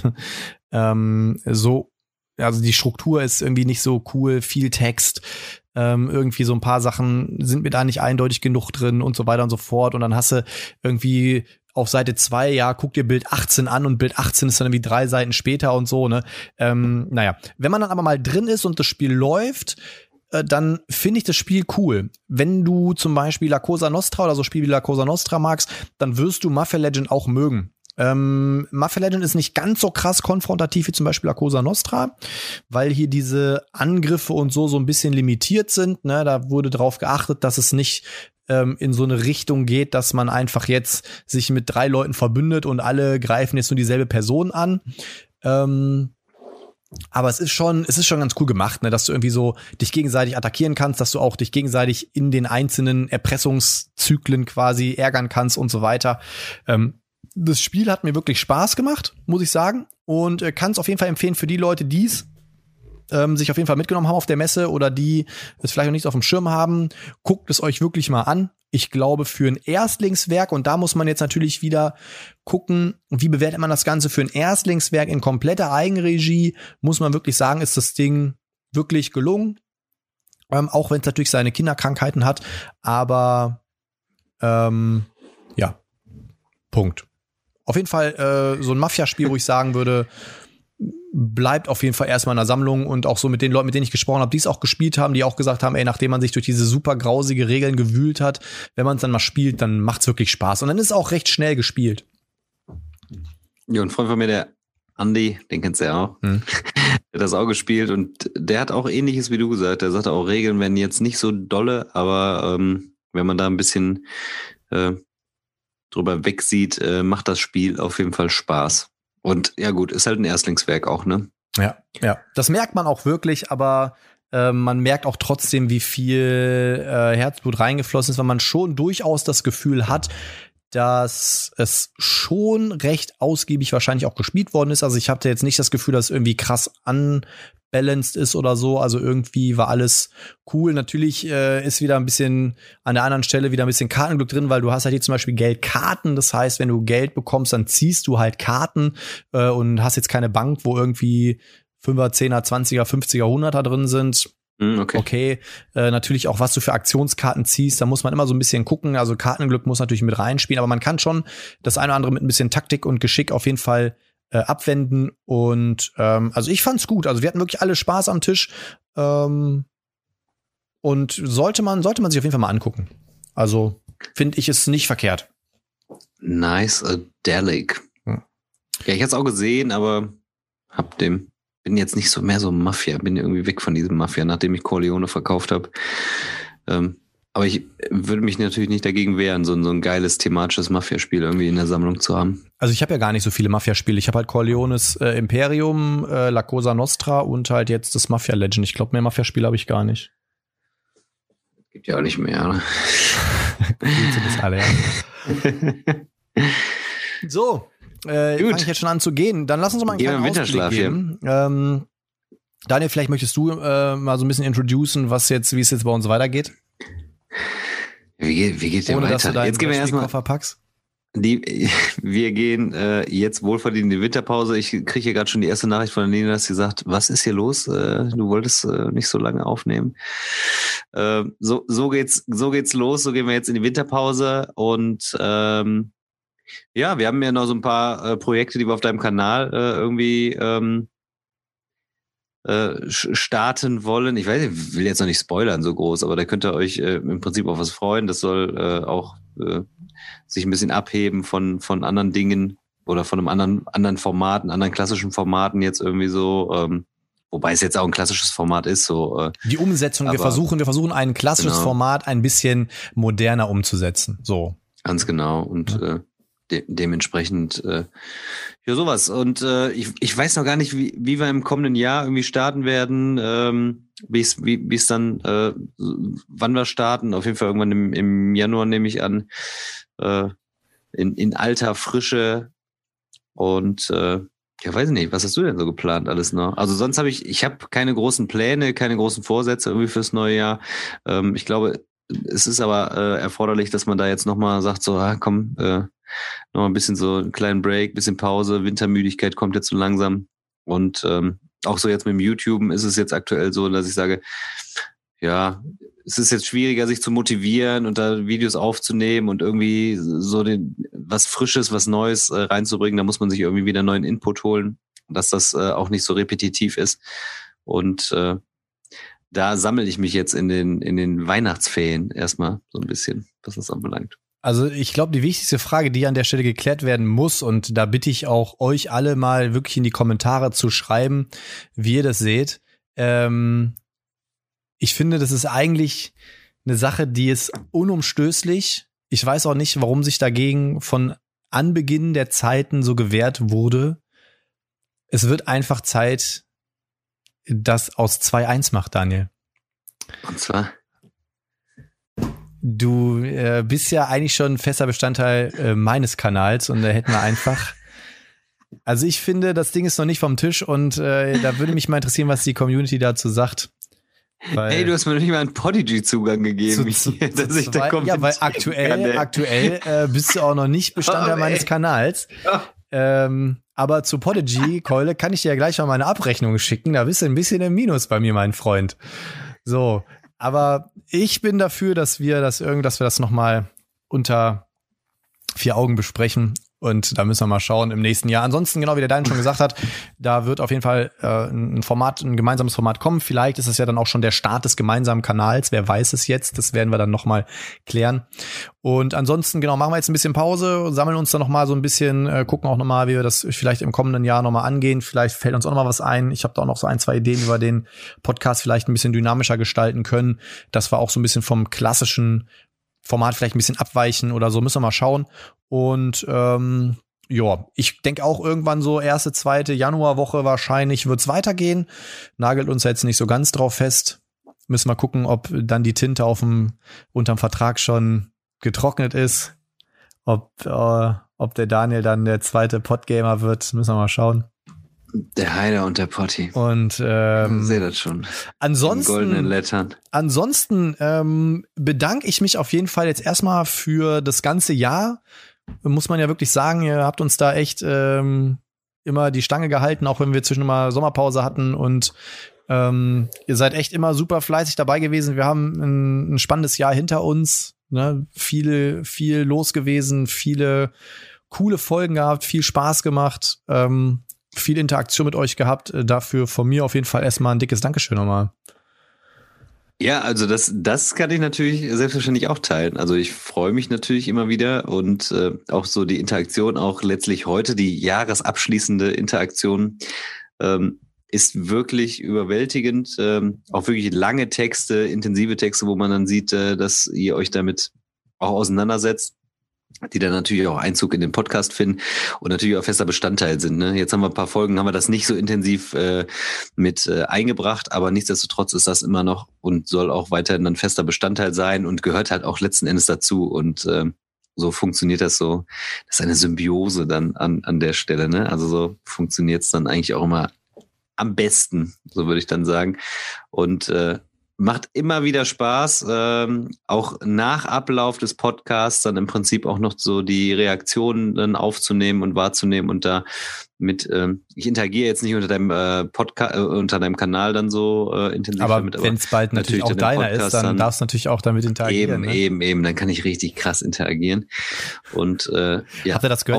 Also die Struktur ist irgendwie nicht so cool, viel Text. Irgendwie so ein paar Sachen sind mir da nicht eindeutig genug drin und so weiter und so fort. Und dann hast du irgendwie auf Seite 2, ja, guck dir Bild 18 an und Bild 18 ist dann irgendwie 3 Seiten später und so, ne? Naja, wenn man dann aber mal drin ist und das Spiel läuft, dann finde ich das Spiel cool. Wenn du zum Beispiel La Cosa Nostra oder so Spiel wie La Cosa Nostra magst, dann wirst du Mafia Legend auch mögen. Mafia Legend ist nicht ganz so krass konfrontativ wie zum Beispiel La Cosa Nostra, weil hier diese Angriffe und so ein bisschen limitiert sind, ne? Da wurde darauf geachtet, dass es nicht in so eine Richtung geht, dass man einfach jetzt sich mit 3 Leuten verbündet und alle greifen jetzt nur dieselbe Person an. Aber es ist schon ganz cool gemacht, ne, dass du irgendwie so dich gegenseitig attackieren kannst, dass du auch dich gegenseitig in den einzelnen Erpressungszyklen quasi ärgern kannst und so weiter. Das Spiel hat mir wirklich Spaß gemacht, muss ich sagen, und kann es auf jeden Fall empfehlen für die Leute, die es sich auf jeden Fall mitgenommen haben auf der Messe oder die es vielleicht noch nicht auf dem Schirm haben. Guckt es euch wirklich mal an. Ich glaube, für ein Erstlingswerk, und da muss man jetzt natürlich wieder gucken, wie bewertet man das Ganze für ein Erstlingswerk in kompletter Eigenregie, muss man wirklich sagen, ist das Ding wirklich gelungen. Auch wenn es natürlich seine Kinderkrankheiten hat, aber ja, Punkt. Auf jeden Fall so ein Mafia-Spiel, wo ich sagen würde, bleibt auf jeden Fall erstmal in der Sammlung, und auch so mit den Leuten, mit denen ich gesprochen habe, die es auch gespielt haben, die auch gesagt haben, ey, nachdem man sich durch diese super grausige Regeln gewühlt hat, wenn man es dann mal spielt, dann macht's wirklich Spaß. Und dann ist es auch recht schnell gespielt. Ja, ein Freund von mir, der Andi, den kennst du ja auch, der hat das auch gespielt, und der hat auch Ähnliches wie du gesagt. Der sagte auch, Regeln werden jetzt nicht so dolle, aber wenn man da ein bisschen drüber wegsieht, macht das Spiel auf jeden Fall Spaß. Und ja gut, ist halt ein Erstlingswerk auch, ne? Ja. Das merkt man auch wirklich, aber man merkt auch trotzdem, wie viel Herzblut reingeflossen ist, weil man schon durchaus das Gefühl hat, dass es schon recht ausgiebig wahrscheinlich auch gespielt worden ist. Also ich hatte jetzt nicht das Gefühl, dass es irgendwie krass unbalanced ist oder so. Also irgendwie war alles cool. Natürlich ist wieder ein bisschen an der anderen Stelle wieder ein bisschen Kartenglück drin, weil du hast halt hier zum Beispiel Geldkarten. Das heißt, wenn du Geld bekommst, dann ziehst du halt Karten und hast jetzt keine Bank, wo irgendwie 5er, 10er, 20er, 50er, 100er drin sind. Okay. Natürlich auch, was du für Aktionskarten ziehst, da muss man immer so ein bisschen gucken. Also Kartenglück muss natürlich mit reinspielen, aber man kann schon das eine oder andere mit ein bisschen Taktik und Geschick auf jeden Fall abwenden. Und also ich fand's gut. Also wir hatten wirklich alle Spaß am Tisch. Und sollte man sich auf jeden Fall mal angucken. Also finde ich es nicht verkehrt. Nice, Delic. Ja, ich hätte es auch gesehen, aber bin jetzt nicht so mehr so Mafia, bin irgendwie weg von diesem Mafia, nachdem ich Corleone verkauft habe. Aber ich würde mich natürlich nicht dagegen wehren, so ein geiles thematisches Mafia-Spiel irgendwie in der Sammlung zu haben. Also ich habe ja gar nicht so viele Mafia-Spiele. Ich habe halt Corleones Imperium, La Cosa Nostra und halt jetzt das Mafia Legend. Ich glaube, mehr Mafia-Spiele habe ich gar nicht. Gibt ja auch nicht mehr, ne? Das alle, ja. So. Fange ich jetzt schon an zu gehen. Dann lass uns mal einen kleinen Ausblick geben. Daniel, vielleicht möchtest du mal so ein bisschen introducen, wie es jetzt bei uns weitergeht. Wie geht der weiter? Dass du jetzt gehen wir erstmal. Koffer packst. Wir gehen jetzt wohlverdient in die Winterpause. Ich kriege hier gerade schon die erste Nachricht von der Nina, dass sie sagt, was ist hier los? Du wolltest nicht so lange aufnehmen. So geht's los. So gehen wir jetzt in die Winterpause, und ja, wir haben ja noch so ein paar Projekte, die wir auf deinem Kanal irgendwie starten wollen. Ich weiß, ich will jetzt noch nicht spoilern so groß, aber da könnt ihr euch im Prinzip auf was freuen. Das soll auch sich ein bisschen abheben von anderen Dingen oder von einem anderen Formaten, anderen klassischen Formaten jetzt irgendwie so. Wobei es jetzt auch ein klassisches Format ist. So, die Umsetzung, wir versuchen ein klassisches Format ein bisschen moderner umzusetzen. So. Ganz genau. Und dementsprechend ja sowas. Und ich weiß noch gar nicht, wie wir im kommenden Jahr irgendwie starten werden, wie es dann, wann wir starten. Auf jeden Fall irgendwann im Januar, nehme ich an, in alter Frische. Und ja, weiß nicht, was hast du denn so geplant alles noch? Also sonst habe ich habe keine großen Pläne, keine großen Vorsätze irgendwie fürs neue Jahr. Ich glaube, es ist aber erforderlich, dass man da jetzt nochmal sagt, so, komm, nochmal ein bisschen so einen kleinen Break, bisschen Pause, Wintermüdigkeit kommt jetzt so langsam. Und auch so jetzt mit dem YouTube ist es jetzt aktuell so, dass ich sage, ja, es ist jetzt schwieriger, sich zu motivieren und da Videos aufzunehmen und irgendwie so was Frisches, was Neues reinzubringen. Da muss man sich irgendwie wieder neuen Input holen, dass das auch nicht so repetitiv ist. Und da sammle ich mich jetzt in den Weihnachtsferien erstmal so ein bisschen, was das anbelangt. Also ich glaube, die wichtigste Frage, die an der Stelle geklärt werden muss, und da bitte ich auch euch alle mal wirklich in die Kommentare zu schreiben, wie ihr das seht. Ich finde, das ist eigentlich eine Sache, die ist unumstößlich. Ich weiß auch nicht, warum sich dagegen von Anbeginn der Zeiten so gewehrt wurde. Es wird einfach Zeit, dass aus 2 1 macht, Daniel. Und zwar? Du bist ja eigentlich schon ein fester Bestandteil meines Kanals und da hätten wir einfach. Also ich finde, das Ding ist noch nicht vom Tisch und da würde mich mal interessieren, was die Community dazu sagt. Hey, du hast mir noch nicht mal einen Podigy-Zugang gegeben. Ja, weil aktuell bist du auch noch nicht Bestandteil meines Kanals. Aber zu Podigy, Keule, kann ich dir ja gleich mal meine Abrechnung schicken. Da bist du ein bisschen im Minus bei mir, mein Freund. So, aber ich bin dafür, dass wir das nochmal unter 4 Augen besprechen. Und da müssen wir mal schauen im nächsten Jahr. Ansonsten, genau wie der Daniel schon gesagt hat, da wird auf jeden Fall ein gemeinsames Format kommen. Vielleicht ist es ja dann auch schon der Start des gemeinsamen Kanals. Wer weiß es jetzt? Das werden wir dann nochmal klären. Und ansonsten, genau, machen wir jetzt ein bisschen Pause, sammeln uns dann nochmal so ein bisschen, gucken auch nochmal, wie wir das vielleicht im kommenden Jahr nochmal angehen. Vielleicht fällt uns auch nochmal was ein. Ich habe da auch noch so 1, 2 Ideen, wie wir den Podcast vielleicht ein bisschen dynamischer gestalten können. Dass wir auch so ein bisschen vom klassischen Format vielleicht ein bisschen abweichen oder so, müssen wir mal schauen. Und ja, ich denke auch irgendwann so 1., 2. Januarwoche wahrscheinlich wird's weitergehen. Nagelt uns jetzt nicht so ganz drauf fest. Müssen wir gucken, ob dann die Tinte unterm Vertrag schon getrocknet ist. Ob der Daniel dann der 2. Podgamer wird, müssen wir mal schauen. Der Heider und der Potti. Und ich sehe das schon. Ansonsten, in goldenen Lettern. Ansonsten bedanke ich mich auf jeden Fall jetzt erstmal für das ganze Jahr. Muss man ja wirklich sagen, ihr habt uns da echt immer die Stange gehalten, auch wenn wir zwischendurch mal Sommerpause hatten. Und ihr seid echt immer super fleißig dabei gewesen. Wir haben ein spannendes Jahr hinter uns. Ne? Viel los gewesen, viele coole Folgen gehabt, viel Spaß gemacht. Viel Interaktion mit euch gehabt. Dafür von mir auf jeden Fall erstmal ein dickes Dankeschön nochmal. Ja, also das kann ich natürlich selbstverständlich auch teilen. Also ich freue mich natürlich immer wieder und auch so die Interaktion, auch letztlich heute die jahresabschließende Interaktion ist wirklich überwältigend. Auch wirklich lange Texte, intensive Texte, wo man dann sieht, dass ihr euch damit auch auseinandersetzt, die dann natürlich auch Einzug in den Podcast finden und natürlich auch fester Bestandteil sind. Ne? Jetzt haben wir ein paar Folgen, haben wir das nicht so intensiv mit eingebracht, aber nichtsdestotrotz ist das immer noch und soll auch weiterhin ein fester Bestandteil sein und gehört halt auch letzten Endes dazu. Und so funktioniert das so. Das ist eine Symbiose dann an der Stelle. Ne? Also so funktioniert es dann eigentlich auch immer am besten, so würde ich dann sagen. Und macht immer wieder Spaß, auch nach Ablauf des Podcasts dann im Prinzip auch noch so die Reaktionen dann aufzunehmen und wahrzunehmen und da mit, ich interagiere jetzt nicht unter deinem Podcast, unter deinem Kanal dann so intensiv aber damit. Wenn es bald natürlich auch deiner ist, dann darfst du natürlich auch damit interagieren. Eben, dann kann ich richtig krass interagieren. Und ja, habt ihr das gehört?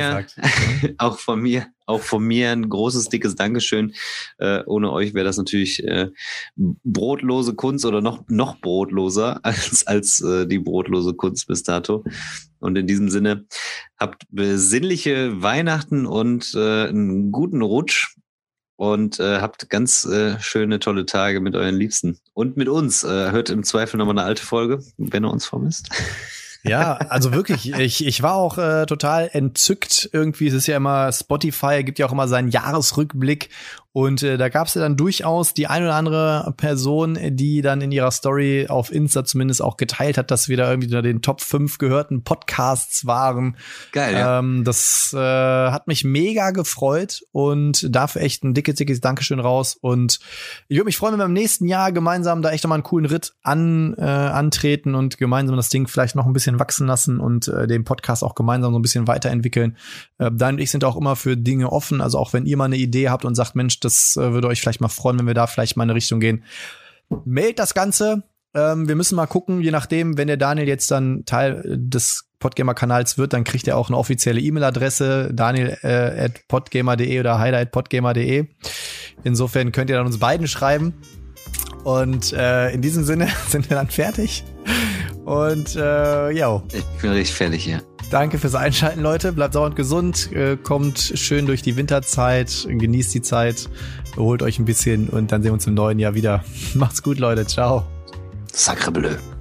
Auch von mir ein großes, dickes Dankeschön. Ohne euch wäre das natürlich brotlose Kunst oder noch brotloser als die brotlose Kunst bis dato. Und in diesem Sinne, habt besinnliche Weihnachten und einen guten Rutsch und habt ganz schöne, tolle Tage mit euren Liebsten. Und mit uns. Hört im Zweifel nochmal eine alte Folge, wenn ihr uns vermisst. Ja, also wirklich, ich war auch total entzückt irgendwie. Es ist ja immer Spotify, gibt ja auch immer seinen Jahresrückblick. Und da gab es ja dann durchaus die ein oder andere Person, die dann in ihrer Story auf Insta zumindest auch geteilt hat, dass wir da irgendwie unter den Top 5 gehörten Podcasts waren. Geil, ja. Das hat mich mega gefreut und dafür echt ein dickes Dankeschön raus. Und ich würde mich freuen, wenn wir im nächsten Jahr gemeinsam da echt nochmal einen coolen Ritt antreten und gemeinsam das Ding vielleicht noch ein bisschen wachsen lassen und den Podcast auch gemeinsam so ein bisschen weiterentwickeln. Dan und ich sind auch immer für Dinge offen. Also auch wenn ihr mal eine Idee habt und sagt, Mensch, das würde euch vielleicht mal freuen, wenn wir da vielleicht mal in eine Richtung gehen. Meldet das Ganze. Wir müssen mal gucken, je nachdem, wenn der Daniel jetzt dann Teil des Podgamer-Kanals wird, dann kriegt er auch eine offizielle E-Mail-Adresse, daniel@podgamer.de oder heider@podgamer.de. Insofern könnt ihr dann uns beiden schreiben. Und in diesem Sinne sind wir dann fertig. Und ja. Ich bin richtig fertig hier. Danke fürs Einschalten, Leute. Bleibt sauer und gesund. Kommt schön durch die Winterzeit. Genießt die Zeit. Erholt euch ein bisschen und dann sehen wir uns im neuen Jahr wieder. Macht's gut, Leute. Ciao. Sacre bleu.